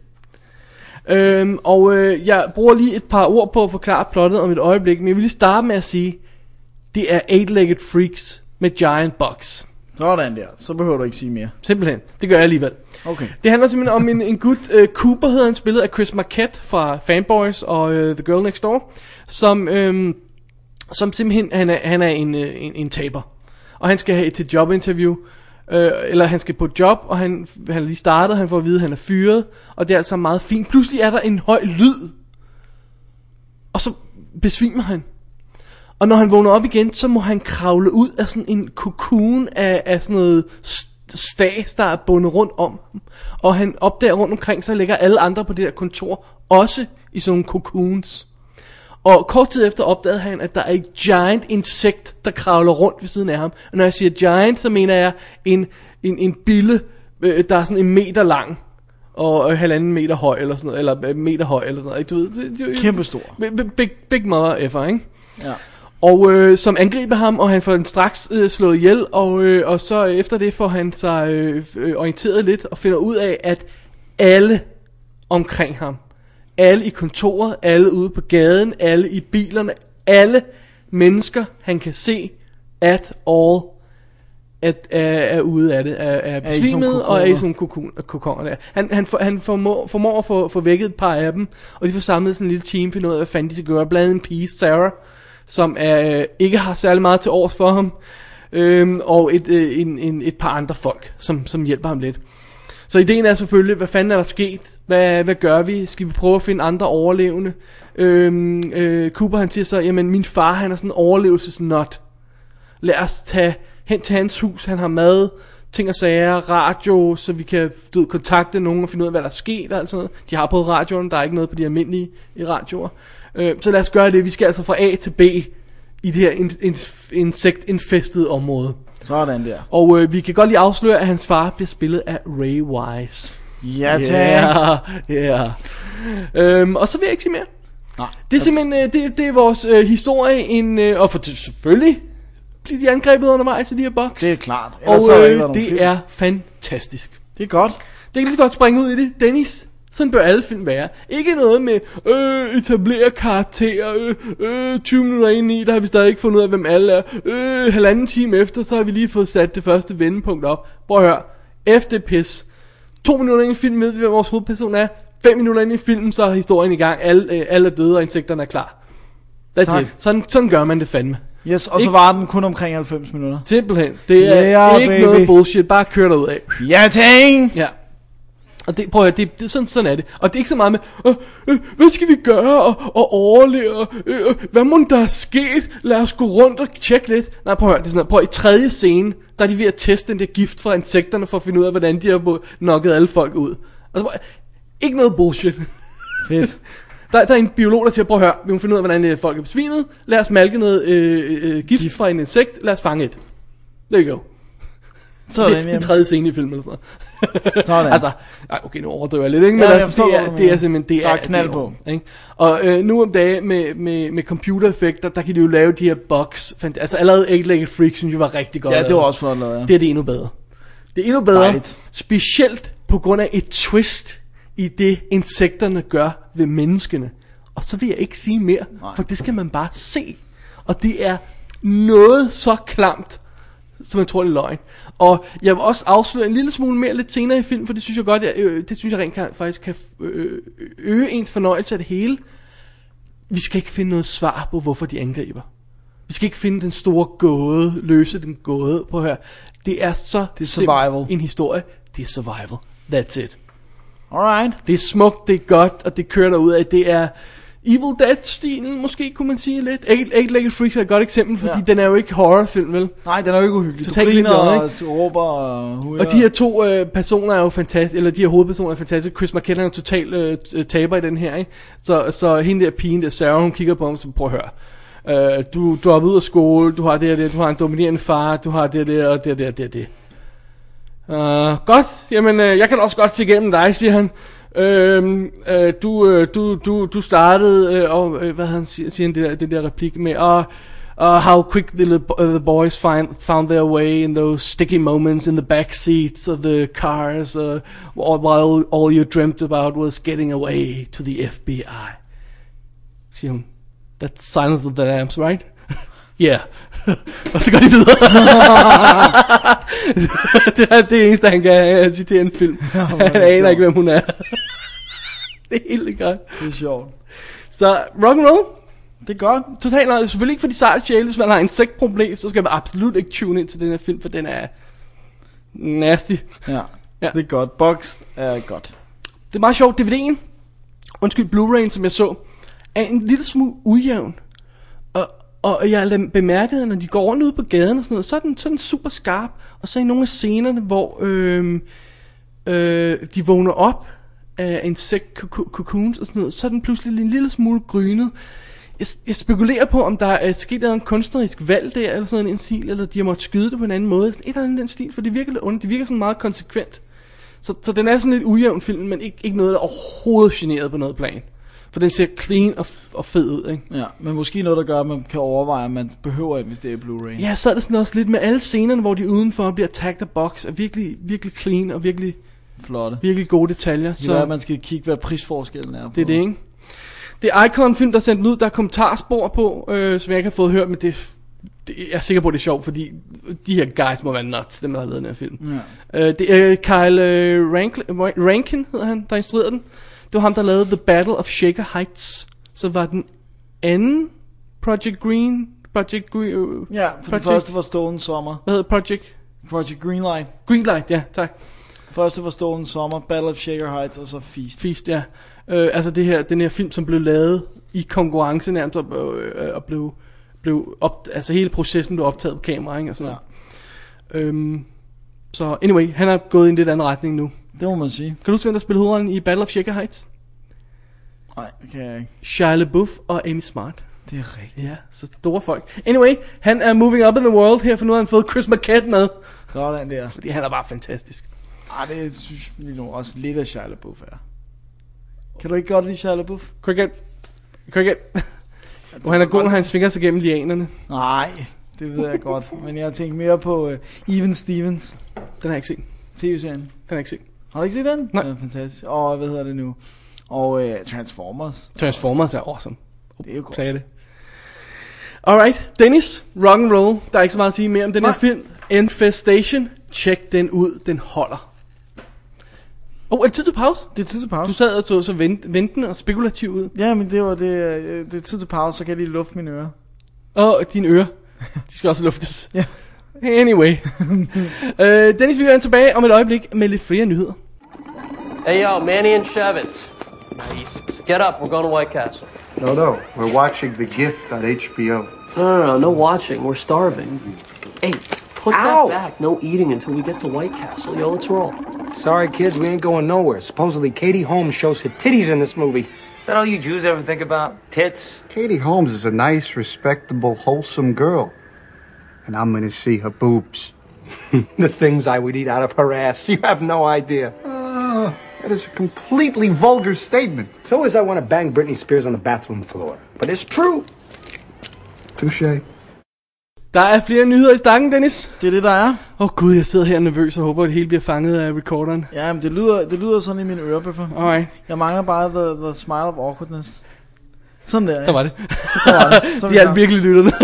Jeg bruger lige et par ord på at forklare plottet om et øjeblik, men jeg vil lige starte med at sige, det er 8-legged freaks med giant bugs. Sådan der, så behøver du ikke sige mere. Simpelthen, det gør jeg alligevel. Okay. Det handler simpelthen om en gut, Cooper hedder han, spillet af Chris Marquette fra Fanboys og The Girl Next Door, som simpelthen, han er en taber. Og han skal have et jobinterview, eller han skal på et job, og han er lige startet, han får at vide, at han er fyret, og det er altså meget fint. Pludselig er der en høj lyd, og så besvimer han. Og når han vågner op igen, så må han kravle ud af sådan en cocoon af sådan noget stads, der er bundet rundt om. Og han opdager rundt omkring sig, ligger alle andre på det der kontor, også i sådan nogle cocoons. Og kort tid efter opdagede han, at der er et giant insekt, der kravler rundt ved siden af ham. Og når jeg siger giant, så mener jeg en bille, der er sådan 1 meter lang. og 1,5 meter høj eller sådan noget, eller meter høj eller sådan noget. Du ved, Kæmpe stor. Big mother effer, ikke? Ja. Og som angriber ham, og han får den straks slået ihjel, og så efter det får han sig orienteret lidt, og finder ud af, at alle omkring ham, alle i kontoret, alle ude på gaden, alle i bilerne, alle mennesker, han kan se, er ude af det, er besvimet, og er i sådan nogle kokoner der. Han formår at få vækket et par af dem, og de får samlet sådan en lille team, finde ud af, hvad fanden de skal gøre. Blandt en pige, Sarah, som ikke har særlig meget til års for ham, og et par andre folk, som hjælper ham lidt. Så ideen er selvfølgelig, hvad fanden er der sket? Hvad gør vi? Skal vi prøve at finde andre overlevende? Cooper han siger så, jamen min far han er sådan en overlevelsesnut. Lad os tage hen til hans hus, han har mad, ting og sager, radio, så vi kan kontakte nogen og finde ud af, hvad der er sket og alt sådan noget. De har på radioen, der er ikke noget på de almindelige i radioer. Så lad os gøre det, vi skal altså fra A til B i det her insektinfestede område. Sådan der. Og vi kan godt lige afsløre, at hans far bliver spillet af Ray Wise. Ja, tak. Ja. Og så vil jeg ikke sige mere. Nej. Det er simpelthen, det er vores historie, og for selvfølgelig bliver de angrebet undervejs til de her boks. Det er klart. Og det er fantastisk. Det er godt. Det kan lige så godt springe ud i det. Dennis, sådan bør alle film være. Ikke noget med etablere karakterer. 20 minutter ind i, der har vi stadig ikke fundet ud af, hvem alle er. 1,5 time efter, så har vi lige fået sat det første vendepunkt op. Prøv at høre. Efter pis. 2 minutter ind i filmen ved vi, hvad vores hovedperson er. 5 minutter ind i filmen, så er historien i gang. Alle er døde, og insekterne er klar. That's it. Sådan gør man det fandme. Yes, og så var den kun omkring 90 minutter. Simpelthen. Det er ikke baby. Noget bullshit. Bare kør derud af. Ja, ting! Ja. Og det, prøv at høre, sådan er det. Og det er ikke så meget med, hvad skal vi gøre og overleve? Hvad må der er sket? Lad os gå rundt og tjekke lidt. Nej, prøv at høre, det er sådan, prøv at i tredje scene, der er de ved at teste den der gift fra insekterne, for at finde ud af, hvordan de har nokket alle folk ud. Altså, ikke noget bullshit. Fedt. Der er en biolog, der siger, prøv at høre, vi må finde ud af, hvordan folk er besvimet. Lad os malke noget gift fra en insekt. Lad os fange et. There you go. Det er tredje scene i filmen eller sådan noget. Altså, okay, nu overdriver jeg lidt, ikke? Men ja, altså, det er simpelthen, der er knald på. Ikke? Og nu om dagen med computereffekter, der kan de jo lave de her bugs. Altså allerede 8-Legged Freak, synes jeg var rigtig godt. Ja, det var også flot lavet, ja. Det er det endnu bedre. Det er endnu bedre, dejligt. Specielt på grund af et twist i det, insekterne gør ved menneskene. Og så vil jeg ikke sige mere, for det skal man bare se. Og det er noget så klamt, som jeg tror, det er løgn. Og jeg vil også afsløre en lille smule mere lidt senere i filmen, for det synes jeg godt, det synes jeg rent faktisk kan øge ens fornøjelse af det hele. Vi skal ikke finde noget svar på, hvorfor de angriber. Vi skal ikke finde den store gåde, løse den gåde på her. Det er så survival. En historie. Det er survival. That's it. Alright. Det er smukt, det er godt, og det kører derud af. Det er Evil Dead-stilen, måske kunne man sige lidt. 8-Legged Freaks er et godt eksempel, fordi den er jo ikke horrorfilm, vel? Nej, den er jo ikke uhyggelig. Totalt du griner og råber og hujer. Og de her to personer er jo fantastiske, eller de her hovedpersoner er fantastiske. Chris McKenna er jo totalt taber i den her, ikke? Så hende der pigen der, Sarah, hun kigger på ham, så prøv at høre. Du droppet ud af skole, du har det og det, du har en dominerende far, du har det og det og det og det. Godt, jamen jeg kan også godt se igennem dig, siger han. Du startede og hvad han siger det der replik med how quick the boys found their way in those sticky moments in the back seats of the cars while all you dreamt about was getting away to the FBI. Siger hun, that's Silence of the Lambs, right? Yeah. Og så går de videre. Det er det eneste, han kan citere en film. Han aner ikke, hvem hun er. Det er helt godt. Det er sjovt. Så rock'n'roll. Det er godt. Totalt selvfølgelig ikke for de sarte sjæle. Hvis man har en sektproblem, så skal man absolut ikke tune ind til den her film, for den er nasty. Ja. Det er godt. Box er godt. Det er meget sjovt. DVD'en, Blu-ray'en, som jeg så, er en lille smule ujævn. Og jeg bemærkede, når de går rundt ude på gaden og sådan noget, så er den super skarp. Og så i nogle af scenerne, hvor de vågner op af insekt-cocoons og sådan noget, så er den pludselig en lille smule grynet. Jeg spekulerer på, om der er sket en kunstnerisk valg der, eller sådan en stil, eller de har måttet skyde det på en anden måde. Sådan et eller andet den stil, for det virker lidt ondt. Det virker sådan meget konsekvent. Så den er sådan lidt ujævn film, men ikke noget, der overhovedet generet på noget plan. For den ser clean og fed ud, ikke? Ja, men måske noget, der gør, at man kan overveje, at man behøver at investere i Blu-ray. Ja, så er det sådan også lidt med alle scenerne, hvor de udenfor bliver attacked af box, er virkelig, virkelig clean og virkelig flotte. Virkelig gode detaljer. Så er, at man skal kigge, hvad prisforskellen er på. Det er det, ikke? Det er Icon-film, der er sendt ud, der er kommentarspor på, som jeg ikke har fået hørt, men jeg er sikker på, at det er sjovt, fordi de her guys må være nuts, dem der har lavet den her film. Ja. Det er Kyle Rankin, hedder han, der instruerede den. Det var ham, der lavede The Battle of Shaker Heights. Så var den anden Project Green. Ja, for den første var Stolen Summer. Hvad hedder Project Greenlight. Greenlight, ja, tak. Første var Stolen Summer, Battle of Shaker Heights, og så Feast. Feast, ja. Altså den her film, som blev lavet i konkurrence nærmest, og blev altså hele processen blev optaget på kamera, ikke? Og sådan noget. Så anyway, han er gået i en lidt anden retning nu. Det må man sige. Kan du huske, hvem der spiller hovedrollen i Battle of Shaker Heights? Nej, det kan jeg ikke. Shia LaBeouf og Amy Smart. Det er rigtigt. Ja, så store folk. Anyway, han er moving up in the world her, for nu har han fået Chris Marquette med. Sådan der. Fordi han er bare fantastisk. Det synes vi nu også lidt af Shia LaBeouf er. Kan du ikke godt lide Shia LaBeouf? Cricket. Og han er god, når han svinger sig gennem lianerne. Nej, det ved jeg godt. Men jeg har tænkt mere på Even Stevens. Den har jeg ikke set. TV-serien. Den har jeg ikke set. Har du ikke set den? Nej. Det er fantastisk. Og hvad hedder det nu? Og Transformers. Transformers er awesome. Det er jo godt. Det. Alright, Dennis, rock and roll. Der er ikke så meget at sige mere om den her film. Infestation. Tjek den ud, den holder. Er det tid til pause? Det er tid til pause. Du sad og så ventende og spekulativ ud. Ja, men det er tid til pause, så kan jeg lige lufte mine ører. Dine ører. De skal også luftes. Ja. Anyway. Dennis, vi er tilbage om et øjeblik med lidt flere nyheder. Hey yo, Manny and Shavitz. Nice. Get up, we're going to White Castle. No, we're watching The Gift on HBO. No watching, we're starving. Hey, put that back. No eating until we get to White Castle. Yo, let's roll. Sorry, kids, we ain't going nowhere. Supposedly, Katie Holmes shows her titties in this movie. Is that all you Jews ever think about? Tits? Katie Holmes is a nice, respectable, wholesome girl. And I'm gonna see her boobs. The things I would eat out of her ass. You have no idea. That is a completely vulgar statement. So is I want to bang Britney Spears on the bathroom floor. But it's true. Touché. Der er flere nyheder i stakken, Dennis. Det er det, der er. Gud, jeg sidder her nervøs og håber, at det hele bliver fanget af recorderen. Ja, men det lyder sådan i mine ørebøffer. Alright. Jeg mangler bare the smile of awkwardness. Sådan der. Der var det. Der var det. De har virkelig lyttet det.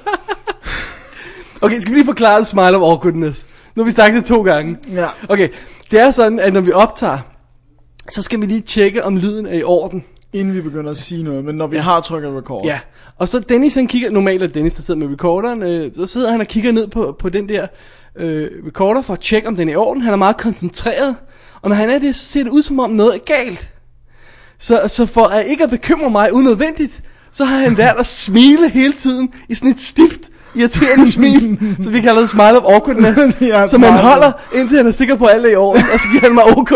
Okay, skal vi lige forklare the smile of awkwardness? Nu har vi sagt det 2 gange. Ja. Okay, det er sådan, at når vi optager, så skal vi lige tjekke, om lyden er i orden. Inden vi begynder at sige noget, men når vi har trykket record. Ja, og så Dennis, han kigger, normalt er Dennis, der sidder med recorderen, så sidder han og kigger ned på den der recorder for at tjekke, om den er i orden. Han er meget koncentreret, og når han er det, så ser det ud som om noget er galt. Så for at ikke at bekymre mig unødvendigt, så har han lært at smile hele tiden i sådan et stift, irriterende smil, så vi kalder det smile of awkwardness, ja, så man holder, indtil han er sikker på, at alle er i orden, og så giver han mig OK.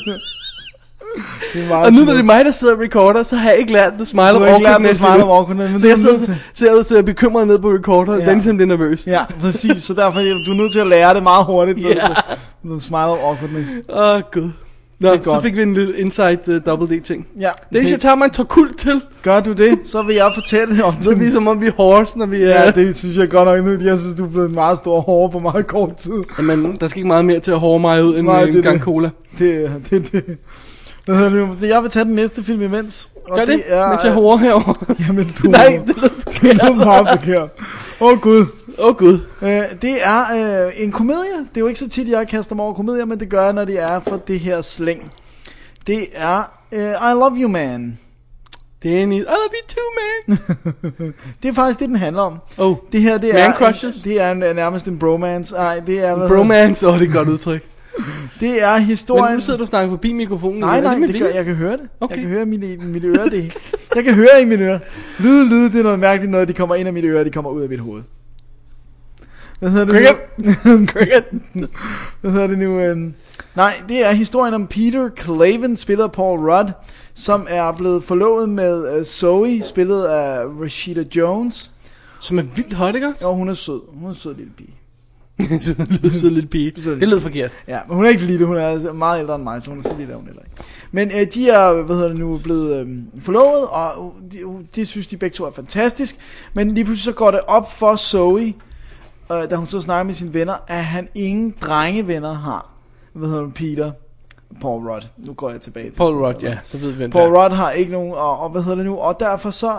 Og nu når det er mig, der sidder og recorder, så har jeg ikke lært the smile of awkwardness. Så jeg sidder bekymret ned på recorder, og Dennis er nervøs. Ja, præcis, så derfor er du nødt til at lære det meget hurtigt. The smile of awkwardness. Gud. Nå, så fik vi en lille inside double D ting. Ja. Dennis, jeg tager mig en torkult til. Gør du det, så vil jeg fortælle om det. Det er ligesom om vi er horse, når vi er... Ja, det synes jeg godt nok nu. Jeg synes, du er blevet en meget stor hårde på meget kort tid. Jamen, der skal ikke meget mere til at hårde mig ud, end en gang cola. Det. Jeg vil tage den næste film imens. Og gør det, mens jeg hårder herovre. Ja, mens du... Nej, det er meget forkert. Gud. Det er en komedie. Det er jo ikke så tit, jeg kaster mig over komedier, men det gør jeg, når de er for det her slæng. Det er I Love You Man. Dennis, I love you too, man. Det er faktisk det, den handler om. Det her, det man crushes? Det er nærmest en bromance. Ej, det er... Bromance, det er et godt udtryk. Det er historien... Men nu sidder du og snakker forbi mikrofonen. Nej, det gør, jeg kan høre det. Okay. Jeg kan høre mine ører. Det. Jeg kan høre i mine ører. Lyde, det er noget mærkeligt noget. De kommer ind af mine ører, de kommer ud af mit hoved. Hvad hedder det Cricket. Hvad hedder det nu? Nej, det er historien om Peter Clavin, spillet af Paul Rudd, som er blevet forlovet med Zoe, spillet af Rashida Jones. Som er vildt hot, ikke også? Jo, hun er sød. Hun er en sød lille pige. Sød lille pige. Det lød forkert. Ja, men hun er ikke lille, hun er meget ældre end mig, så hun er så lille, hun heller ikke. Men de er, nu blevet forlovet, og de synes, de begge to er fantastisk. Men lige pludselig så går det op for Zoe, da hun så snakker med sine venner, at han ingen drengevenner har. Peter, Paul Rudd. Nu går jeg tilbage til Paul Rudd, ja, så ved vi Paul Rudd har ikke nogen, og derfor så...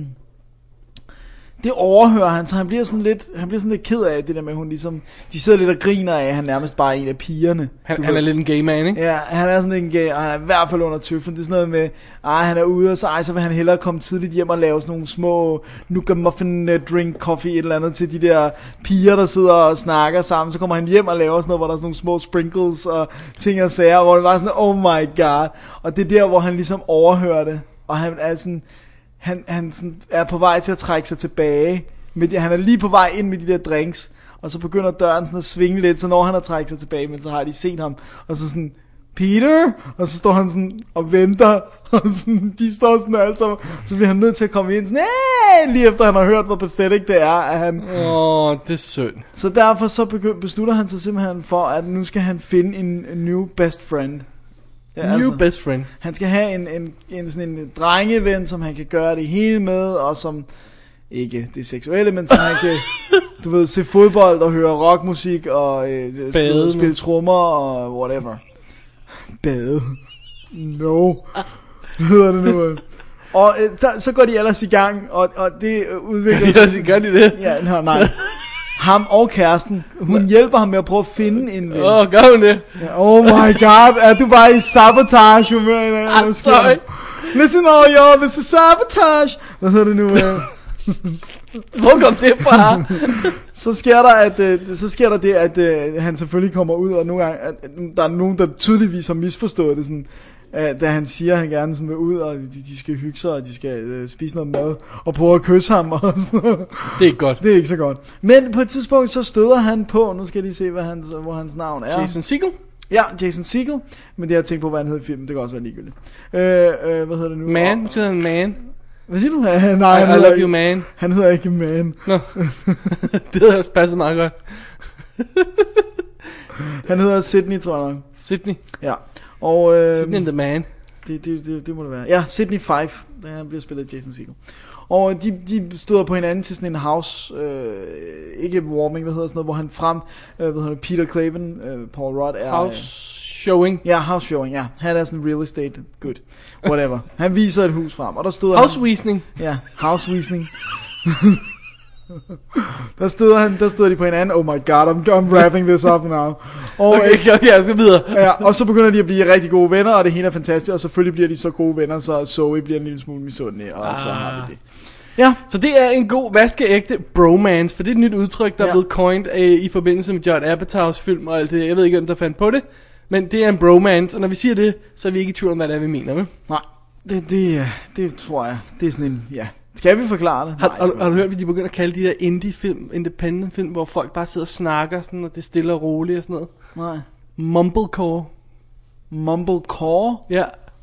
det overhører han, så han bliver sådan lidt ked af det der med, hun ligesom, de sidder lidt og griner af, at han nærmest bare er en af pigerne. Han er lidt en gay man, ikke? Ja, han er sådan en gay, og han er i hvert fald under tøffen. Det er sådan noget med, han er ude, og så vil han hellere komme tidligt hjem og lave sådan nogle små nougat muffin drink coffee, et eller andet til de der piger, der sidder og snakker sammen. Så kommer han hjem og laver sådan noget, hvor der er sådan nogle små sprinkles og ting og sager, hvor det var sådan, oh my god. Og det er der, hvor han ligesom overhører det, og han er sådan... Han sådan er på vej til at trække sig tilbage. Han er lige på vej ind med de der drinks. Og så begynder døren sådan at svinge lidt. Så når han har trækket sig tilbage, men så har de set ham. Og så sådan, Peter? Og så står han sådan og venter. Og sådan, de står sådan alle sammen. Så bliver han nødt til at komme ind sådan, lige efter han har hørt, hvor pathetic det er, at han... det er synd. Så derfor så beslutter han sig simpelthen for, at nu skal han finde en new best friend. Ja, new best friend. Han skal have en sådan en drengeven, som han kan gøre det hele med, og som ikke det seksuelle, men som han kan, se fodbold og høre rockmusik og spille trommer og whatever. Bade. No. Hedder det nu. Og så går de ellers i gang, og det udvikler sig. Gør de det? Ja, nej. Ham og kæresten. Hun hjælper ham med at prøve at finde en ven. Gør hun det? Ja, oh my god, er du bare i sabotage humør? I'm sorry. Listen all y'all, this is sabotage. Hvad hedder det nu? Hvor kom det fra? Så sker der det, at han selvfølgelig kommer ud, og nogle gange, at der er nogen, der tydeligvis har misforstået det sådan. Da han siger, at han gerne sådan vil ud, og de skal hygge sig, og de skal spise noget mad, og prøve at kysse ham og sådan noget. Det er ikke godt. Det er ikke så godt. Men på et tidspunkt, så støder han på, nu skal de se, hvor hans navn er. Jason Segel? Ja, Jason Segel. Men det har jeg tænkt på, hvad han hedder i filmen, det kan også være ligegyldigt. Hvad hedder det nu? Man? Hvad hedder han? Man? Hvad siger du? Nej, I love you, man. Han hedder ikke Man. Nå. Det havde også passet meget godt. Han hedder Sydney, tror jeg nok. Sydney? Ja. Og, Sydney the Man. Det må det være. Ja, Sydney 5. Der bliver spillet af Jason Segel. Og de støder på hinanden til sådan en house, ikke warming, hvad hedder sådan noget, hvor han Peter Craven, Paul Rudd er... House showing. Ja, house showing, ja. Han er sådan real estate, good, whatever. Han viser et hus frem, og der stod housevisning. Ja, housevisning. Der stod de på hinanden. Oh my god, I'm wrapping this up now. Og, okay, jeg skal videre. Ja, og så begynder de at blive rigtig gode venner, og det hele er fantastisk. Og selvfølgelig bliver de så gode venner, så Zoe bliver en lille smule misundelig, og så har vi det. Ja. Så det er en god vaskeægte bromance, for det er et nyt udtryk, der er blevet coined i forbindelse med Judd Apatows film og alt det. Jeg ved ikke, om der fandt på det, men det er en bromance, og når vi siger det, så er vi ikke i tvivl om, hvad det er, vi mener med. Nej, det tror jeg. Det er sådan en, ja. Skal vi forklare det? Har du hørt, at de begynder at kalde de der indie-film, independent film, hvor folk bare sidder og snakker, sådan, og det er stille og roligt og sådan noget? Nej. Mumblecore. Mumblecore? Ja.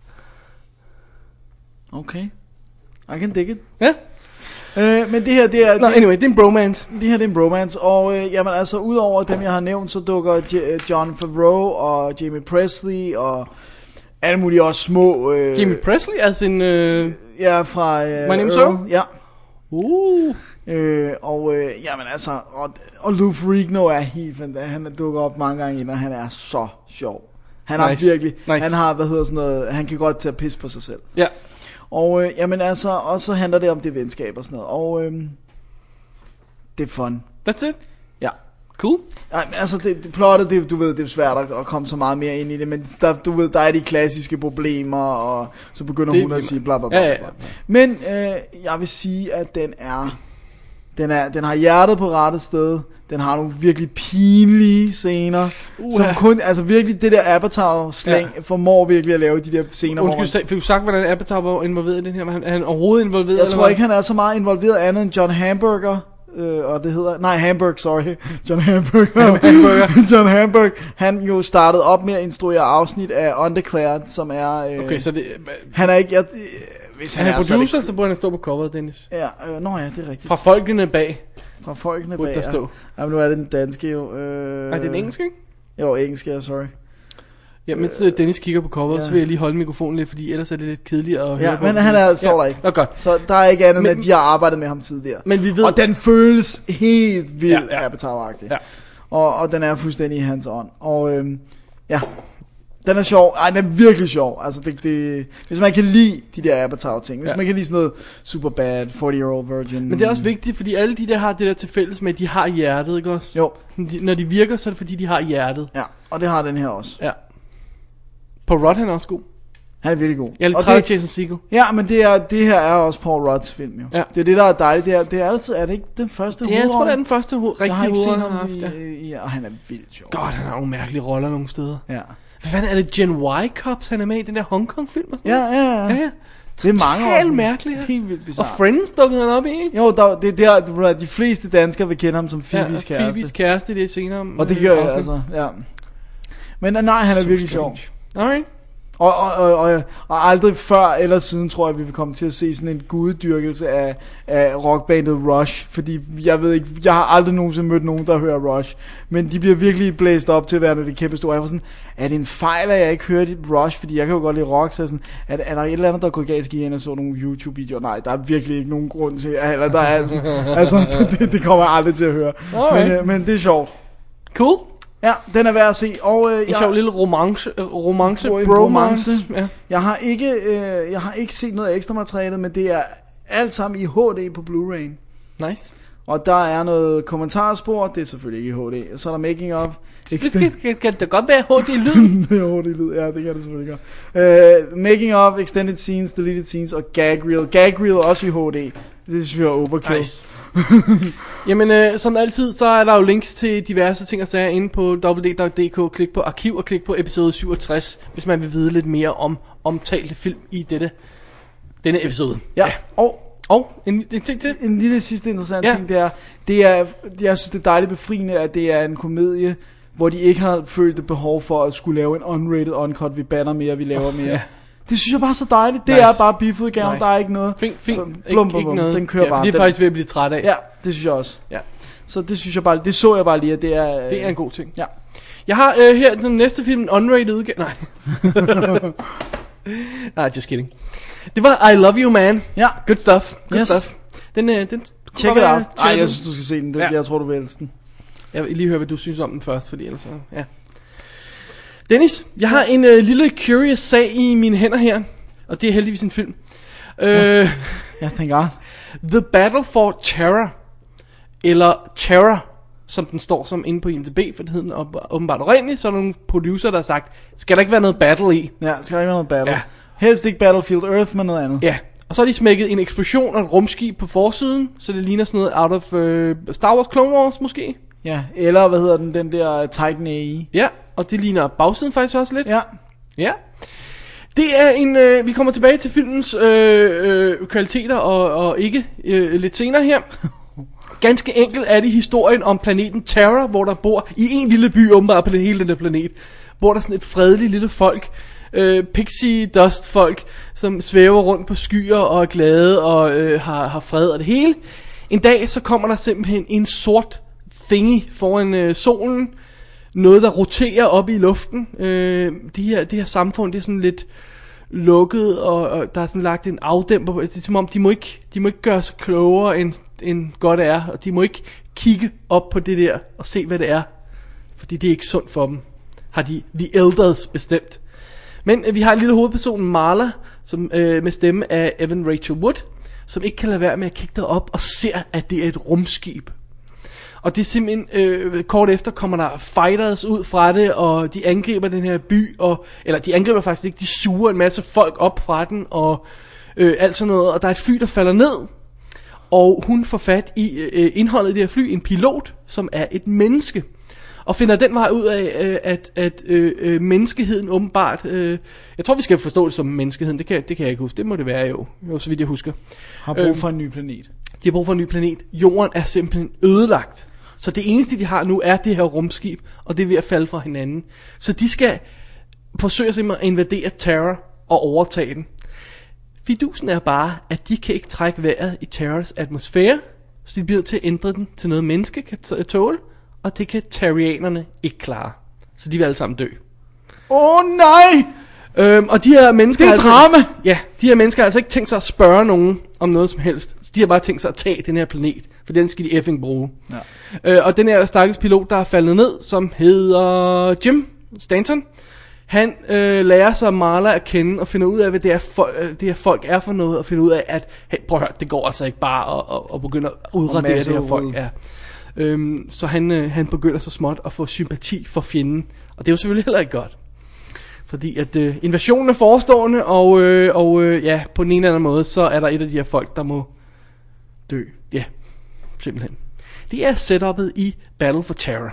Okay. I can dig it. Ja. Men det her, det er... anyway, det er en bromance. Det her, det er en bromance, og jamen altså, udover dem, jeg har nævnt, så dukker Jon Favreau og Jamie Presley og alle mulige også små... Jamie Presley, altså en... Ja, fra... My Name is Earl? Ja. Jamen altså, og Lou Ferrigno er helt fantastisk. Han er dukket op mange gange ind, og han er så sjov. Han har virkelig... Nice. Han har, sådan noget... Han kan godt tage pis på sig selv. Ja. Og jamen altså, og så handler det om det venskab og sådan noget. Og det er fun. That's it? Ja. Cool. Ja, altså det plottet, du ved, det er svært at komme så meget mere ind i det, men der er de klassiske problemer, og så begynder hun at sige bla bla bla. Ja. Men jeg vil sige, at den har hjertet på rette sted. Den har nogle virkelig pinlige scener, som kun, altså virkelig det der Apatow-slæng formår virkelig at lave de der scener. Undskyld, fik du sagt, hvordan Apatow var involveret i den her? Er han overhovedet involveret? Jeg tror ikke, han er så meget involveret andet end John Hamburger. Og det hedder... Nej, Hamburg, sorry. John Hamburger. John Hamburg. Han jo startede op med at instruere afsnit af Undeclared, som er... okay, så det... Han er ikke... hvis han er producer, så burde han stå på coveret, Dennis. Ja, ja, det er rigtigt. Fra folkene bag. Fra folkene burde bag. Der stå. Jamen nu er det den danske jo. Er det den engelske, ikke? Jo, engelsk, ja, sorry. Ja, mens Dennis kigger på coveret, så vil jeg lige holde mikrofonen lidt, fordi ellers er det lidt kedeligt at høre på. Men han står der ikke. Godt. Så der er ikke andet end, at de har arbejdet med ham tidligere. Men vi ved... Og den føles helt vildt Avatar-agtig. Ja. Og den er fuldstændig i hans ånd. Og ja, den er sjov. Ej, den er virkelig sjov. Altså, hvis man kan lide de der Avatar-ting. Hvis man kan lide sådan noget Superbad, 40-Year-Old Virgin. Men det er også vigtigt, fordi alle de der har det der til fælles med, at de har hjertet, ikke også? Jo. Når de virker, så er det fordi, de har hjertet. Ja, og det har den her også. Ja. Paul Rudd, han er også god. Han er virkelig god. Jeg er lidt træt af Jason Segel. Ja, men det her er også Paul Rudds film, jo. Ja. Det er det, der er dejligt. Det er altid, er det ikke den første hovedrolle? Jeg tror, det er den første rigtige hovedrolle, han har haft. Og han er vildt sjov. God, han har nogle mærkelige roller nogle steder. Ja. Hvad fanden er det, Gen Y Cops, han er med i den der Hong Kong film og sådan noget? Ja. Det er mange år. Helt mærkeligt. Helt vildt bizarre. Og Friends dukkede han op i, ikke? Jo, det er der, de fleste danskere vil kende ham som Phoebes kæreste. Phoebes kæreste, det er senere. Og det gør jeg altså, ja. Men nej, han er virkelig sjov. Alright. Og aldrig før eller siden tror jeg, vi vil komme til at se sådan en guddyrkelse af rockbandet Rush. Fordi jeg ved ikke, jeg har aldrig nogensinde mødt nogen, der hører Rush. Men de bliver virkelig blæst op til at være det kæmpe store. Jeg var sådan, er det en fejl, at jeg ikke hørte Rush? Fordi jeg kan jo godt lide rock. Så sådan, er der et eller andet, der går galt, skal og så nogle YouTube-videoer? Nej, der er virkelig ikke nogen grund til. Eller der er altså det kommer jeg aldrig til at høre. Men det er sjovt. Cool. Ja, den er værd at se. Og en sjov lille romance. Ja. Jeg har ikke set noget ekstra materiale, men det er alt sammen i HD på Blu-ray. Nice. Og der er noget kommentarspor, det er selvfølgelig ikke i HD. Så er der making of. Kan det godt være HD-lyd? Det er HD-lyd, ja, det kan det selvfølgelig godt. Making of, extended scenes, deleted scenes og gag reel. Gag reel også i HD. Det synes jeg er overkill. Nice. Jamen, som altid, så er der jo links til diverse ting og sager inde på www.dk. Klik på arkiv og klik på episode 67, hvis man vil vide lidt mere om omtalte film i denne episode. Ja. Og en ting til. En lille sidste interessant ting, det er, jeg synes det er dejligt befriende, at det er en komedie, hvor de ikke har følt det behov for at skulle lave en unrated uncut, vi banner mere, vi laver mere. Ja. Det synes jeg bare er så dejligt. Det er bare beef-udgaven, der er ikke noget. Fint. Ikke noget. Den kører bare. Det er faktisk ved at blive træt af. Ja, det synes jeg også. Ja. Så det synes jeg bare, det så jeg bare lige, at det er... det er en god ting. Ja. Jeg har her den næste film, en unrated udgave. Nej, just kidding. Det var I Love You Man. Ja. Good stuff. Den check it out. Ej, jeg synes du skal se den. Jeg tror du vil elske den. Jeg vil lige høre hvad du synes om den først, fordi ellers ja. Dennis, jeg har en lille curious sag i mine hænder her, og det er heldigvis en film. Ja, thank God. The Battle for Terror, eller Terror, som den står som inde på IMDb, for det hedder den åbenbart oprindeligt, så er der nogle producer, der har sagt, skal der ikke være noget battle i? Ja, skal der ikke være noget battle. Ja. Helst ikke Battlefield Earth, men noget andet. Ja, og så har de smækket en eksplosion og et rumskib på forsiden, så det ligner sådan noget out of Star Wars Clone Wars måske. Ja, eller hvad hedder den der Titan AI. Ja, og det ligner bagsiden faktisk også lidt. Ja. Ja. Det er en, vi kommer tilbage til filmens kvaliteter og ikke lidt senere her. Ganske enkelt er det historien om planeten Terra, hvor der bor i en lille by, åbenbart på hele den der planet, bor der sådan et fredeligt lille folk, pixie dust folk, som svæver rundt på skyer og er glade og har fred og det hele. En dag så kommer der simpelthen en sort thingy foran solen, noget der roterer op i luften. Det her samfund, det er sådan lidt lukket, og der er sådan lagt en afdæmper på. Det er som om de må ikke gøre sig klogere end godt er, og de må ikke kigge op på det der og se hvad det er, fordi det er ikke sundt for dem, har de The Elders bestemt. Men vi har en lille hovedperson, Marla, som med stemme af Evan Rachel Wood, som ikke kan lade være med at kigge derop og ser at det er et rumskib. Og det er simpelthen, kort efter kommer der fighters ud fra det, og de angriber den her by, eller de angriber faktisk ikke, de suger en masse folk op fra den, og alt sådan noget, og der er et fly, der falder ned, og hun får fat i indholdet i det her fly, en pilot, som er et menneske, og finder den vej ud af, at menneskeheden åbenbart, jeg tror vi skal forstå det som menneskeheden, det kan jeg ikke huske, det må det være jo så vidt jeg husker. Har brug for en ny planet. De har brug for en ny planet. Jorden er simpelthen ødelagt. Så det eneste de har nu er det her rumskib, og det er ved at falde fra hinanden. Så de skal forsøge simpelthen at invadere Terra og overtage den. Fidusen er bare, at de kan ikke trække vejret i Terras atmosfære, så de bliver nødt til at ændre den til noget menneske kan tåle, og det kan terrianerne ikke klare. Så de vil alle sammen dø. Nej! Og de her mennesker... Det er drama! Ja, de her mennesker har altså ikke tænkt sig at spørge nogen om noget som helst. Så de har bare tænkt sig at tage den her planet, for den skal de effing bruge. Ja. Og den her stakkels pilot, der er faldet ned, som hedder Jim Stanton, han lærer sig Marla at kende og finder ud af, hvad det her folk er for noget, og finder ud af, at hey, prøv at høre, det går altså ikke bare at begynde at udradere det her folk. Ja. Så han begynder så småt at få sympati for fjenden, og det er jo selvfølgelig heller ikke godt. Fordi at invasionen er forestående, og ja, på en eller anden måde, så er der et af de her folk, der må dø. Ja, simpelthen. Det er setupet i Battle for Terror.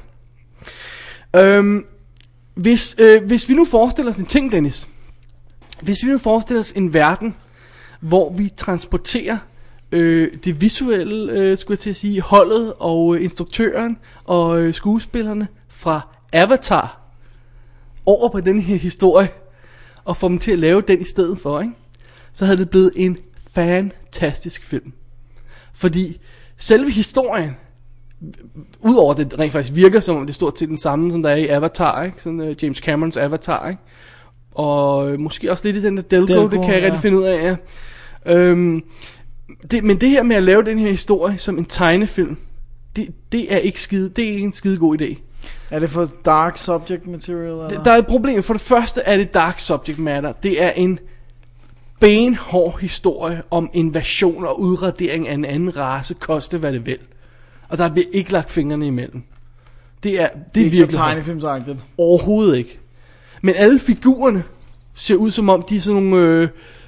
Hvis vi nu forestiller os en ting, Dennis. Hvis vi nu forestiller os en verden, hvor vi transporterer det visuelle, skulle jeg til at sige, holdet og instruktøren og skuespillerne fra Avatar over på den her historie, og får dem til at lave den i stedet for, ikke? Så havde det blevet en fantastisk film. Fordi selve historien, udover det rent faktisk virker som om det er stort set den samme, som der er i Avatar, ikke? Sådan James Camerons Avatar, ikke? Og måske også lidt i den der Delco, det kan jeg rigtig finde ud af, ja. Men det her med at lave den her historie som en tegnefilm, det er ikke en skide god idé. Er det for dark subject material? Eller? Der er et problem. For det første er det dark subject matter. Det er en benhård historie om invasion og udradering af en anden race, koste hvad det vil. Og der bliver ikke lagt fingrene imellem. Det er ikke så tegnefilmsagtigt. Overhovedet ikke. Men alle figurerne ser ud som om de er sådan nogle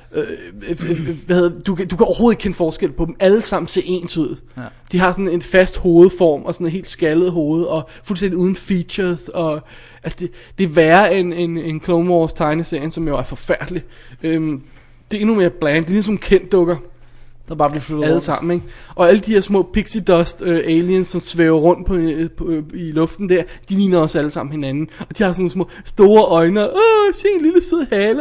du kan overhovedet ikke kende forskel på dem. Alle sammen ser ens ud. Ja. De har sådan en fast hovedform og sådan en helt skaldet hoved og fuldstændig uden features, og altså det er værre end Clone Wars tegneserien, som jo er forfærdelig. Det er endnu mere bland. Det er ligesom kendt dukker. Der bare bliver flyttet alle rundt. sammen, ikke? Og alle de her små pixie dust aliens, som svæver rundt i luften der, de ligner også alle sammen hinanden. Og de har sådan nogle små store øjne. Se en lille sød hale.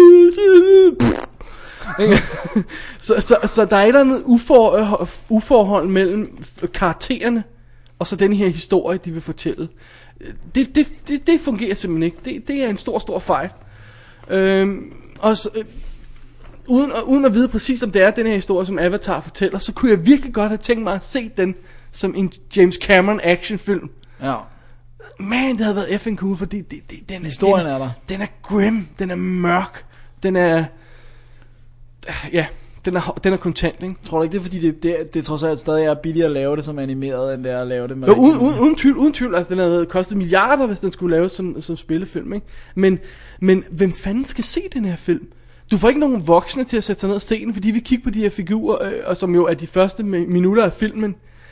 Så der er et eller andet uforhold mellem karaktererne og så den her historie, de vil fortælle. Det fungerer simpelthen ikke. Det er en stor fejl. Og så, uden at vide præcis om det er den her historie, som Avatar fortæller, så kunne jeg virkelig godt have tænkt mig at se den som en James Cameron actionfilm. Ja. Man, det havde været effing cool, fordi den historien er der. Den er grim, den er mørk, den er... Ja, den er kontant, ikke? Tror du ikke det er fordi det trods alt stadig er billigere at lave det som animeret, end det er at lave det med... Jo, uden tvivl, altså den havde kostet milliarder, hvis den skulle laves som spillefilm, ikke? Men hvem fanden skal se den her film? Du får ikke nogen voksne til at sætte sig ned og se den, fordi vi kigger på de her figurer, og som jo er de første minutter af filmen.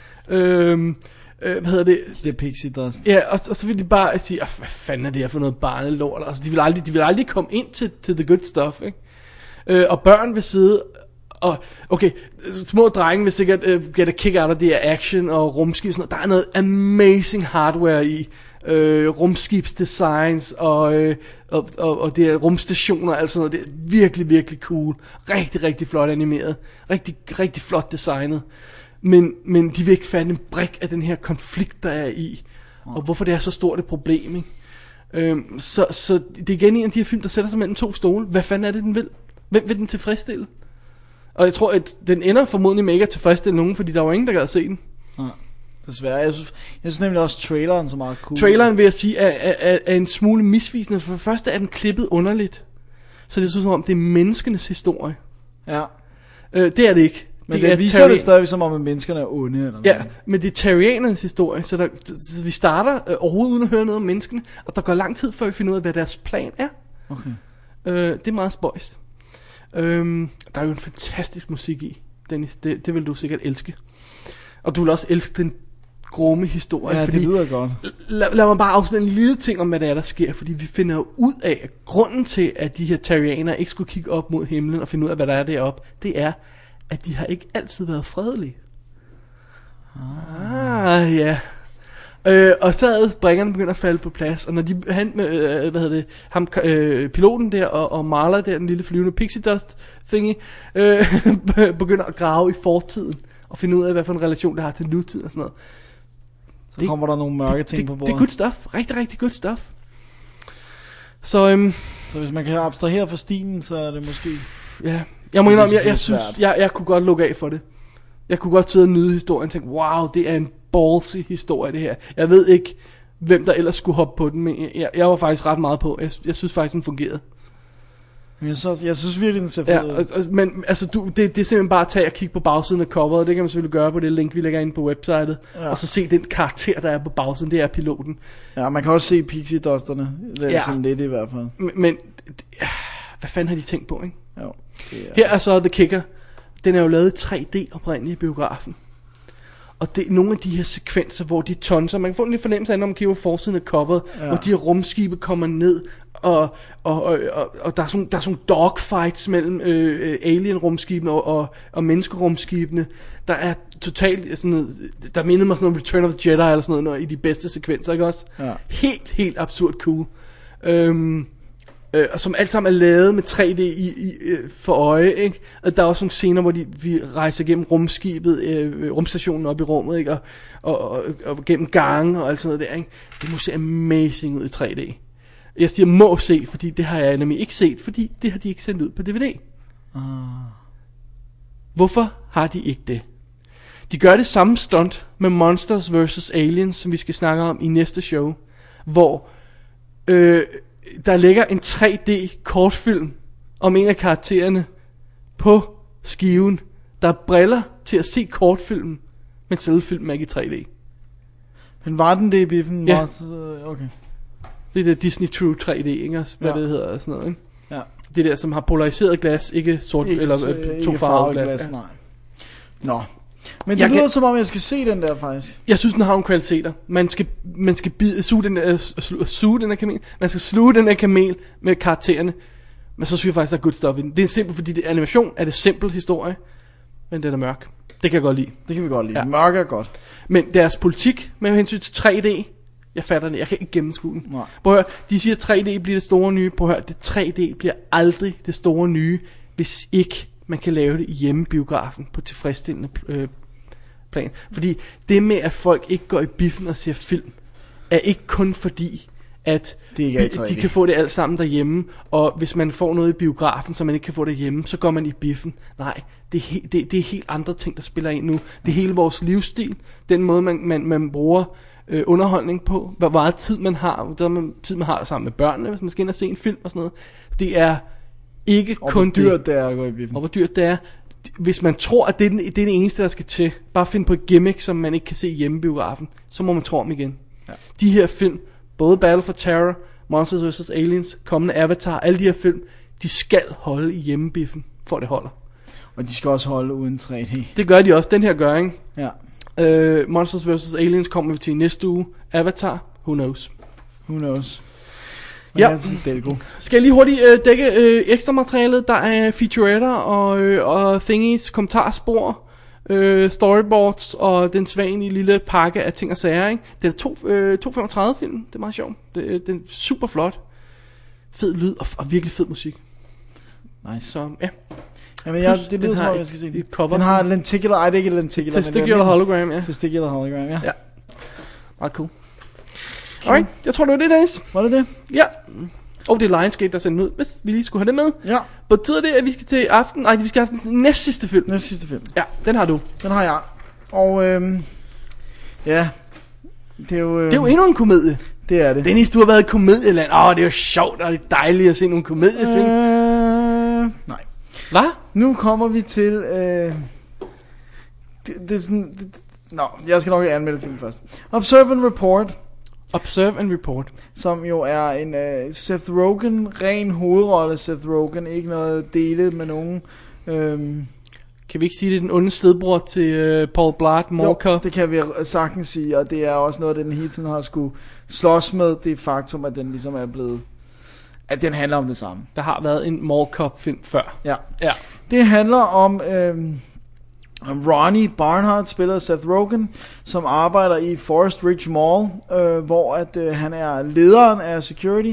Hvad hedder det? Det er pixie dust. Ja, og så vil de bare sige, hvad fanden er det her for noget barnelort? Altså, de vil aldrig komme ind til the good stuff, ikke? Og børn vil sidde og, okay, små drenge vil sikkert get a kick out af det her action og rumskib, sådan noget. Der er noget amazing hardware i rumskibsdesigns og det er rumstationer og alt sådan noget. Det er virkelig, virkelig cool. Rigtig, rigtig flot animeret. Rigtig, rigtig flot designet. Men de vil ikke fatte en brik af den her konflikt, der er i. Og hvorfor det er så stort et problem, ikke? Så det er igen en af de her film, der sætter sig mellem to stole. Hvad fanden er det, den vil? Hvem vil den tilfredsstille? Og jeg tror, at den ender formodentlig med ikke at tilfredsstille nogen, fordi der var ingen, der gad at se den. Ja, desværre. Jeg synes nemlig også traileren så meget cool. Traileren, vil jeg sige, er en smule misvisende. For det første er den klippet underligt. Så det er som om, det er menneskenes historie. Ja. Det er det ikke. Men det viser det stadig som om, at menneskerne er onde. Eller ja, men det er terrianernes historie. Så vi starter overhovedet uden at høre noget om menneskene. Og der går lang tid, før vi finder ud af, hvad deres plan er. Okay. Det er meget spøjst. Der er jo en fantastisk musik i, Dennis. Det vil du sikkert elske. Og du vil også elske den grumme historie. Ja, fordi, det lyder godt. Lad mig bare afsløre en lille ting om, hvad der sker. Fordi vi finder jo ud af, at grunden til, at de her terrianere ikke skulle kigge op mod himlen og finde ud af, hvad der er deroppe, det er, at de har ikke altid været fredelige. Ja. Og så er springerne begyndt at falde på plads. Og når piloten der og Marla der, den lille flyvende pixie dust thingy, begynder at grave i fortiden og finde ud af, hvad for en relation det har til nutid og sådan noget. Så kommer der nogle mørke ting på bordet. Det er good stuff. Rigtig, rigtig good stuff. Så hvis man kan abstrahere fra stilen, så er det måske... Ja, jeg må indrømme, jeg synes, jeg kunne godt lukke af for det. Jeg kunne godt sidde og nyde historien og tænke, wow, det er en ballsy historie det her. Jeg ved ikke, hvem der ellers skulle hoppe på den, men jeg var faktisk ret meget på. Jeg synes faktisk, den fungerede. Jeg synes virkelig, den ser fed ud. Men altså, det er simpelthen bare at tage og kigge på bagsiden af coveret. Det kan man selvfølgelig gøre på det link, vi lægger ind på websitet. Ja. Og så se den karakter, der er på bagsiden. Det er piloten. Ja, man kan også se Pixie Dusterne. Sådan lidt i hvert fald. Men hvad fanden har de tænkt på, ikke? Jo, her er så The Kicker. Den er jo lavet i 3D oprindeligt i biografen. Og det er nogle af de her sekvenser, hvor de tonser. Man kan få en lille fornemmelse af, når man kigger på forsiden af coveret, hvor de her rumskibe kommer ned, og der er sådan nogle dogfights mellem alien-rumskibene og menneskerumskibene. Der er totalt sådan noget, der mindede mig sådan noget Return of the Jedi eller sådan noget i de bedste sekvenser, ikke også? Ja. Helt absurd cool. Og som alt sammen er lavet med 3D for øje, ikke? Og der er også nogle scener, hvor vi rejser gennem rumskibet, rumstationen op i rummet, ikke? Og gennem gange og alt sådan noget der, ikke? Det må se amazing ud i 3D. Jeg siger må se, fordi det har jeg nemlig ikke set, fordi det har de ikke sendt ud på DVD. Hvorfor har de ikke det? De gør det samme stunt med Monsters vs. Aliens, som vi skal snakke om i næste show, hvor der ligger en 3D kortfilm om en af karaktererne på skiven, der er briller til at se kortfilmen, men selve filmen er ikke i 3D. Men var den det i biffen? Ja. Okay. Det er det Disney True 3D, ikke? Hvad det hedder og sådan noget, ikke? Ja. Det der, som har polariseret glas, ikke sort eller tofarvet glas. Ja. Nej. Nå. Men det lyder som om, jeg skal se den der faktisk. Jeg synes, den har nogle kvaliteter. Man skal suge den her kamel. Man skal sluge den her kamel med karaktererne. Men så synes jeg faktisk, der er good stuff i den. Det er simpelt, fordi det animation er det simpel historie, men den er mørk. Det kan jeg godt lide. Det kan vi godt lide. Ja. Mørk er godt. Men deres politik med hensyn til 3D, jeg fatter det. Jeg kan ikke gennemskue den. Nej. Prøv at høre, de siger, at 3D bliver det store nye. Prøv at høre, det 3D bliver aldrig det store nye, hvis ikke man kan lave det i hjemmebiografen på tilfredsstillende plan. Fordi det med, at folk ikke går i biffen og ser film, er ikke kun fordi, at de kan få det alt sammen derhjemme, og hvis man får noget i biografen, så man ikke kan få det hjemme, så går man i biffen. Nej, det er helt andre ting, der spiller ind nu. Det er hele vores livsstil, den måde, man bruger underholdning på, hvor meget tid man har, tid man har sammen med børnene, hvis man skal ind og se en film og sådan noget. Det er ikke og kun hvor dyrt det er at gå i biffen. Og hvor dyrt det er. Hvis man tror, at det er det eneste, der skal til, bare finde på et gimmick, som man ikke kan se hjemme i biografen, så må man tro om igen. Ja. De her film, både Battle for Terror, Monsters vs. Aliens, kommende Avatar, alle de her film, de skal holde i hjemmebiffen, for det holder. Og de skal også holde uden 3D. Det gør de også, den her gør, ikke? Ja. Monsters vs. Aliens kommer vi til i næste uge. Avatar, who knows? Who knows? Ja. Skal jeg lige hurtigt dække ekstra materialet. Der er featuretter og thingies, kommentarspor, storyboards og den sædvanlige lille pakke af ting og sager, ikke? Det er 235 film. Det er meget sjovt. Det er super flot. Fed lyd og virkelig fed musik. Nice. Så ja. Jamen det lyder som om jeg skal se den. Den har lenticular, det er ikke lenticular, testicular hologram, ja. Testicular hologram, ja. Meget cool. Alright, jeg tror det var det, Dennis. Var det det? Ja. Og det er Lionsgate, der sendte ud, hvis vi lige skulle have det med. Ja. Betyder det, at vi skal til aften? Nej, vi skal have den næstsidste film. Næstsidste film. Ja, den har du. Den har jeg. Og ja, det er jo... det er jo endnu en komedie. Det er det. Dennis, du har været i komedieland. Det er jo sjovt, og det er dejligt at se nogle komediefilm. Nej. Hvad? Nu kommer vi til... det er sådan... jeg skal nok anmelde filmen først. Observe and Report, som jo er en Seth Rogen, ren hovedrolle Seth Rogen, ikke noget delet med nogen. Kan vi ikke sige, det er den onde stedbror til Paul Blart, Mall Cop? Det kan vi sagtens sige, og det er også noget, den hele tiden har skulle slås med, det faktum, at den ligesom er blevet, at den handler om det samme. Der har været en Mall Cop film før. Ja. Det handler om Ronnie Barnhart, spiller Seth Rogen, som arbejder i Forest Ridge Mall, hvor at han er lederen af security,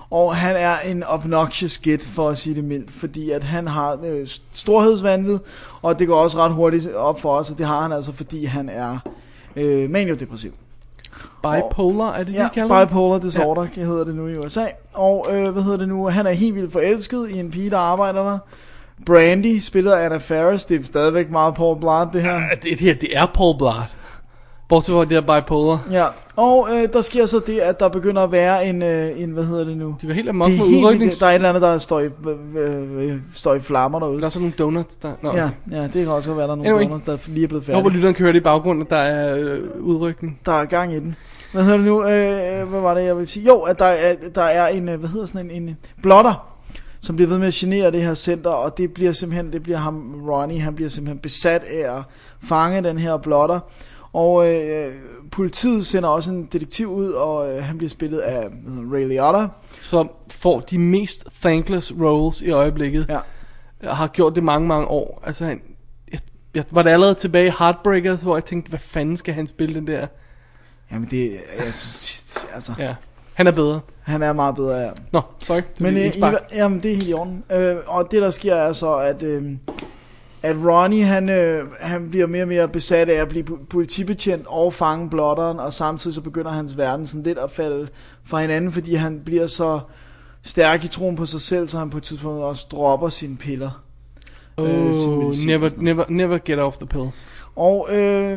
Og han er en obnoxious git, for at sige det mildt, fordi at han har storhedsvanvid, og det går også ret hurtigt op for os, og det har han altså, fordi han er maniodepressiv. Bipolar, er det ja, kalder bipolar disorder, hedder det nu i USA. Og han er helt vildt forelsket i en pige, der arbejder der. Brandy, spillet af Anna Faris, det er stadigvæk meget Paul Blart, det her. Ja, det er Paul Blart. Bortset fra det her bipolar. Ja, og der sker så det, at der begynder at være en De var helt amok med udryknings... Der er et eller andet, der står i flammer derude. Der er sådan nogle donuts der. Nå, ja, det kan også være, der er nogle donuts, der lige er blevet færdige. Jeg håber, lytteren kan høre det i baggrunden, at der er udrykning. Der er gang i den. Hvad var det, jeg vil sige? Jo, at der er en, en blotter, som bliver ved med at genere det her center, og det bliver ham, Ronnie, han bliver simpelthen besat af at fange den her blotter. Og politiet sender også en detektiv ud, og han bliver spillet af Ray Liotta. Som får de mest thankless roles i øjeblikket. Ja. Og har gjort det mange, mange år. Altså, jeg var der allerede tilbage i Heartbreakers, hvor jeg tænkte, hvad fanden skal han spille den der? Jamen det, jeg synes, altså... Ja, han er bedre. Han er meget bedre, ja. Nå, sorry. Men jamen, det er helt i orden. Og det der sker er så, at Ronnie, han bliver mere og mere besat af at blive politibetjent og fange blotteren, og samtidig så begynder hans verden sådan lidt at falde fra hinanden, fordi han bliver så stærk i troen på sig selv, så han på et tidspunkt også dropper sine piller. Never get off the pills. Og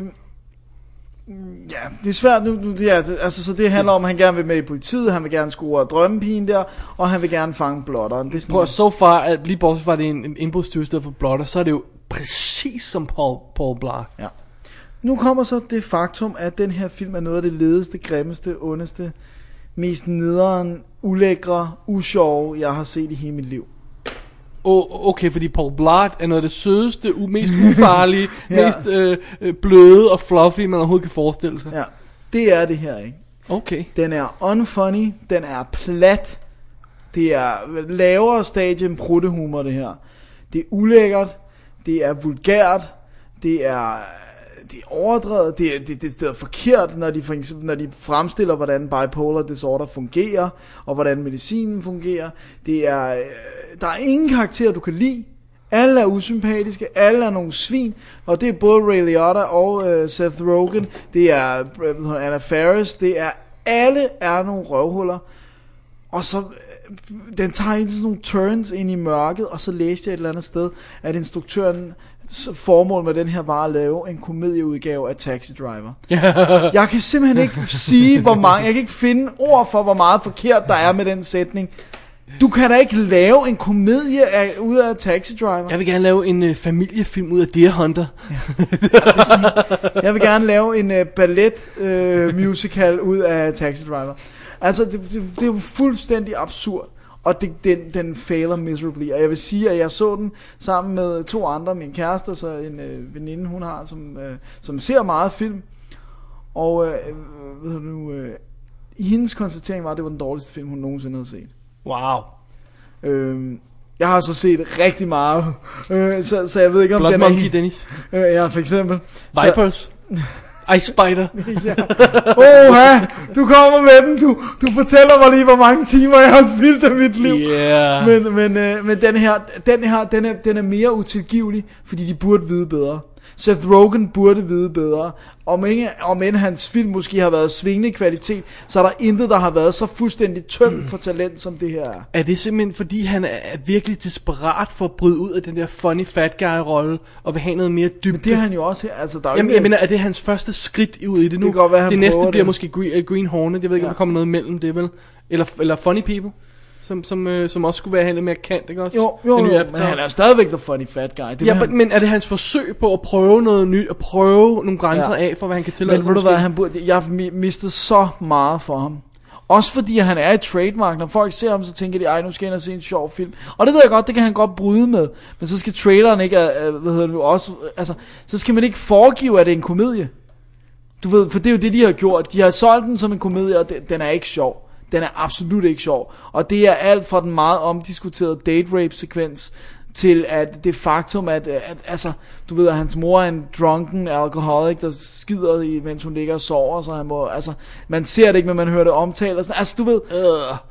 ja, det er svært nu, altså, så det handler om, at han gerne vil med i politiet, han vil gerne score drømmepigen der, og han vil gerne fange blotteren. Det er sådan, så far, at lige bortset fra, det er en indbrudstyv i stedet for blotter, så er det jo præcis som Paul Blart. Ja. Nu kommer så det faktum, at den her film er noget af det ledeste, grimmeste, ondeste, mest nederen, ulækre, usjove, jeg har set i hele mit liv. Okay, fordi Paul Blart er noget af det sødeste, mest ufarlige, ja. Mest bløde og fluffy, man overhovedet kan forestille sig. Ja, det er det her, ikke? Okay. Den er unfunny, den er plat, det er lavere stadie end pruttehumor, det her. Det er ulækkert, det er vulgært, det er overdrevet, det er forkert, når de fremstiller, hvordan bipolar disorder fungerer, og hvordan medicinen fungerer. Der er ingen karakterer, du kan lide. Alle er usympatiske, alle er nogle svin, og det er både Ray Liotta og Seth Rogen, det er Anna Faris, alle er nogle røvhuller. Og så den tager sådan nogle turns ind i mørket, og så læste jeg et eller andet sted, at instruktøren formål med den her var at lave en komedieudgave af Taxi Driver. Jeg kan simpelthen ikke sige, jeg kan ikke finde ord for, hvor meget forkert der er med den sætning. Du kan da ikke lave en komedie ud af Taxi Driver. Jeg vil gerne lave en familiefilm ud af Deer Hunter. Ja. Jeg vil gerne lave en ballet musical ud af Taxi Driver. Altså, det er jo fuldstændig absurd. Og den failer miserably. Og jeg vil sige, at jeg så den sammen med 2 andre, min kæreste, så en veninde hun har, som ser meget film. Og hendes konstatering var, at det var den dårligste film, hun nogensinde havde set. Wow. Jeg har så set rigtig meget, så jeg ved ikke om Blood den Monkey, Dennis. Ja, for eksempel. Vipers. Ice Spider. Ja. Du kommer med den. Du fortæller mig lige, hvor mange timer jeg har spildt af mit liv. Yeah. Men den er mere utilgivelig, fordi de burde vide bedre. Seth Rogen burde vide bedre. Om end hans film måske har været svingende kvalitet, så er der intet, der har været så fuldstændig tømt for talent, som det her er. Er det simpelthen, fordi han er virkelig desperat for at bryde ud af den der funny fat guy-rolle, og vil have noget mere dybde? Men det er han jo også her. Altså, der er jeg mener, er det hans første skridt ud i det nu? Det kan godt være, det næste bliver måske Green Hornet. Jeg ved ikke, om der kommer noget mellem det, vel? Eller Funny People? Som også skulle være lidt mere kendt, ikke også? Jo, men han er stadigvæk the funny fat guy. Men er det hans forsøg på at prøve noget nyt, at prøve nogle grænser af, for hvad han kan tillade sig? Men ved du hvad, jeg har mistet så meget for ham. Også fordi han er et trademark. Når folk ser ham, så tænker de, ej, nu skal jeg se en sjov film. Og det ved jeg godt, det kan han godt bryde med. Men så skal traileren ikke, også, altså, så skal man ikke foregive, at det er en komedie. Du ved, for det er jo det, de har gjort. De har solgt den som en komedie, og den er ikke sjov. Den er absolut ikke sjov. Og det er alt fra den meget omdiskuterede date rape sekvens til at det faktum at altså du ved at hans mor er en drunken alcoholic der skider mens hun ligger og sover, så han må, altså man ser det ikke, men man hører det omtalt og sådan, altså du ved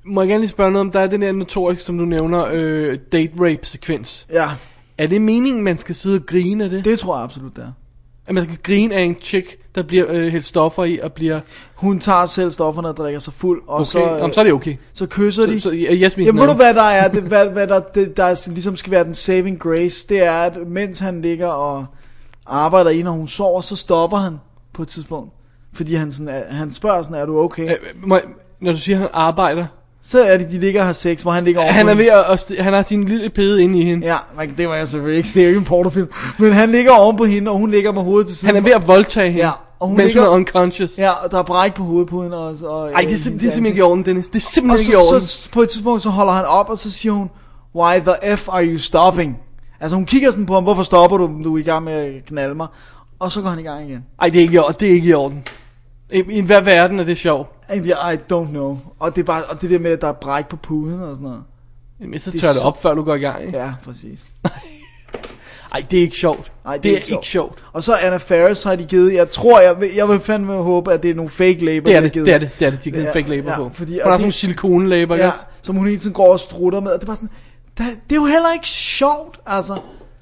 Må jeg gerne lige spørge noget om, der er den der notorisk, som du nævner, date rape sekvens. Ja. Er det meningen, man skal sidde og grine af det? Det tror jeg absolut, det er. At man skal grine af en chick, der bliver hældt stoffer i og bliver... Hun tager selv stofferne og drikker sig fuld, og okay. så er det okay. Så kysser de. Jamen ved du hvad der er? Hvad der ligesom skal være den saving grace, det er, at mens han ligger og arbejder i, når hun sover, så stopper han på et tidspunkt. Fordi han spørger sådan, er du okay? Når du siger, han arbejder... Så er de ligger og har sex, hvor han ligger over. Han er ved han har sin lille pede inde i hende. Ja, men det var jeg selvfølgelig ikke. Det er jo ikke en pornofilm. Men han ligger oven på hende, og hun ligger med hovedet til siden. Han er ved at voldtage hende, ja, og hun mens ligger, hun er unconscious. Ja, og der er bræk på hovedet på hende. Ej, det er simpelthen ikke i orden, Dennis. Det er simpelthen ikke i orden. Så på et tidspunkt, så holder han op, og så siger hun, why the F are you stopping? Altså hun kigger sådan på ham, hvorfor stopper du? Du er i gang med at knalde mig. Og så går han i gang igen. Ej, det er ikke i orden. Det er ikke i orden. I hver verden er det sjovt. I don't know. Og det er bare, og det der med, at der er bræk på puden og sådan noget. Jamen, så tør det op, før du går i gang, ikke? Ja, præcis. Ej, det er ikke sjovt. Det er ikke sjovt. Og så Anna Faris har de givet, jeg vil fandme håbe, at det er nogle fake læber. Det er det. De har givet fake læber på. Fordi, hun har sådan nogle silikonlæber, ja, som hun hele tiden går og strutter med. Og det er bare sådan, det er jo heller ikke sjovt, altså.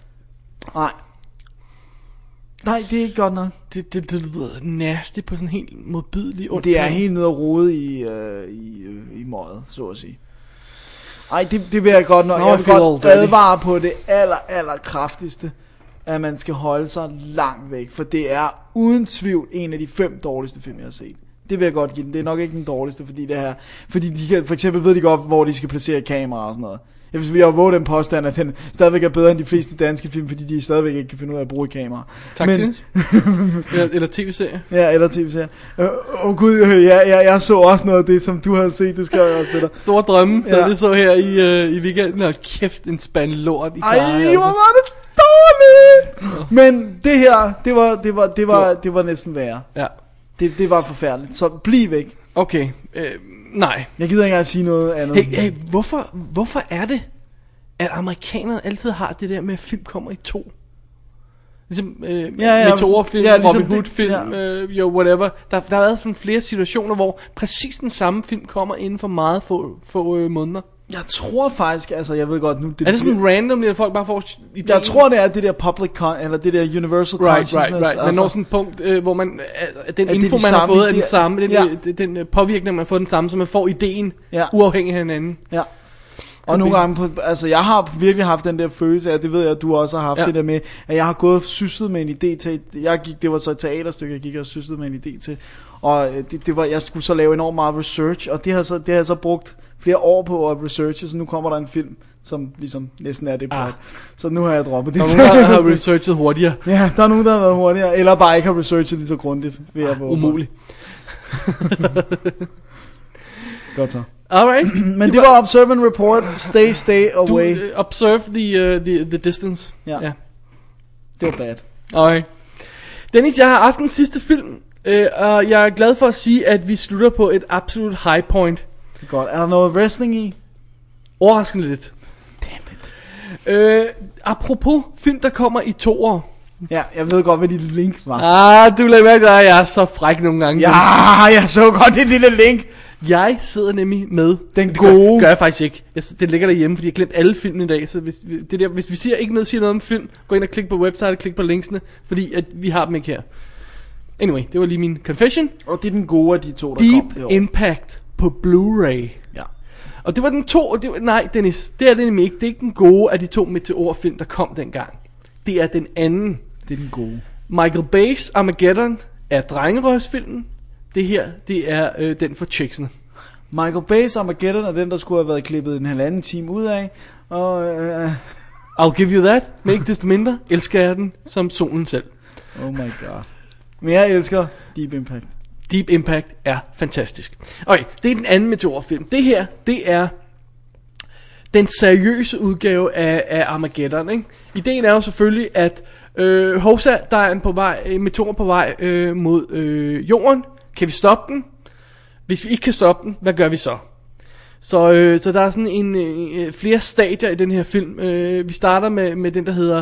Nej, det er ikke godt nok. Det lyder nasty på sådan en helt modbydelig ondt. Det er helt nede og rode i møget, så at sige. Ej, det vil jeg godt nok. Jeg vil godt advare på det aller kraftigste, at man skal holde sig langt væk. For det er uden tvivl en af de 5 dårligste film, jeg har set. Det vil jeg godt give den. Det er nok ikke den dårligste, fordi de kan, for eksempel ved de godt, hvor de skal placere kameraer og sådan noget. Jeg vil våge den påstand, at den stadigvæk er bedre end de fleste danske film, fordi de stadigvæk ikke kan finde ud af at bruge kamera. Tak, Dennis. eller tv-serier. Ja, eller tv-serier. Gud, jeg så også noget af det, som du havde set. Det skrev jeg også til dig. Store drømme, så det så her i weekenden. Og kæft, en spand lort i Ej, hvor var det dårligt! Men det her, det var næsten værre. Ja. Det var forfærdeligt. Så bliv væk. Okay, nej. Jeg gider ikke engang sige noget andet. Hey, hvorfor er det, at amerikanerne altid har det der med, at film kommer i 2? Ligesom Meteorfilm, ligesom Robin Hood-film, whatever. Der har været sådan flere situationer, hvor præcis den samme film kommer inden for meget få måneder. Jeg tror faktisk, altså jeg ved godt nu... Er det sådan random, at folk bare får ideen? Jeg tror, det er det der public eller det der universal consciousness. Right. Man når sådan et punkt, hvor man... den info, man har fået, er den samme. Den påvirkning, man har fået den samme, så man får ideen uafhængig af hinanden. Ja. Og nogle gange, altså jeg har virkelig haft den der følelse af, det ved jeg, at du også har haft det der med, at jeg har gået og syslet med en idé til, det var så et teaterstykke, jeg gik og syslede med en idé til, og jeg skulle så lave enormt meget research, og det har jeg så brugt flere år på at researche, så nu kommer der en film, som ligesom næsten er det plot. Så nu har jeg droppet det. Der er nogen, der har researchet hurtigere. Ja, der er nogen, der har været hurtigere, eller bare ikke har researchet lige så grundigt. Umuligt. Godt så. Alright. Men det var observe and report. Stay away. Observe the distance. Ja. Det var bad. Alright. Dennis, jeg har haft den sidste film, og jeg er glad for at sige, at vi slutter på et absolut high point. Godt. Er der noget wrestling i? Overraskende lidt. Damn it. Apropos film, der kommer i 2 år. Ja, jeg ved godt, hvad dit link var. Du lader mærke, at jeg er så fræk nogle gange. Ja, jeg så godt det lille link. Jeg sidder nemlig med den gode. Gør jeg faktisk ikke. Det ligger derhjemme, fordi jeg glemte alle filmene i dag. Så hvis vi siger ikke noget om film, gå ind og klik på website og klik på linksene, fordi at vi har dem ikke her. Anyway, det var lige min confession. Og det er den gode af de 2, der Deep kom det år. Impact på Blu-ray. Ja. Og det var den 2. Nej, Dennis, det er det nemlig ikke. Det er ikke den gode af de 2 Meteor-film, der kom dengang. Det er den anden. Det er den gode. Michael Bay's Armageddon er drengerøvsfilmen. Det her, det er den for chicksene. Michael Bay's Armageddon er den, der skulle have været klippet en halvanden time ud af. Og, I'll give you that. Men ikke desto mindre elsker jeg den som solen selv. Oh my god. Men jeg elsker Deep Impact. Deep Impact er fantastisk. Okay, det er den anden Meteor-film. Det her, det er den seriøse udgave af Armageddon, ikke? Ideen er jo selvfølgelig, at Hosa, der er en meteor på vej mod jorden. Kan vi stoppe den? Hvis vi ikke kan stoppe den, hvad gør vi så? Så der er sådan flere stadier i den her film. Vi starter med den, der hedder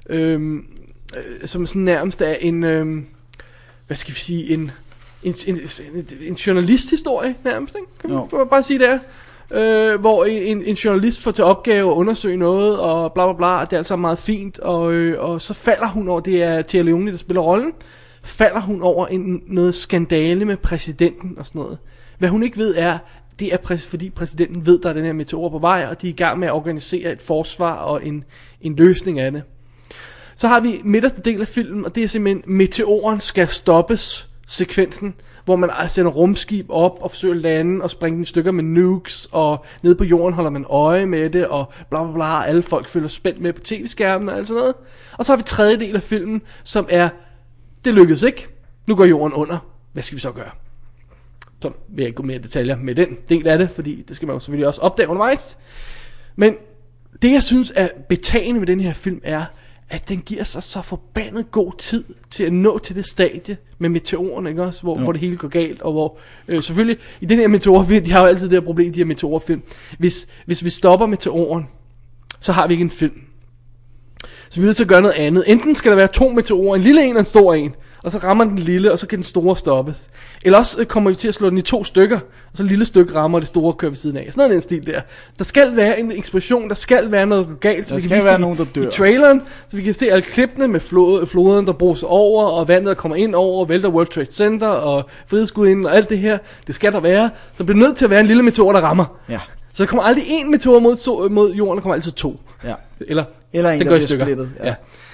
som sådan nærmest er en hvad skal vi sige, en journalisthistorie nærmest, ikke? Kan man bare sige det er. hvor en journalist får til opgave at undersøge noget, og bla bla bla, og det er altså meget fint, og så falder hun over, det er Téa Leoni, der spiller rollen, falder hun over noget skandale med præsidenten og sådan noget. Hvad hun ikke ved er, det er fordi præsidenten ved, der er den her meteor på vej, og de er i gang med at organisere et forsvar og en løsning af det. Så har vi midterste del af filmen, og det er simpelthen meteoren skal stoppes sekvensen, hvor man sender rumskib op og forsøger at lande og springe den i stykker med nukes, og nede på jorden holder man øje med det, og bla bla bla, alle folk følger spændt med på tv-skærmen og alt sådan noget. Og så har vi tredje del af filmen, som er, det lykkedes ikke, nu går jorden under, hvad skal vi så gøre? Så vil jeg ikke gå mere i detaljer med den del af det, fordi det skal man jo selvfølgelig også opdage undervejs. Men det jeg synes er betagende ved den her film er, at den giver sig så forbandet god tid til at nå til det stadie med meteoren, ikke også? Hvor det hele går galt, og hvor selvfølgelig i den her meteorfilm, de har jo altid det her problem, de her meteorfilm. Hvis vi stopper meteoren, så har vi ikke en film. Så vi er nødt til at gøre noget andet. Enten skal der være 2 meteorer, en lille en og en stor en, og så rammer den lille, og så kan den store stoppes. Eller også kommer vi til at slå den i 2 stykker, og så et lille stykke rammer, og det store kører ved siden af. Sådan noget den stil der. Der skal være en eksplosion, der skal være noget galt, så der vi skal kan vise være nogen, der dør. I traileren, så vi kan se alle klippene med floden, der bruser over, og vandet, der kommer ind over, og vælter World Trade Center, og frihedsgudinden, og alt det her. Det skal der være. Så bliver nødt til at være en lille meteor, der rammer. Ja. Så der kommer aldrig 1 meteor mod jorden, der kommer altid 2. Ja. Eller en, den der går i bliver stykker. splittet. Ja.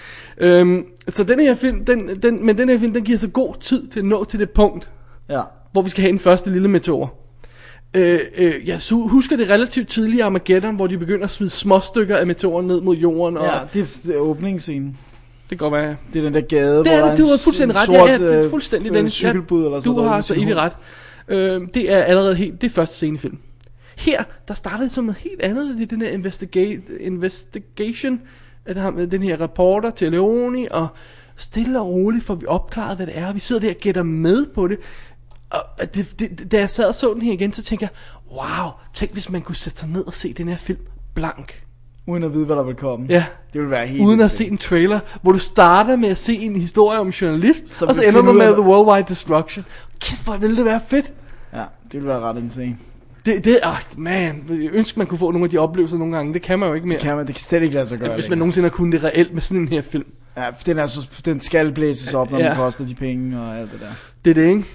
Så den her film, den giver så god tid til at nå til det punkt, hvor vi skal have den første lille meteor. Jeg husker det relativt tidlige Armageddon, hvor de begynder at smide småstykker af meteoren ned mod jorden. Og det er åbningsscenen. Det kan godt være. Det er den der gade, det hvor der du har fuldstændig ret. Sort, det er fuldstændig den cykelbud eller sådan noget. Du har så evigt ret. Det er allerede helt, det er første scene i filmen. Her, der startede som noget helt andet. Det er den her investigation af den her reporter til Leoni, og stille og roligt får vi opklaret, hvad det er. Vi sidder der og gætter med på det. Og da jeg sad og så den her igen, så tænker jeg, wow, tænk hvis man kunne sætte sig ned og se den her film blank. Uden at vide, hvad der vil komme. Ja. Det vil være helt uden at se en trailer, hvor du starter med at se en historie om en journalist, og så ender du med The Worldwide Destruction. Kæft, hvor ville det være fedt. Ja, det ville være ret insane. Man, jeg ønsker man kunne få nogle af de oplevelser nogle gange. Det kan man jo ikke mere. Det kan slet ikke lade sig gøre. Hvis man nogensinde har kunnet det reelt med sådan en her film. Ja, den skal blæses op, når den koster de penge og alt det der. Det er det, ikke?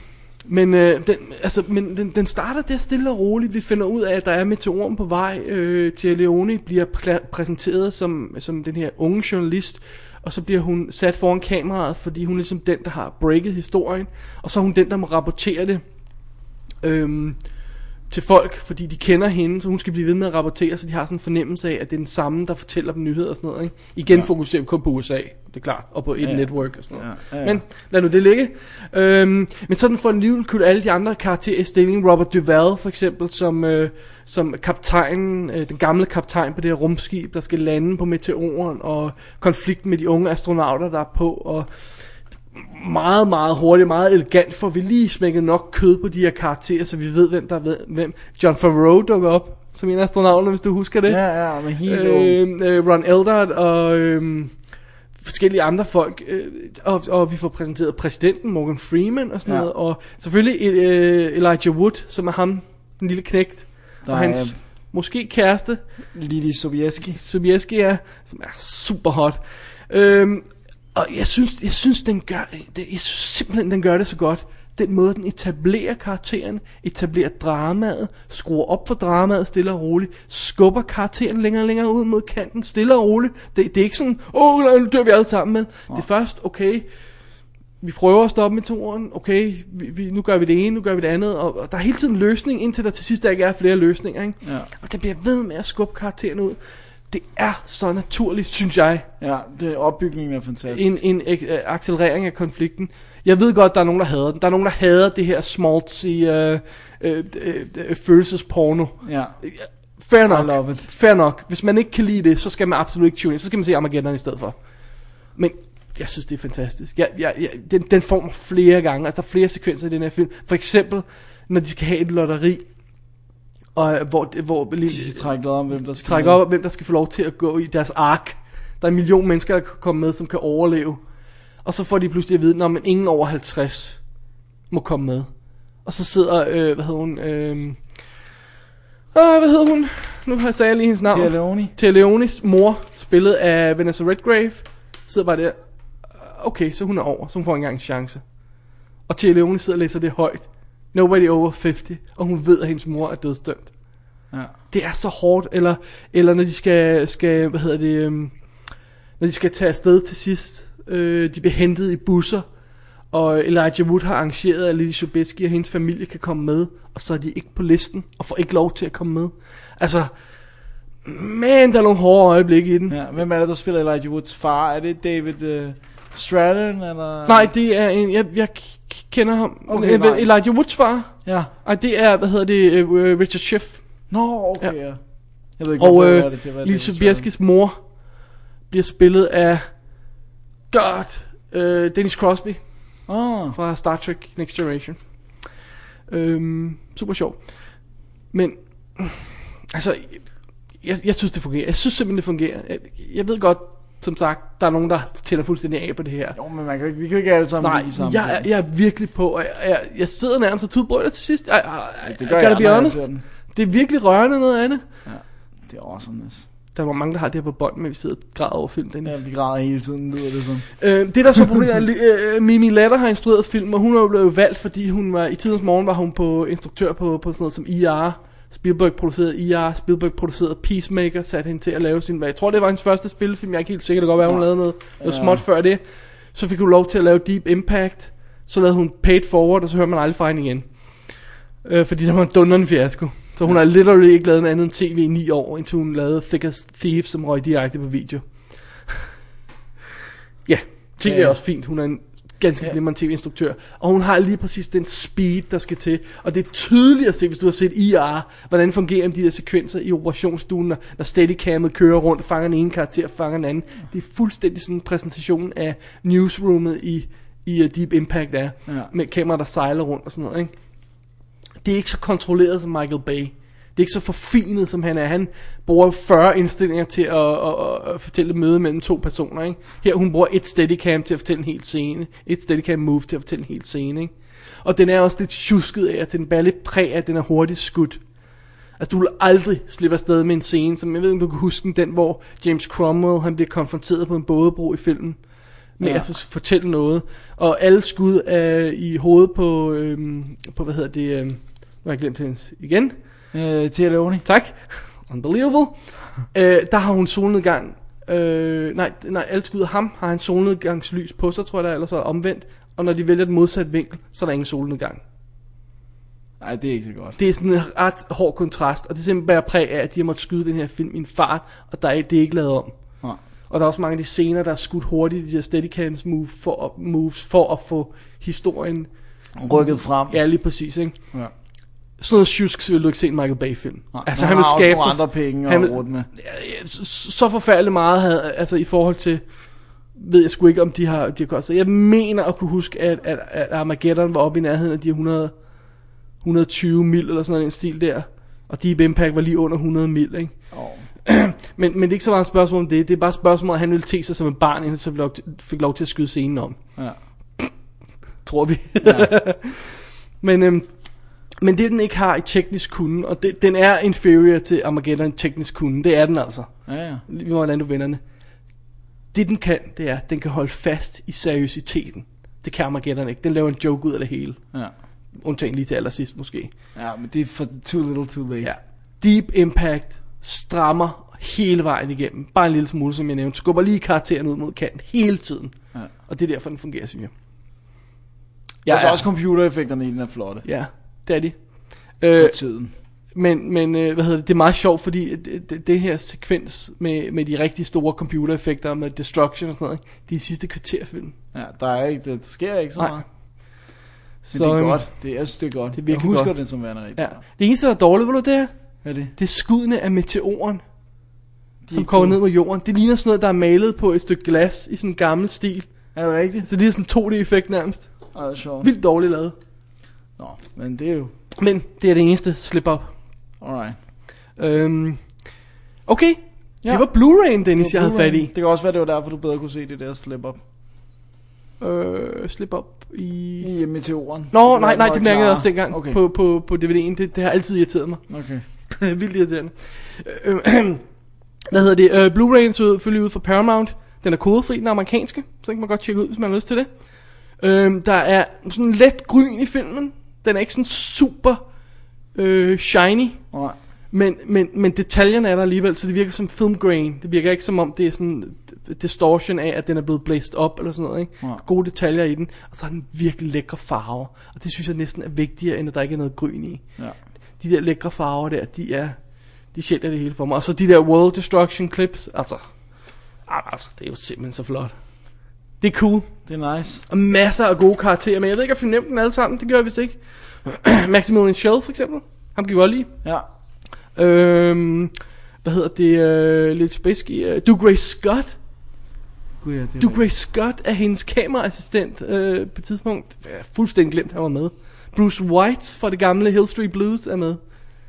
Men den starter der stille og roligt. Vi finder ud af, at der er meteoren på vej. Téa Leoni bliver præsenteret som den her unge journalist, og så bliver hun sat foran kameraet, fordi hun er ligesom den, der har breaket historien, og så er hun den, der må rapportere det til folk, fordi de kender hende, så hun skal blive ved med at rapportere, så de har sådan en fornemmelse af, at det er den samme, der fortæller dem nyheder og sådan noget, ikke? Igen fokuserer vi kun på USA, det er klart, og på et network og sådan noget. Ja. Men lad nu det ligge. Men sådan får den alligevel købt alle de andre karakterer i stillingen. Robert Duvall for eksempel, som kaptajnen, den gamle kaptajn på det her rumskib, der skal lande på meteoren, og konflikten med de unge astronauter, der er på, og meget, meget hurtigt, meget elegant, for vi lige smækket nok kød på de her karakterer, så vi ved, hvem der ved hvem. John Favreau dukker op, som en af astronauterne, hvis du husker det. Ja, men helt Ron Eldard og forskellige andre folk, og vi får præsenteret præsidenten, Morgan Freeman og sådan noget, og selvfølgelig Elijah Wood, som er ham, den lille knægt, og hans måske kæreste, Lili Sobieski, ja, som er super hot. Og jeg synes simpelthen den gør det så godt. Den måde den etablerer karakteren, etablerer dramaet, skruer op for dramaet stille og roligt, skubber karakteren længere og længere ud mod kanten stille og roligt. Det er ikke sådan, nu dør vi alle sammen med. Det er først, okay, vi prøver at stoppe meteoren, okay, nu gør vi det ene, nu gør vi det andet, og der er hele tiden løsning, indtil der til sidst ikke er flere løsninger, ikke? Ja. Og der bliver ved med at skubbe karakteren ud. Det er så naturligt, synes jeg. Ja, opbygningen er fantastisk. En accelerering af konflikten. Jeg ved godt, der er nogen, der hader den. Der er nogen, der hader det her smaltzy følelsesporno. Ja. Fair nok. Hvis man ikke kan lide det, så skal man absolut ikke tune ind. Så skal man se Armageddon i stedet for. Men jeg synes, det er fantastisk. Den får mig flere gange. Altså, der er flere sekvenser i den her film. For eksempel, når de skal have et lotteri, og hvor de skal trække op, hvem der skal få lov til at gå i deres ark. Der er 1 million mennesker, der kan komme med, som kan overleve. Og så får de pludselig at vide, at ingen over 50 må komme med. Og så sidder, Hvad hedder hun? Nu har jeg sagt lige hendes navn. Téa Leonis mor, spillet af Vanessa Redgrave, sidder bare der. Okay, så hun er over, så hun får ikke engang en chance. Og Téa Leonis sidder og læser det højt. Nobody over 50, og hun ved, at hendes mor er dødsdømt. Ja. Det er så hårdt, eller når de skal hvad hedder det, når de skal tage afsted til sidst, de bliver hentet i busser, og Elijah Wood har arrangeret, at Lily Sobieski og hendes familie kan komme med, og så er de ikke på listen, og får ikke lov til at komme med. Altså, men der er nogle hårde øjeblikke i den. Ja, hvem er det, der spiller Elijah Woods far? Er det David Stratton, eller? Nej, det er en, jeg kender ham. Okay, Elijah Woods far? Ja. Ej, det er, Richard Schiff. Nå, okay, ja. Jeg ved ikke, og Lily Sobieskis mor bliver spillet af Dennis Crosby fra Star Trek Next Generation. Super sjov. Men altså, jeg synes det fungerer. Jeg synes simpelthen det fungerer. Jeg ved godt, som sagt, der er nogen der tænder fuldstændig af på det her. Jo, men vi kan ikke alle sammen lide sammen. Jeg er virkelig på. Jeg sidder nærmest og tudbrøler til sidst. Det gør jeg, be honest. Det er virkelig rørende noget af det. Ja, det er awesomeness. Der var mange, der har det her på bånd, men vi sidder og græder over film. Ja, vi græder hele tiden, lyder det sådan. Det der så problemet er, Mimi Latter har instrueret film, og hun er jo blevet valgt, fordi hun var, i tidens morgen var hun på instruktør på sådan noget som ER. Spielberg producerede Peacemaker, satte hende til at lave sin, jeg tror det var hendes første spillefilm, jeg er ikke helt sikker, det kan godt være, hun lavede noget småt før det. Så fik hun lov til at lave Deep Impact, så lavede hun Paid Forward, og så hører man aldrig fra hende igen. Fordi der var en dundrende fiasko. Så hun har literally ikke lavet en anden tv i 9 år, indtil hun lavede Thick as Thieves, som røg direkte på video. Ja, tv er også fint. Hun er en ganske glimrende tv-instruktør. Og hun har lige præcis den speed, der skal til. Og det er tydeligt at se, hvis du har set IR, hvordan fungerer de der sekvenser i operationsstuen, når Steadicam'et kører rundt og fanger den ene karakter og fanger den anden. Det er fuldstændig sådan en præsentation af newsroomet i Deep Impact er. Ja. Med kameraer, der sejler rundt og sådan noget, ikke? Det er ikke så kontrolleret som Michael Bay. Det er ikke så forfinet som han er. Han bruger 40 indstillinger til at fortælle møde mellem to personer, ikke? Her hun bruger et Steadicam til at fortælle en hel scene. Et Steadicam move til at fortælle en hel scene, ikke? Og den er også lidt tjusket af, at den bærer lidt præg af, at den er hurtigt skudt. Altså du vil aldrig slippe afsted med en scene, som jeg ved ikke, om du kan huske den, hvor James Cromwell, han bliver konfronteret på en bådebro i filmen. Med at fortælle noget. Og alle skud er i hovedet på hvad hedder det, nu har jeg glemt hendes igen. Téa Leoni. Tak. Unbelievable. Der har hun solnedgang. Nej, alle skud af ham har han solnedgangslys på sig, tror jeg der, eller så omvendt. Og når de vælger den modsatte vinkel, så er der ingen solnedgang. Nej, det er ikke så godt. Det er sådan en ret hård kontrast, og det er simpelthen bare præg af, at de har måttet skyde den her film i en fart, og det er ikke lavet om. Nej. Og der er også mange af de scener, der er skudt hurtigt, de her Steadicams moves for at få historien rykket frem. Ja, lige præcis, ikke? Ja. Sådan noget sjusk vil du ikke se en Michael Bay film. Ja, altså han vil skabe sig andre penge og rundt med. Så forfærdeligt meget altså i forhold til, ved jeg sgu ikke om de har kostet. Jeg mener at kunne huske at Armageddon var oppe i nærheden af de 120 mil eller sådan en stil der. Og Deep Impact var lige under 100 mil, ikke? Men det er ikke så meget et spørgsmål om det. Det er bare et spørgsmål, at han ville te sig som et barn, indtil så fik lov til at skyde scenen om. Ja. Tror vi. Ja. Men det den ikke har i teknisk kunde, og den er inferior til Armageddon teknisk kunde. Det er den altså. Ja. Lige hvordan du vender det. Det den kan, det er, at den kan holde fast i seriøsiteten. Det kan Armageddon ikke. Den laver en joke ud af det hele. Ja. Undtagen lige til allersidst måske. Ja, men det er for too little too late. Ja. Deep Impact strammer hele vejen igennem. Bare en lille smule, som jeg nævnte. Skubber lige karakteren ud mod kanten hele tiden. Ja. Og det er derfor, den fungerer, synes jeg. Og så også computereffekterne i den er flotte. Ja, det er de. For tiden. Men hvad hedder det? Det er meget sjovt, fordi det her sekvens med de rigtig store computereffekter, med destruction og sådan noget, de sidste kvarterfilm. Ja, der sker ikke så meget. Men så, det er godt. Jeg synes, det er godt. Det er jeg husker godt. Den som værende rigtig. Ja. Det eneste, der er dårligt, ved du det er? Hvad er det? Det er skuddene af meteoren, som kommer ned på jorden. Det ligner sådan noget, der er malet på et stykke glas i sådan en gammel stil. Er det rigtigt? Så det er sådan en 2D-effekt nærmest. Det er sjovt. Vildt dårligt lavet. Nå, men det er jo... Men det er det eneste slip-up. Alright. Okay. Ja. Det var Blu-ray'en, Dennis, jeg havde fat i. Det kan også være, det var derfor, du bedre kunne se det der slip-up. Slip-up i meteoren. Nå, nej, det mærkede jeg også dengang okay. på DVD'en. Det har altid irriteret mig. Okay. Vildt irriterende. Hvad hedder det? Blu-ray'en selvfølgelig ud fra Paramount. Den er kodefri, den amerikanske, så kan man godt tjekke ud, hvis man har lyst til det. Der er sådan let gryn i filmen. Den er ikke sådan super shiny. Nej. Men detaljerne er der alligevel, så det virker som film grain. Det virker ikke som om det er sådan distortion af, at den er blevet blæst op eller sådan noget, ikke? Ja. Gode detaljer i den, og så har den virkelig lækre farver. Og det synes jeg næsten er vigtigere, end at der ikke er noget gryn i. Ja. De der lækre farver der, de sælger det hele for mig. Og så de der World Destruction clips, altså, det er jo simpelthen så flot. Det er cool. Det er nice. Og masser af gode karakterer, men jeg ved ikke, om jeg nævnte dem alle sammen. Det gør jeg vist ikke. Maximilian Schell for eksempel. Ham kan vi godt lide. Ja. Hvad hedder det? Lidt spacey. Dougray Scott. Gud, ja, Dougray Scott er hendes kameraassistent på et tidspunkt. Jeg er fuldstændig glemt, han var med. Bruce White fra det gamle Hill Street Blues er med.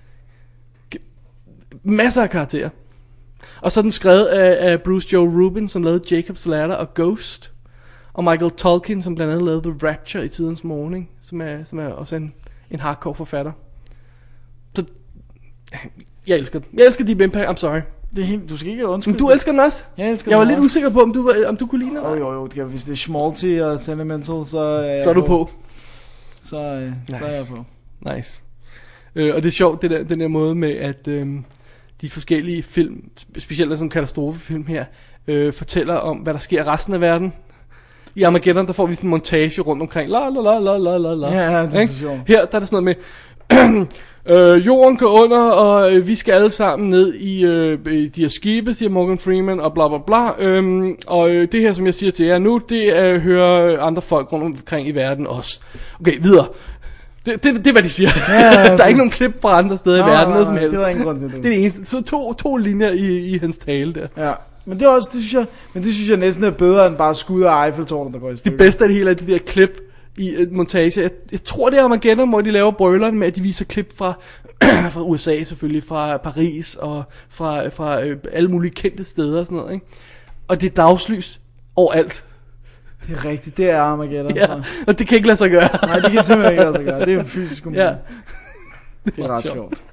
Masser af karakterer. Og så er den skrevet af Bruce Joe Rubin, som lavede Jacob's Ladder og Ghost. Og Michael Tolkien, som blandt andet lavede The Rapture i tidens morgen, som er også en hardcore forfatter. Så jeg elsker den. Jeg elsker Deep Impact, I'm sorry. Det er helt, du skal ikke undskylde. Men du elsker den også? Jeg elsker jeg var den lidt også. usikker på, om du kunne lide den. Jo, hvis det er schmaltzy og sentimental, så er du på. Så er jeg på. Nice. Og det er sjovt, den der måde med, at de forskellige film, specielt sådan katastrofefilm her, fortæller om, hvad der sker i resten af verden. I Armageddon, der får vi sådan en montage rundt omkring. La. Ja, det er så sjovt. Her, der er der sådan noget med, jorden går under, og vi skal alle sammen ned i de her skibe, siger Morgan Freeman, og bla bla bla. Og det her, som jeg siger til jer nu, det hører andre folk rundt omkring i verden også. Okay, videre. Det er, hvad de siger. Ja, der er ikke nogen klip fra andre steder i verden, noget som helst. Det er der ingen grund til. Det er det eneste. Så to linjer i hans tale der. Ja. Men det er også, det synes jeg næsten er bedre end bare skud af Eiffeltårnet, der går i stykker. Det bedste af det hele er de der klip i montage. Jeg tror det er Armageddon, hvor de laver brøleren med, at de viser klip fra USA selvfølgelig, fra Paris og fra alle mulige kendte steder og sådan noget, ikke? Og det er dagslys overalt. Det er rigtigt, det er Armageddon. Ja, og det kan ikke lade sig gøre. Nej, det kan simpelthen ikke lade sig gøre. Det er jo fysisk umuligt. Ja. Det er ret sjovt.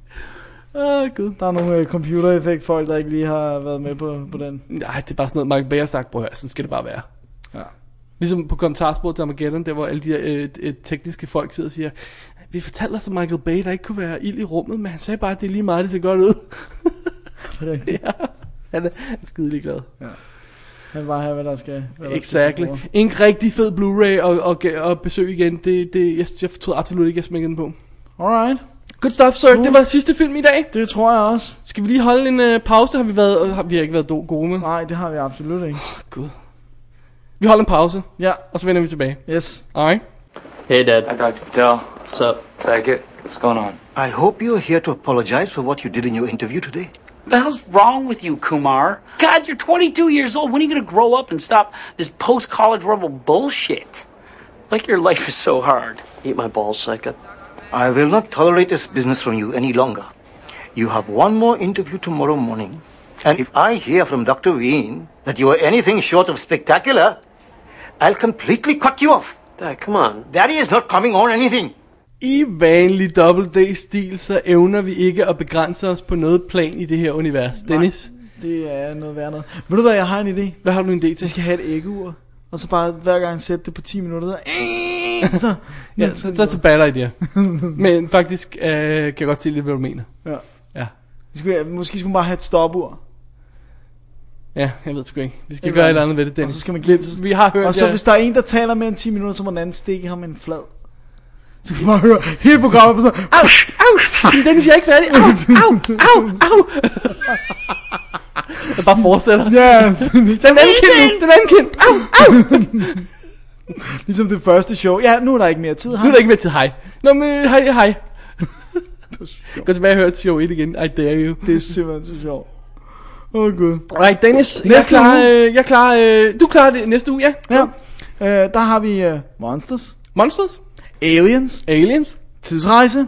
Gud. Der er nogle computereffekt folk, der ikke lige har været med på den. Nej, det er bare sådan noget, Mark Bay har sagt, på her, sådan skal det bare være. Ja. Ligesom på kommentarsporet til Armageddon, der hvor alle de der tekniske folk sidder og siger, vi fortalte os, at Michael Bay, der ikke kunne være ild i rummet, men han sagde bare, at det er lige meget, det ser godt ud. Ja, han er skidelig glad. Ja. Han bare have, hvad der skal. Exactly. En rigtig fed Blu-ray og besøg igen. Jeg tror absolut ikke, jeg smækker den på. Alright. Good stuff, sir. Det var sidste film i dag. Det tror jeg også. Skal vi lige holde en pause? Vi har ikke været gode med. Nej, det har vi absolut ikke. Gud. Vi holder en pause. Ja. Og så vender vi tilbage. Yes. Alright. Hey, Dad. Hi, Dr. Patel. What's up? Sackett, what's going on? I hope you're here to apologize for what you did in your interview today. What the hell's wrong with you, Kumar? God, you're 22 years old. When are you gonna grow up and stop this post-college rebel bullshit? Like your life is so hard. Eat my balls, Sackett. I will not tolerate this business from you any longer. You have one more interview tomorrow morning. And if I hear from Dr. Veen that you are anything short of spectacular, I'll completely cut you off. Dad, come on. Daddy is not coming on anything. I vanlig Double D-stil, så evner vi ikke at begrænse os på noget plan i det her univers. Dennis? Nej, det er noget værd noget. Ved du hvad, jeg har en idé. Hvad har du en idé til? Vi skal have et æggeur, og så bare hver gang sætte det på 10 minutter. Så, ja, så that's a bad idea. Men faktisk kan jeg godt se lidt, hvad du mener. Ja. Ja. Måske skulle man bare have et stopur. Ja, jeg ved sgu ikke. Vi skal gøre et andet ved det, Dennis. Og så skal man vi har hørt, og så hvis der er en, der taler mere end 10 minutter, så må den anden stikke ham med en flad. Så kan man bare høre hele programmet på sådan. Au, au, Dennis, jeg er ikke færdig. Au, au, au, au. Jeg bare fortsætter. Ja. Den anden kind. Au, au. Ligesom det første show. Ja, nu er der ikke mere tid. Nu er der ikke mere tid. Hej. Nå, men hej. Gå tilbage og hør et show 1 igen. I dare you. Det er simpelthen så sjovt. Gud. Alright, Dennis. Jeg er klar. Du er klar det næste uge, ja? Ja. Der har vi Monsters. Monsters? Aliens. Tidsrejse.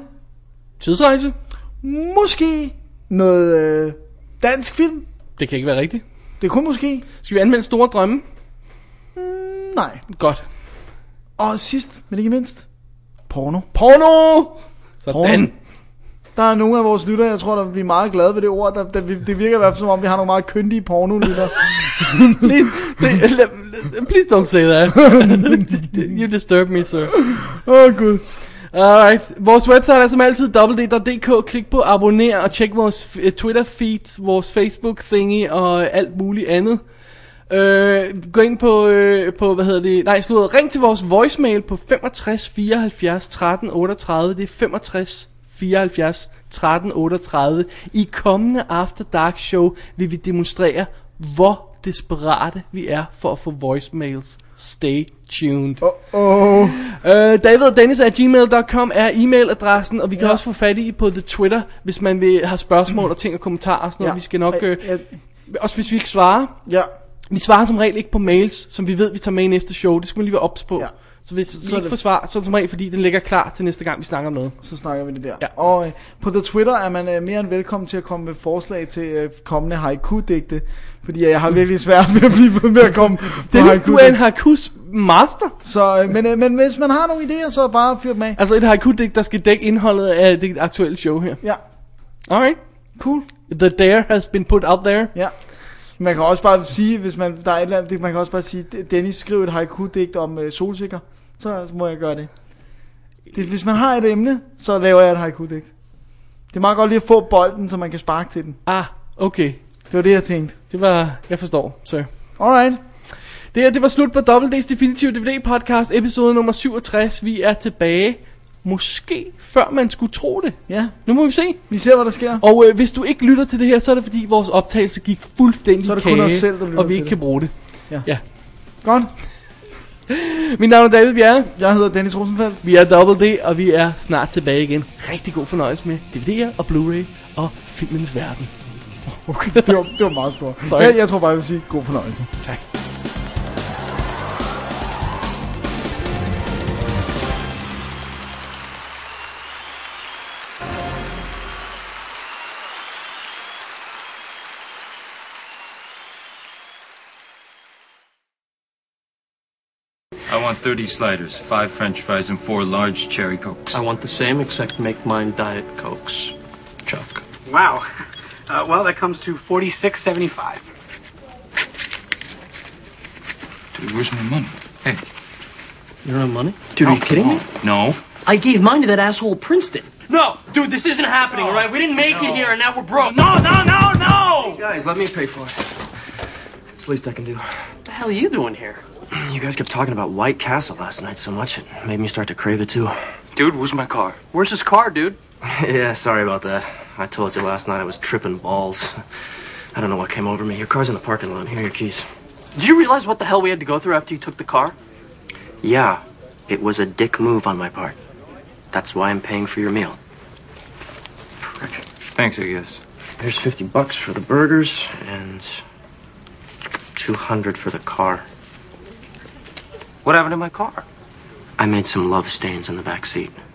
Måske noget dansk film. Det kan ikke være rigtigt. Det kunne måske. Skal vi anmelde Store Drømme? Nej. Godt. Og sidst, men ikke mindst, porno. Sådan. Der er nogle af vores lyttere, jeg tror, der vil blive meget glade ved det ord. Det virker i hvert fald som om, vi har nogle meget kyndige porno-lyttere. Please don't say that. You disturb me, sir. Gud. Alright, vores website er som altid www.dk. Klik på abonner og tjek vores Twitter feeds, vores Facebook thingy og alt muligt andet. Gå ind på ring til vores voicemail på 65 74 13 38. Det er 65 74 13 38. I kommende After Dark show vil vi demonstrere, hvor desperate vi er for at få voicemails. Stay tuned. David@dennis@gmail.com er e-mailadressen, og vi kan også få fat i på The Twitter, hvis man vil have spørgsmål og ting og kommentarer og sådan noget. Vi skal nok også hvis vi ikke svarer. Ja. Vi svarer som regel ikke på mails, som vi ved vi tager med i næste show. Det skal man lige være ops på. Ja. Så hvis vi ikke får svar, så er det som regel fordi den ligger klar til næste gang vi snakker om noget. Så snakker vi det der. Ja. Og på The Twitter er man mere end velkommen til at komme med forslag til kommende haiku-digte. Fordi jeg har virkelig svært ved at blive ved med at komme på haiku. Du er en haikus master. Så, men hvis man har nogle idéer, så bare fyr dem af. Altså et haiku-digt, der skal dække indholdet af det aktuelle show her. Ja. Alright. Cool. The dare has been put out there. Ja. Man kan også bare sige, hvis man der er et eller andet, man kan også bare sige, Dennis skriver et haiku-digt om solsikker, så må jeg gøre det. Hvis man har et emne, så laver jeg et haiku-digt. Det er meget godt lige at få bolden, så man kan sparke til den. Okay. Det var det, jeg tænkte. Jeg forstår, sir. Alright. Det var slut på WD's Definitive DVD podcast, episode nummer 67. Vi er tilbage. Måske før man skulle tro det. Ja. Nu må vi se. Vi ser, hvad der sker. Og hvis du ikke lytter til det her, så er det fordi vores optagelse gik fuldstændig så er det kun os selv, der lytter og vi ikke kan bruge det. Ja. Godt. Mit navn er David Bjerre. Jeg hedder Dennis Rosenfeldt. Vi er WD, og vi er snart tilbage igen. Rigtig god fornøjelse med DVD'er og Blu-ray og filmens verden. Okay, det var meget stort. Jeg tror bare, jeg vil sige god fornøjelse. Tak. I want 30 sliders, 5 French fries, and 4 large cherry Cokes. I want the same, except make mine Diet Cokes. Chuck. Wow. Well, that comes to $46.75. Dude, where's my money? Hey. You don't have money? Dude, are you kidding me? No. I gave mine to that asshole Princeton. No, dude, this isn't happening, all right? We didn't make it here, and now we're broke. No! Hey, guys, let me pay for it. It's the least I can do. What the hell are you doing here? You guys kept talking about White Castle last night so much, it made me start to crave it too. Dude, where's my car? Where's his car, dude? Yeah, sorry about that. I told you last night I was tripping balls. I don't know what came over me. Your car's in the parking lot. Here are your keys. Do you realize what the hell we had to go through after you took the car? Yeah, it was a dick move on my part. That's why I'm paying for your meal. Prick. Thanks, I guess. Here's $50 for the burgers and $200 for the car. What happened to my car? I made some love stains in the back seat.